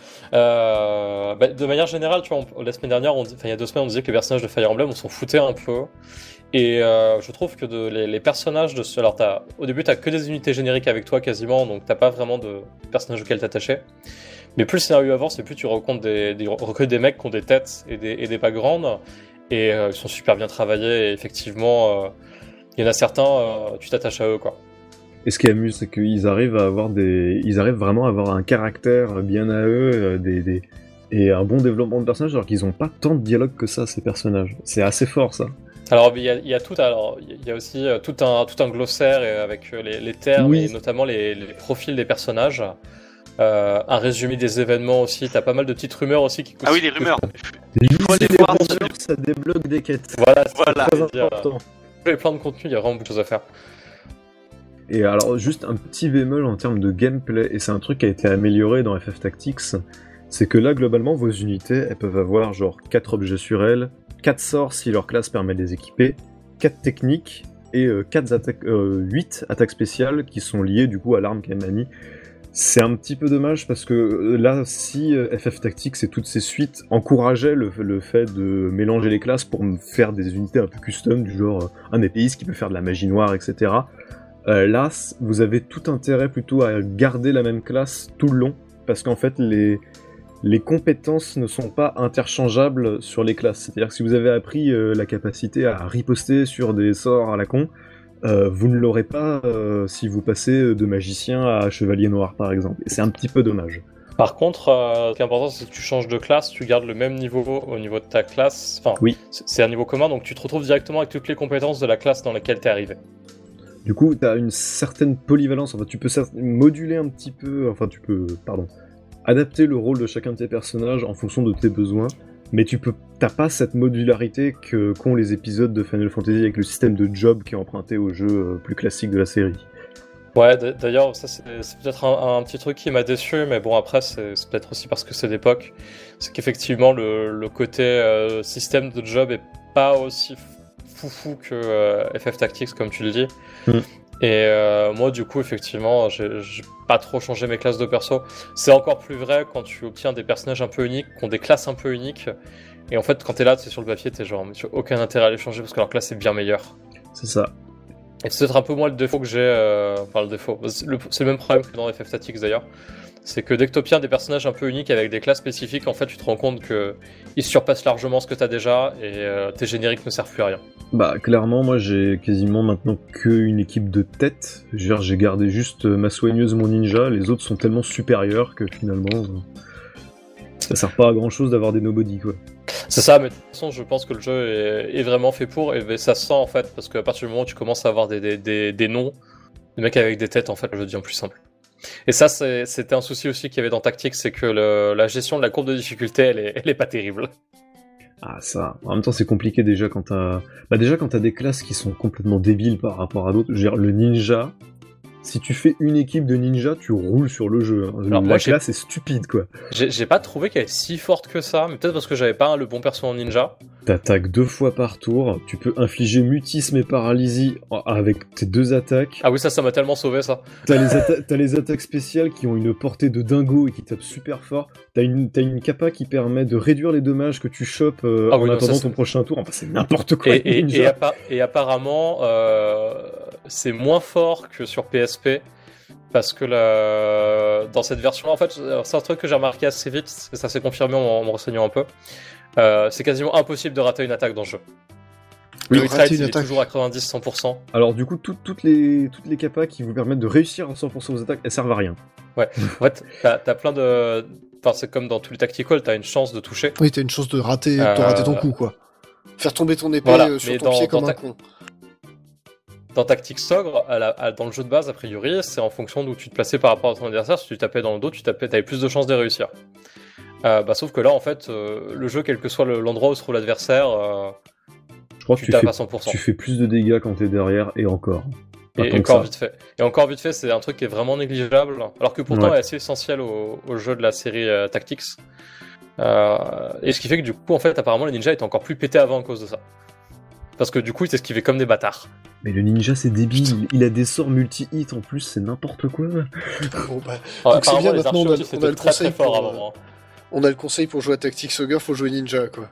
Euh, bah, de manière générale, tu vois, on- la semaine dernière, on, dit- enfin il y a deux semaines, on disait que les personnages de Fire Emblem, on s'en foutait un peu. Et euh, je trouve que de, les, les personnages de ce. Alors, t'as, au début, t'as que des unités génériques avec toi quasiment, donc t'as pas vraiment de personnages auxquels t'attacher. Mais plus le scénario avance, et plus tu rencontres des, des, recrutes des mecs qui ont des têtes et des, et des backgrounds, et euh, ils sont super bien travaillés, et effectivement, euh, il y en a certains, euh, tu t'attaches à eux, quoi. Et ce qui amuse, c'est qu'ils arrivent à avoir des, ils arrivent vraiment à avoir un caractère bien à eux, euh, des, des... et un bon développement de personnages, alors qu'ils ont pas tant de dialogue que ça, ces personnages. C'est assez fort, ça. Alors il y a, il y a tout, alors il y a aussi euh, tout un tout un glossaire et avec euh, les, les termes Oui. et notamment les, les profils des personnages, euh, un résumé des événements aussi. T'as pas mal de petites rumeurs aussi qui. Ah oui, les rumeurs. Lisez les les voir, rumeurs, ça débloque des quêtes. Voilà, c'est Voilà. ce que Très je veux dire. important. Il y a plein de contenu, il y a vraiment beaucoup de choses à faire. Et alors, juste un petit bémol en termes de gameplay, et c'est un truc qui a été amélioré dans F F Tactics, c'est que là, globalement, vos unités, elles peuvent avoir genre quatre objets sur elles, quatre sorts si leur classe permet de les équiper, quatre techniques, et euh, quatre attaques, euh, huit attaques spéciales qui sont liées du coup à l'arme qu'elle manie. C'est un petit peu dommage parce que euh, là, si euh, F F Tactics et toutes ces suites encourageaient le, le fait de mélanger les classes pour me faire des unités un peu custom, du genre euh, un épéiste qui peut faire de la magie noire, et cetera, Euh, là, c- vous avez tout intérêt plutôt à garder la même classe tout le long, parce qu'en fait, les, les compétences ne sont pas interchangeables sur les classes. C'est-à-dire que si vous avez appris euh, la capacité à riposter sur des sorts à la con, Euh, vous ne l'aurez pas euh, si vous passez de magicien à chevalier noir, par exemple. Et c'est un petit peu dommage. Par contre, euh, ce qui est important, c'est que tu changes de classe, tu gardes le même niveau au niveau de ta classe. Enfin, oui. C'est un niveau commun, donc tu te retrouves directement avec toutes les compétences de la classe dans laquelle tu es arrivé. Du coup, tu as une certaine polyvalence. Enfin, tu peux moduler un petit peu. Enfin, tu peux, pardon, adapter le rôle de chacun de tes personnages en fonction de tes besoins. Mais tu peux, t'as pas cette modularité que qu'ont les épisodes de Final Fantasy avec le système de job qui est emprunté au jeu plus classique de la série. Ouais, d'ailleurs, ça c'est, c'est peut-être un, un petit truc qui m'a déçu, mais bon, après, c'est, c'est peut-être aussi parce que c'est d'époque. C'est qu'effectivement, le, le côté euh, système de job est pas aussi foufou que euh, F F Tactics, comme tu le dis. Mm. Et euh, moi, du coup, effectivement, j'ai, j'ai pas trop changé mes classes de perso. C'est encore plus vrai quand tu obtiens des personnages un peu uniques, qui ont des classes un peu uniques. Et en fait, quand t'es là, t'es sur le papier, t'es genre, mais tu as aucun intérêt à les changer parce que leur classe est bien meilleure. C'est ça. Et c'est peut-être un peu moins le défaut que j'ai, euh, enfin le défaut, c'est le, c'est le même problème que dans F F Tactics d'ailleurs, c'est que dès que tu obtiens des personnages un peu uniques avec des classes spécifiques, en fait tu te rends compte qu'ils surpassent largement ce que tu as déjà et euh, tes génériques ne servent plus à rien. Bah clairement moi j'ai quasiment maintenant qu'une équipe de tête, genre, j'ai gardé juste ma soigneuse, mon ninja, les autres sont tellement supérieurs que finalement ça sert pas à grand chose d'avoir des nobody quoi. C'est ça, mais de toute façon, je pense que le jeu est, est vraiment fait pour, et ça se sent en fait, parce qu'à partir du moment où tu commences à avoir des, des, des, des noms, des mecs avec des têtes, en fait, le jeu devient plus simple. Et ça, c'est, c'était un souci aussi qu'il y avait dans Tactics, c'est que le, la gestion de la courbe de difficulté, elle est, elle est pas terrible. Ah ça, en même temps c'est compliqué déjà quand t'as... Bah déjà quand t'as des classes qui sont complètement débiles par rapport à d'autres, je veux dire, le ninja... Si tu fais une équipe de ninja, tu roules sur le jeu. Hein. Alors la moi, classe est stupide, quoi. J'ai, j'ai pas trouvé qu'elle est si forte que ça, mais peut-être parce que j'avais pas le bon perso en ninja. T'attaques deux fois par tour, tu peux infliger mutisme et paralysie avec tes deux attaques. Ah oui, ça, ça m'a tellement sauvé, ça. T'as les, atta- t'as les attaques spéciales qui ont une portée de dingo et qui tapent super fort. T'as une, t'as une capa qui permet de réduire les dommages que tu chopes euh, ah en oui, non, attendant ça, ton prochain tour. Enfin, c'est n'importe quoi. Et, et, et, appa- et apparemment, euh, c'est moins fort que sur P S P. Parce que la... dans cette version, en fait, c'est un truc que j'ai remarqué assez vite, et ça s'est confirmé en, en me renseignant un peu. Euh, c'est quasiment impossible de rater une attaque dans le jeu. Oui, le hit rate, il est toujours à quatre-vingt-dix à cent pour cent. Alors du coup, tout, toutes les toutes les capas qui vous permettent de réussir à cent pour cent vos attaques, elles servent à rien. Ouais, en fait, t'as, t'as plein de... Enfin, c'est comme dans tous les tacticals, t'as une chance de toucher. Oui, t'as une chance de rater, euh... de rater ton coup, quoi. Faire tomber ton épée voilà, euh, sur ton dans, pied comme ta... un con. Dans Tactics Ogre, à la, à, dans le jeu de base, a priori, c'est en fonction d'où tu te plaçais par rapport à ton adversaire. Si tu tapais dans le dos, tu tapais, t'avais plus de chances de réussir. Euh, bah, sauf que là, en fait, euh, le jeu, quel que soit le, l'endroit où se trouve l'adversaire, euh, je crois tu, que tu tapes fais, à cent pour cent. Tu fais plus de dégâts quand t'es derrière, et encore. Et, et encore vite fait. Et encore vite fait, c'est un truc qui est vraiment négligeable, alors que pourtant ouais. est assez essentiel au, au jeu de la série euh, Tactics. Euh, et ce qui fait que du coup, en fait, apparemment, les ninjas étaient encore plus pétés avant à cause de ça. Parce que du coup, ils t'esquivaient comme des bâtards. Mais le ninja, c'est débile. Il a des sorts multi-hit en plus, c'est n'importe quoi. Bon, bah, alors, donc c'est bien, les maintenant on a, archers, on a le très, conseil très fort pour, avant, hein. On a le conseil pour jouer à Tactics Ogre, faut jouer ninja, quoi.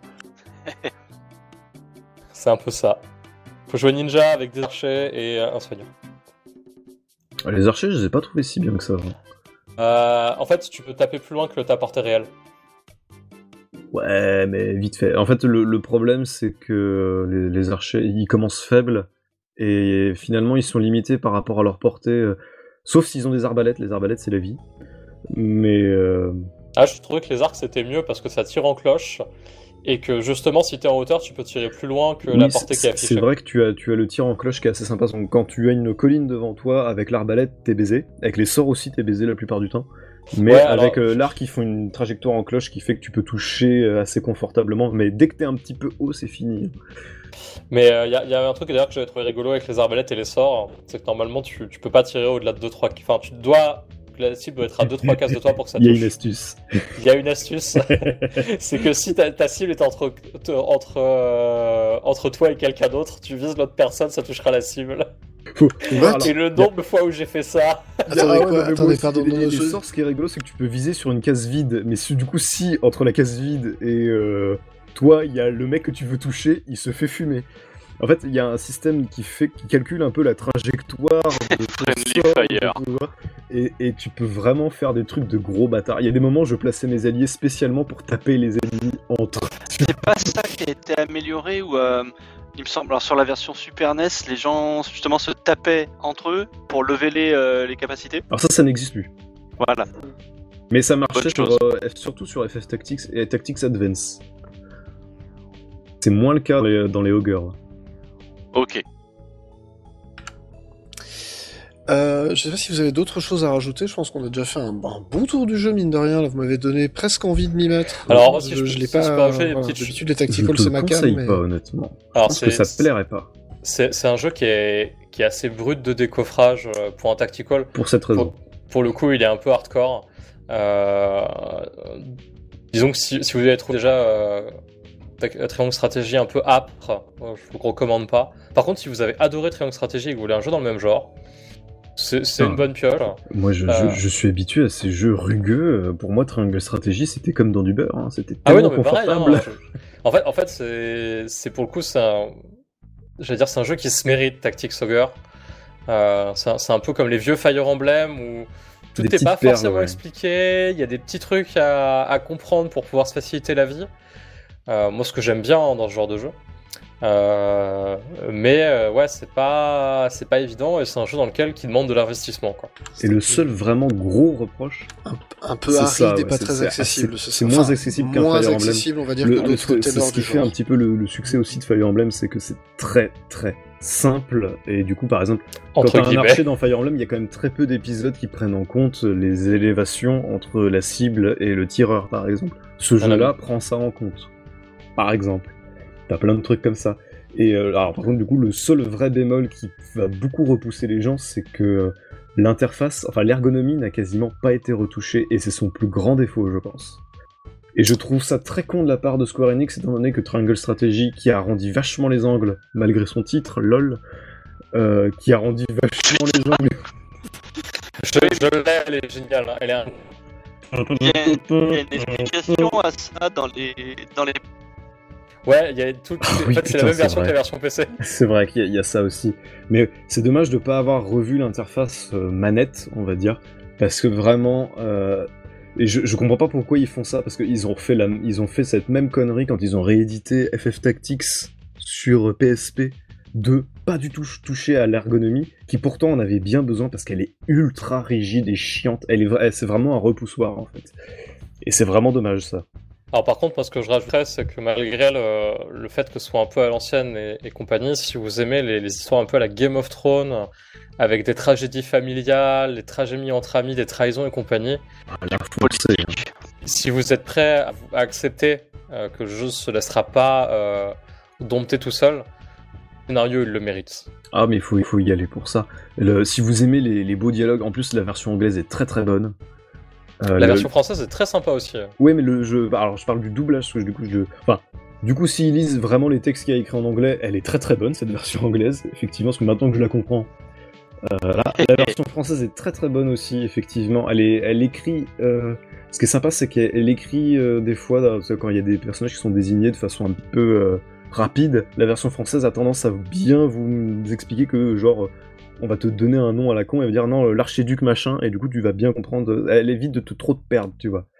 C'est un peu ça. Faut jouer ninja avec des archers et euh, un soignant. Les archers, je les ai pas trouvés si bien que ça. Euh, en fait, tu peux taper plus loin que ta portée réelle. Ouais, mais vite fait. En fait, le, le problème, c'est que les, les archers, ils commencent faibles, et finalement, ils sont limités par rapport à leur portée, euh, sauf s'ils ont des arbalètes. Les arbalètes, c'est la vie. Mais... Euh... Ah, je trouvais que les arcs, c'était mieux, parce que ça tire en cloche, et que justement, si t'es en hauteur, tu peux tirer plus loin que oui, la portée qui est affichée. C'est vrai que tu as, tu as le tir en cloche qui est assez sympa. Donc, quand tu as une colline devant toi, avec l'arbalète, t'es baisé. Avec les sorts aussi, t'es baisé la plupart du temps. Mais ouais, avec alors... euh, l'arc, ils font une trajectoire en cloche qui fait que tu peux toucher euh, assez confortablement. Mais dès que t'es un petit peu haut, c'est fini. Mais il euh, y, y a un truc d'ailleurs que j'avais trouvé rigolo avec les arbalètes et les sorts, c'est que normalement tu, tu peux pas tirer au-delà de deux trois... Enfin, tu dois... La cible doit être à deux trois cases de toi pour que ça touche. Il y a une astuce. Il y a une astuce. C'est que si ta, ta cible est entre, entre, euh, entre toi et quelqu'un d'autre, tu vises l'autre personne, ça touchera la cible. Faut... Et le nombre de fois où j'ai fait ça... Attendez, quoi, attendez, pardon. Les, les sorts, ce qui est rigolo, c'est que tu peux viser sur une case vide. Mais du coup, si entre la case vide et euh, toi, il y a le mec que tu veux toucher, il se fait fumer. En fait, il y a un système qui fait, qui calcule un peu la trajectoire de ton sort, fire. Et, et tu peux vraiment faire des trucs de gros bâtards. Il y a des moments où je plaçais mes alliés spécialement pour taper les ennemis entre. C'est pas ça qui a été amélioré ou il euh, il me semble. Alors sur la version Super N E S, les gens justement se tapaient entre eux pour lever les, euh, les capacités. Alors ça, ça n'existe plus. Voilà. Mais ça marchait Bonne sur, chose. euh, surtout sur F F Tactics et Tactics Advance. C'est moins le cas dans les, dans les Ogres. Ok. Euh, je sais pas si vous avez d'autres choses à rajouter, je pense qu'on a déjà fait un, un bon tour du jeu, mine de rien, là, vous m'avez donné presque envie de m'y mettre. Alors, Euh, si je, je- je l'ai si pas... je peux rajouter des voilà, petites d'habitude, les Je tacticals, te c'est le ma cam, conseille mais... pas, honnêtement. Je Alors, pense que c'est- ça te plairait pas. C'est c'est un jeu qui est, qui est assez brut de décoffrage euh, pour un tactical. Pour cette raison. Pour, pour le coup, il est un peu hardcore. Euh, disons que si, si vous avez trouvé déjà euh, tac- Triangle Stratégie un peu âpre, euh, je vous le recommande pas. Par contre, si vous avez adoré Triangle Stratégie et que vous voulez un jeu dans le même genre, c'est c'est Ah. une bonne pioche. Moi, je, Euh. je, je suis habitué à ces jeux rugueux. Pour moi, Triangle Stratégie, c'était comme dans du beurre. Hein. C'était Ah oui, tellement non, mais pareil. confortable. hein, je- En fait, en fait c'est c'est pour le coup, c'est un... J'allais dire, c'est un jeu qui se mérite, Tactics Ogre. Euh, c'est un, c'est un peu comme les vieux Fire Emblem où tout Des n'est pas petites perles, forcément ouais. expliqué, il y a des petits trucs à, à comprendre pour pouvoir se faciliter la vie. Euh, moi, ce que j'aime bien hein, dans ce genre de jeu. Euh, mais euh, ouais, c'est pas, c'est pas évident et c'est un jeu dans lequel qui demande de l'investissement, quoi. Et le seul vraiment gros reproche, Un, un peu C'est aride ça, et ouais, pas c'est- très c'est accessible. assez- ce- c'est enfin, moins accessible qu'un moins Fire Emblem. accessible, on va dire, le, que le d'autres truc- c'est Taylor ce du qui fait genre. un petit peu le, le succès aussi de Fire Emblem, c'est que c'est très très simple. Et du coup, par exemple, quand Entre t'as un guillemets. archer dans Fire Emblem, il y a quand même très peu d'épisodes qui prennent en compte les élévations entre la cible et le tireur, par exemple. Ce Ah, jeu-là non. prend ça en compte. Par exemple. T'as plein de trucs comme ça. Et euh, alors, par contre, du coup, le seul vrai bémol qui va beaucoup repousser les gens, c'est que euh, l'interface, enfin l'ergonomie n'a quasiment pas été retouchée, et c'est son plus grand défaut, je pense. Et je trouve ça très con de la part de Square Enix, étant donné que Triangle Strategy, qui a arrondi vachement les angles, malgré son titre, LOL, euh, qui a arrondi vachement les angles. Je, je l'ai, elle est géniale. hein. Elle est un- Il y, a, il y a une explication à ça dans les, dans les Ouais, il y a tout. Ah en oui, fait, c'est putain, la même c'est version que vrai. la version P C. C'est vrai qu'il y, a- il y a ça aussi. Mais c'est dommage de pas avoir revu l'interface euh, manette, on va dire, parce que vraiment, euh, et je, je comprends pas pourquoi ils font ça, parce qu'ils ont refait la, ils ont fait cette même connerie quand ils ont réédité F F Tactics sur P S P deux, pas du tout touché à l'ergonomie, qui pourtant en avait bien besoin parce qu'elle est ultra rigide et chiante. Elle est, vra- elle- c'est vraiment un repoussoir en fait. Et c'est vraiment dommage ça. Alors par contre, moi ce que je rajouterais, c'est que malgré le, le fait que ce soit un peu à l'ancienne et, et compagnie, si vous aimez les, les histoires un peu à la Game of Thrones, avec des tragédies familiales, des tragédies entre amis, des trahisons et compagnie, Ah, là, faut le sais, hein. politiques. si vous êtes prêt à, à accepter euh, que le jeu se laissera pas euh, dompter tout seul, le scénario il le mérite. Ah mais il faut, il faut y aller pour ça. Le- si vous aimez les, les beaux dialogues, en plus la version anglaise est très très bonne. Euh, La le- version française est très sympa aussi. Ouais, mais le jeu. Alors, je parle du doublage, parce que du coup, je. Enfin, du coup, s'ils lisent vraiment les textes qu'il y a écrits en anglais, elle est très très bonne, cette version anglaise, effectivement, parce que maintenant que je la comprends. Euh, voilà. La version française est très très bonne aussi, effectivement. Elle, est, elle écrit. Euh... Ce qui est sympa, c'est qu'elle écrit euh, des fois, là, quand il y a des personnages qui sont désignés de façon un petit peu euh, rapide, la version française a tendance à bien vous expliquer que, genre. On va te donner un nom à la con et va dire non, l'archiduc machin, et du coup tu vas bien comprendre. Elle évite de te trop te perdre, tu vois.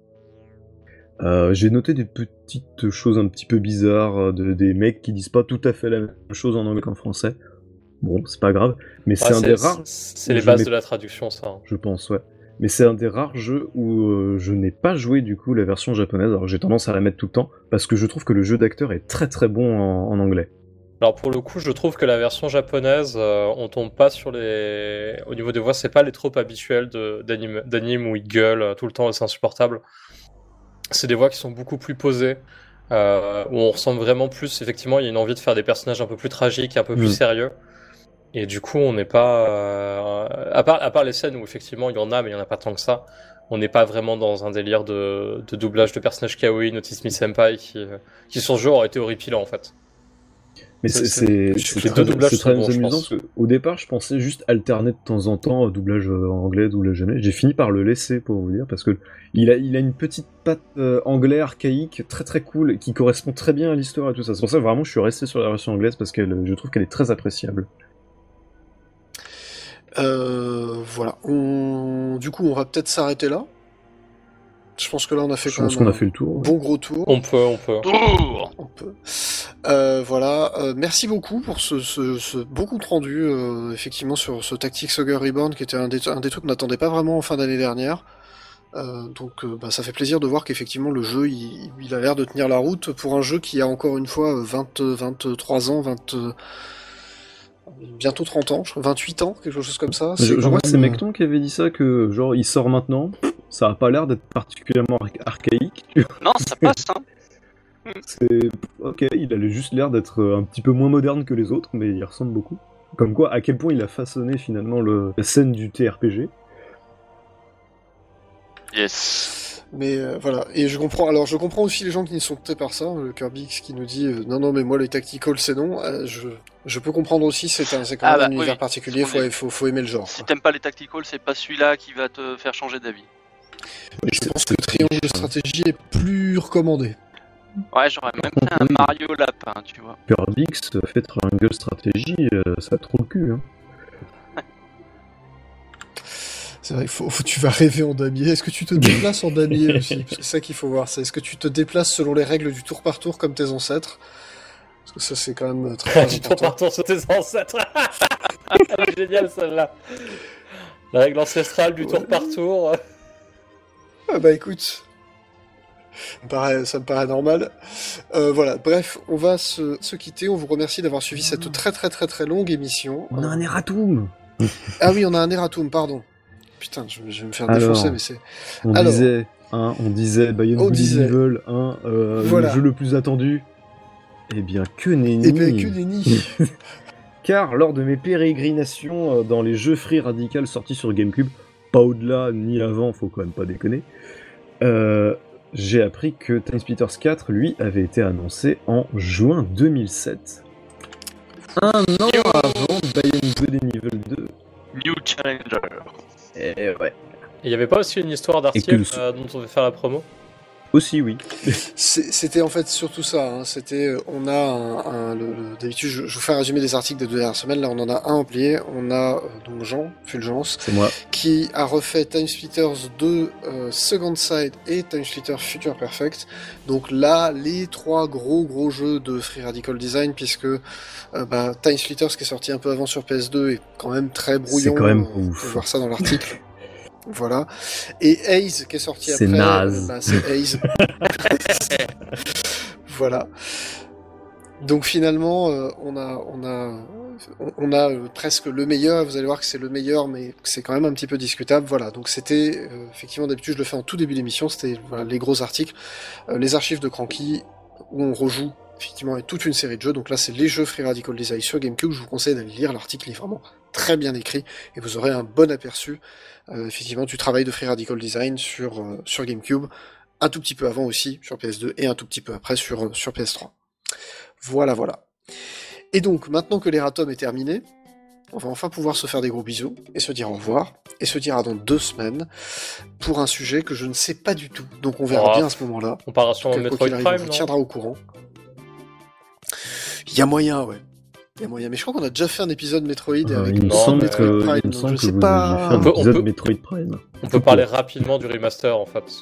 Euh, j'ai noté des petites choses un petit peu bizarres, de, des mecs qui disent pas tout à fait la même chose en anglais qu'en français. Bon, c'est pas grave, mais c'est Ouais, un des rares, C'est où les je bases mets- de la traduction, ça. hein. je pense, ouais. Mais c'est un des rares jeux où euh, je n'ai pas joué du coup la version japonaise, alors j'ai tendance à la mettre tout le temps, parce que je trouve que le jeu d'acteur est très très bon en, en anglais. Alors pour le coup, je trouve que la version japonaise, euh, on tombe pas sur les... Au niveau des voix, c'est pas les tropes habituelles de- d'anime d'anime où ils gueulent euh, tout le temps et c'est insupportable. C'est des voix qui sont beaucoup plus posées, euh, où on ressent vraiment plus, effectivement, il y a une envie de faire des personnages un peu plus tragiques, un peu plus Mm. sérieux. Et du coup, on n'est pas... euh, à part, à part les scènes où effectivement il y en a, mais il y en a pas tant que ça, on n'est pas vraiment dans un délire de, de doublage de personnages kawaii, Notice Me Senpai, qui, euh, qui sur ce jeu aurait été horripilant en fait. Mais C'est- c'est c'est- c'est- c'est les très, deux doublages c'est sont très bons, je amusant pense. parce qu'au départ, je pensais juste alterner de temps en temps euh, doublage euh, anglais, doublage japonais. J'ai fini par le laisser pour vous dire parce que il a, il a une petite patte euh, anglais archaïque très très cool qui correspond très bien à l'histoire et tout ça. C'est pour ça que vraiment je suis resté sur la version anglaise parce que je trouve qu'elle est très appréciable. Euh, voilà. On... Du coup, on va peut-être s'arrêter là. Je pense que là, on a fait Je quand pense même qu'on a un fait le tour. bon gros tour. On peut, on peut. Tour. On peut. Euh, voilà. Euh, merci beaucoup pour ce, ce, ce beau compte rendu, euh, effectivement, sur ce Tactics Ogre Reborn, qui était un des, un des trucs qu'on n'attendait pas vraiment en fin d'année dernière. Euh, donc, euh, bah, ça fait plaisir de voir qu'effectivement, le jeu, il, il a l'air de tenir la route pour un jeu qui a encore une fois vingt, vingt-trois ans, vingt, bientôt trente ans, je crois, vingt-huit ans, quelque chose comme ça. Je, je quand crois que c'est même, Mecton qui avait dit ça, que genre il sort maintenant, ça a pas l'air d'être particulièrement archa- archaïque. Non, ça passe, hein. C'est ok, il a juste l'air d'être euh, un petit peu moins moderne que les autres, mais il ressemble beaucoup. Comme quoi, à quel point il a façonné finalement le, la scène du T R P G. Yes. Mais euh, voilà, et je comprends. Alors je comprends aussi les gens qui ne sont tentés par ça. Le Kirby X qui nous dit euh, non non mais moi les tactical c'est non. Euh, je je peux comprendre aussi. C'est un c'est quand Ah même bah, un univers oui, particulier. on Faut, est- faut faut aimer le genre. Si quoi. t'aimes pas les tacticals, c'est pas celui-là qui va te faire changer d'avis. Je pense que Triangle de stratégie est plus recommandé. Ouais, j'aurais même fait un Mario Lapin, tu vois. Kirby X fait Triangle Stratégie, euh, ça a trop le cul. Hein. C'est vrai, faut, faut, tu vas rêver en damier. Est-ce que tu te déplaces en damier aussi? Parce que c'est ça qu'il faut voir. C'est est-ce que tu te déplaces selon les règles du tour par tour comme tes ancêtres? Parce que ça c'est quand même très, très Du tour par important. tour sur tes ancêtres. Elle est géniale celle-là. La règle ancestrale du tour Ouais. par tour. Ah bah écoute, ça me paraît, ça me paraît normal. Euh, voilà, bref, on va se, se quitter. On vous remercie d'avoir suivi cette très très très très longue émission. On a un erratum. Ah oui, on a un erratum, pardon. Putain, je, je vais me faire Alors. défoncer, mais c'est... On Alors. disait, hein, on disait Bayern On Good disait. Evil, hein, euh, Voilà. le jeu le plus attendu. Eh bien, que nenni. Eh ben, que nenni. Car lors de mes pérégrinations euh, dans les jeux Free Radical sortis sur GameCube, pas au-delà ni avant, faut quand même pas déconner, euh, j'ai appris que Time Splitters quatre, lui, avait été annoncé en juin deux mille sept. Un an avant Bayern Good Evil deux. New Challenger. Et ouais. Il y avait pas aussi une histoire Et d'article que le- euh, dont on va faire la promo? Aussi, oui. C'est- C'était en fait surtout ça. Hein. C'était, euh, on a un, un- le, le- d'habitude, je, je vous fais un résumé des articles des deux dernières semaines. Là, on en a un en plié. On a euh, donc Jean Fulgence C'est moi. qui a refait Time Splitters deux euh, Second Side et Time Splitters Future Perfect. Donc là, les trois gros gros jeux de Free Radical Design, puisque euh, bah, Time Splitters qui est sorti un peu avant sur P S deux est quand même très brouillon. C'est quand même euh, ouf. Vous pouvez voir ça dans l'article. Voilà. Et Haze qui est sorti C'est après. naze. euh, bah, c'est Haze. Voilà. Donc finalement, euh, on a, on a, on, on a euh, presque le meilleur. Vous allez voir que c'est le meilleur, mais c'est quand même un petit peu discutable. Voilà. Donc c'était euh, effectivement d'habitude, je le fais en tout début d'émission. C'était voilà, les gros articles, euh, les archives de Cranky où on rejoue effectivement toute une série de jeux. Donc là, c'est les jeux Free Radical Design sur GameCube. Je vous conseille d'aller lire l'article. Il est vraiment très bien écrit et vous aurez un bon aperçu euh, effectivement du travail de Free Radical Design sur euh, sur GameCube. Un tout petit peu avant aussi sur P S deux et un tout petit peu après sur, euh, sur P S trois. Voilà, voilà. Et donc, maintenant que l'Eratom est terminé, on va enfin pouvoir se faire des gros bisous et se dire au revoir, et se dire à dans deux semaines pour un sujet que je ne sais pas du tout. Donc on verra Oh. bien à ce moment-là. On part sur Quoi Metroid qu'il arrive, on Prime, vous non? tiendra au courant. Il y a moyen, ouais. Il y a moyen. Mais je crois qu'on a déjà fait un épisode Metroid Euh, avec il me non, semble mais- que, Metroid il Prime, me donc semble je que sais vous pas. aviez fait un On peut- on épisode peut- Metroid Prime. On peut parler rapidement du remaster en fait.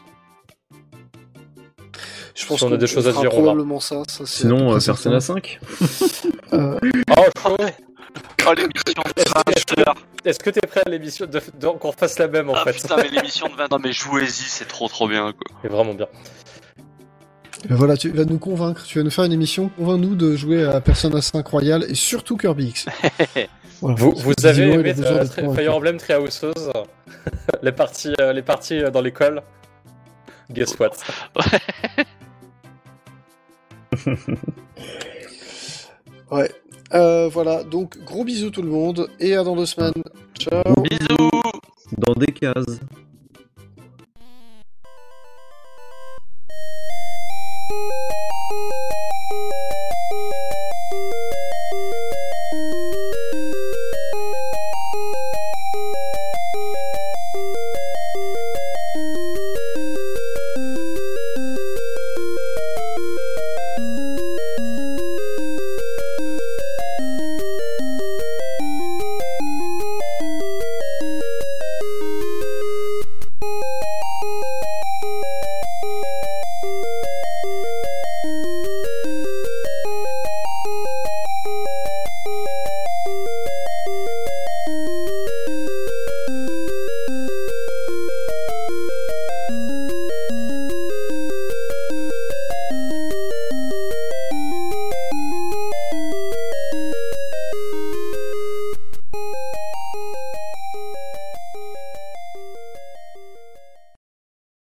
Je pense Si on a qu'on des choses à fera dire, on va. probablement ça. ça c'est à peu Sinon, près euh, certain. Persona cinq. Euh, Oh, chaud. Oh, l'émission de vingt heures. Est-ce que t'es prêt à l'émission de... de- qu'on fasse la même en Ah fait? putain, mais l'émission de vingt heures. Non, mais jouez-y, c'est trop trop bien, quoi. C'est vraiment bien. Ben voilà, tu vas nous convaincre, tu vas nous faire une émission, convainc-nous de jouer à Persona cinq Royal et surtout Kirby X. Voilà. Vous, vous Visiblement, avez il a aimé besoin euh, d'être Tri- convaincu. Fire Emblem Treehouses les parties, euh, les parties euh, dans l'école? Guess what? Ouais. Euh, voilà, donc gros bisous tout le monde et à dans deux semaines. Ciao. Bisous. Dans des cases.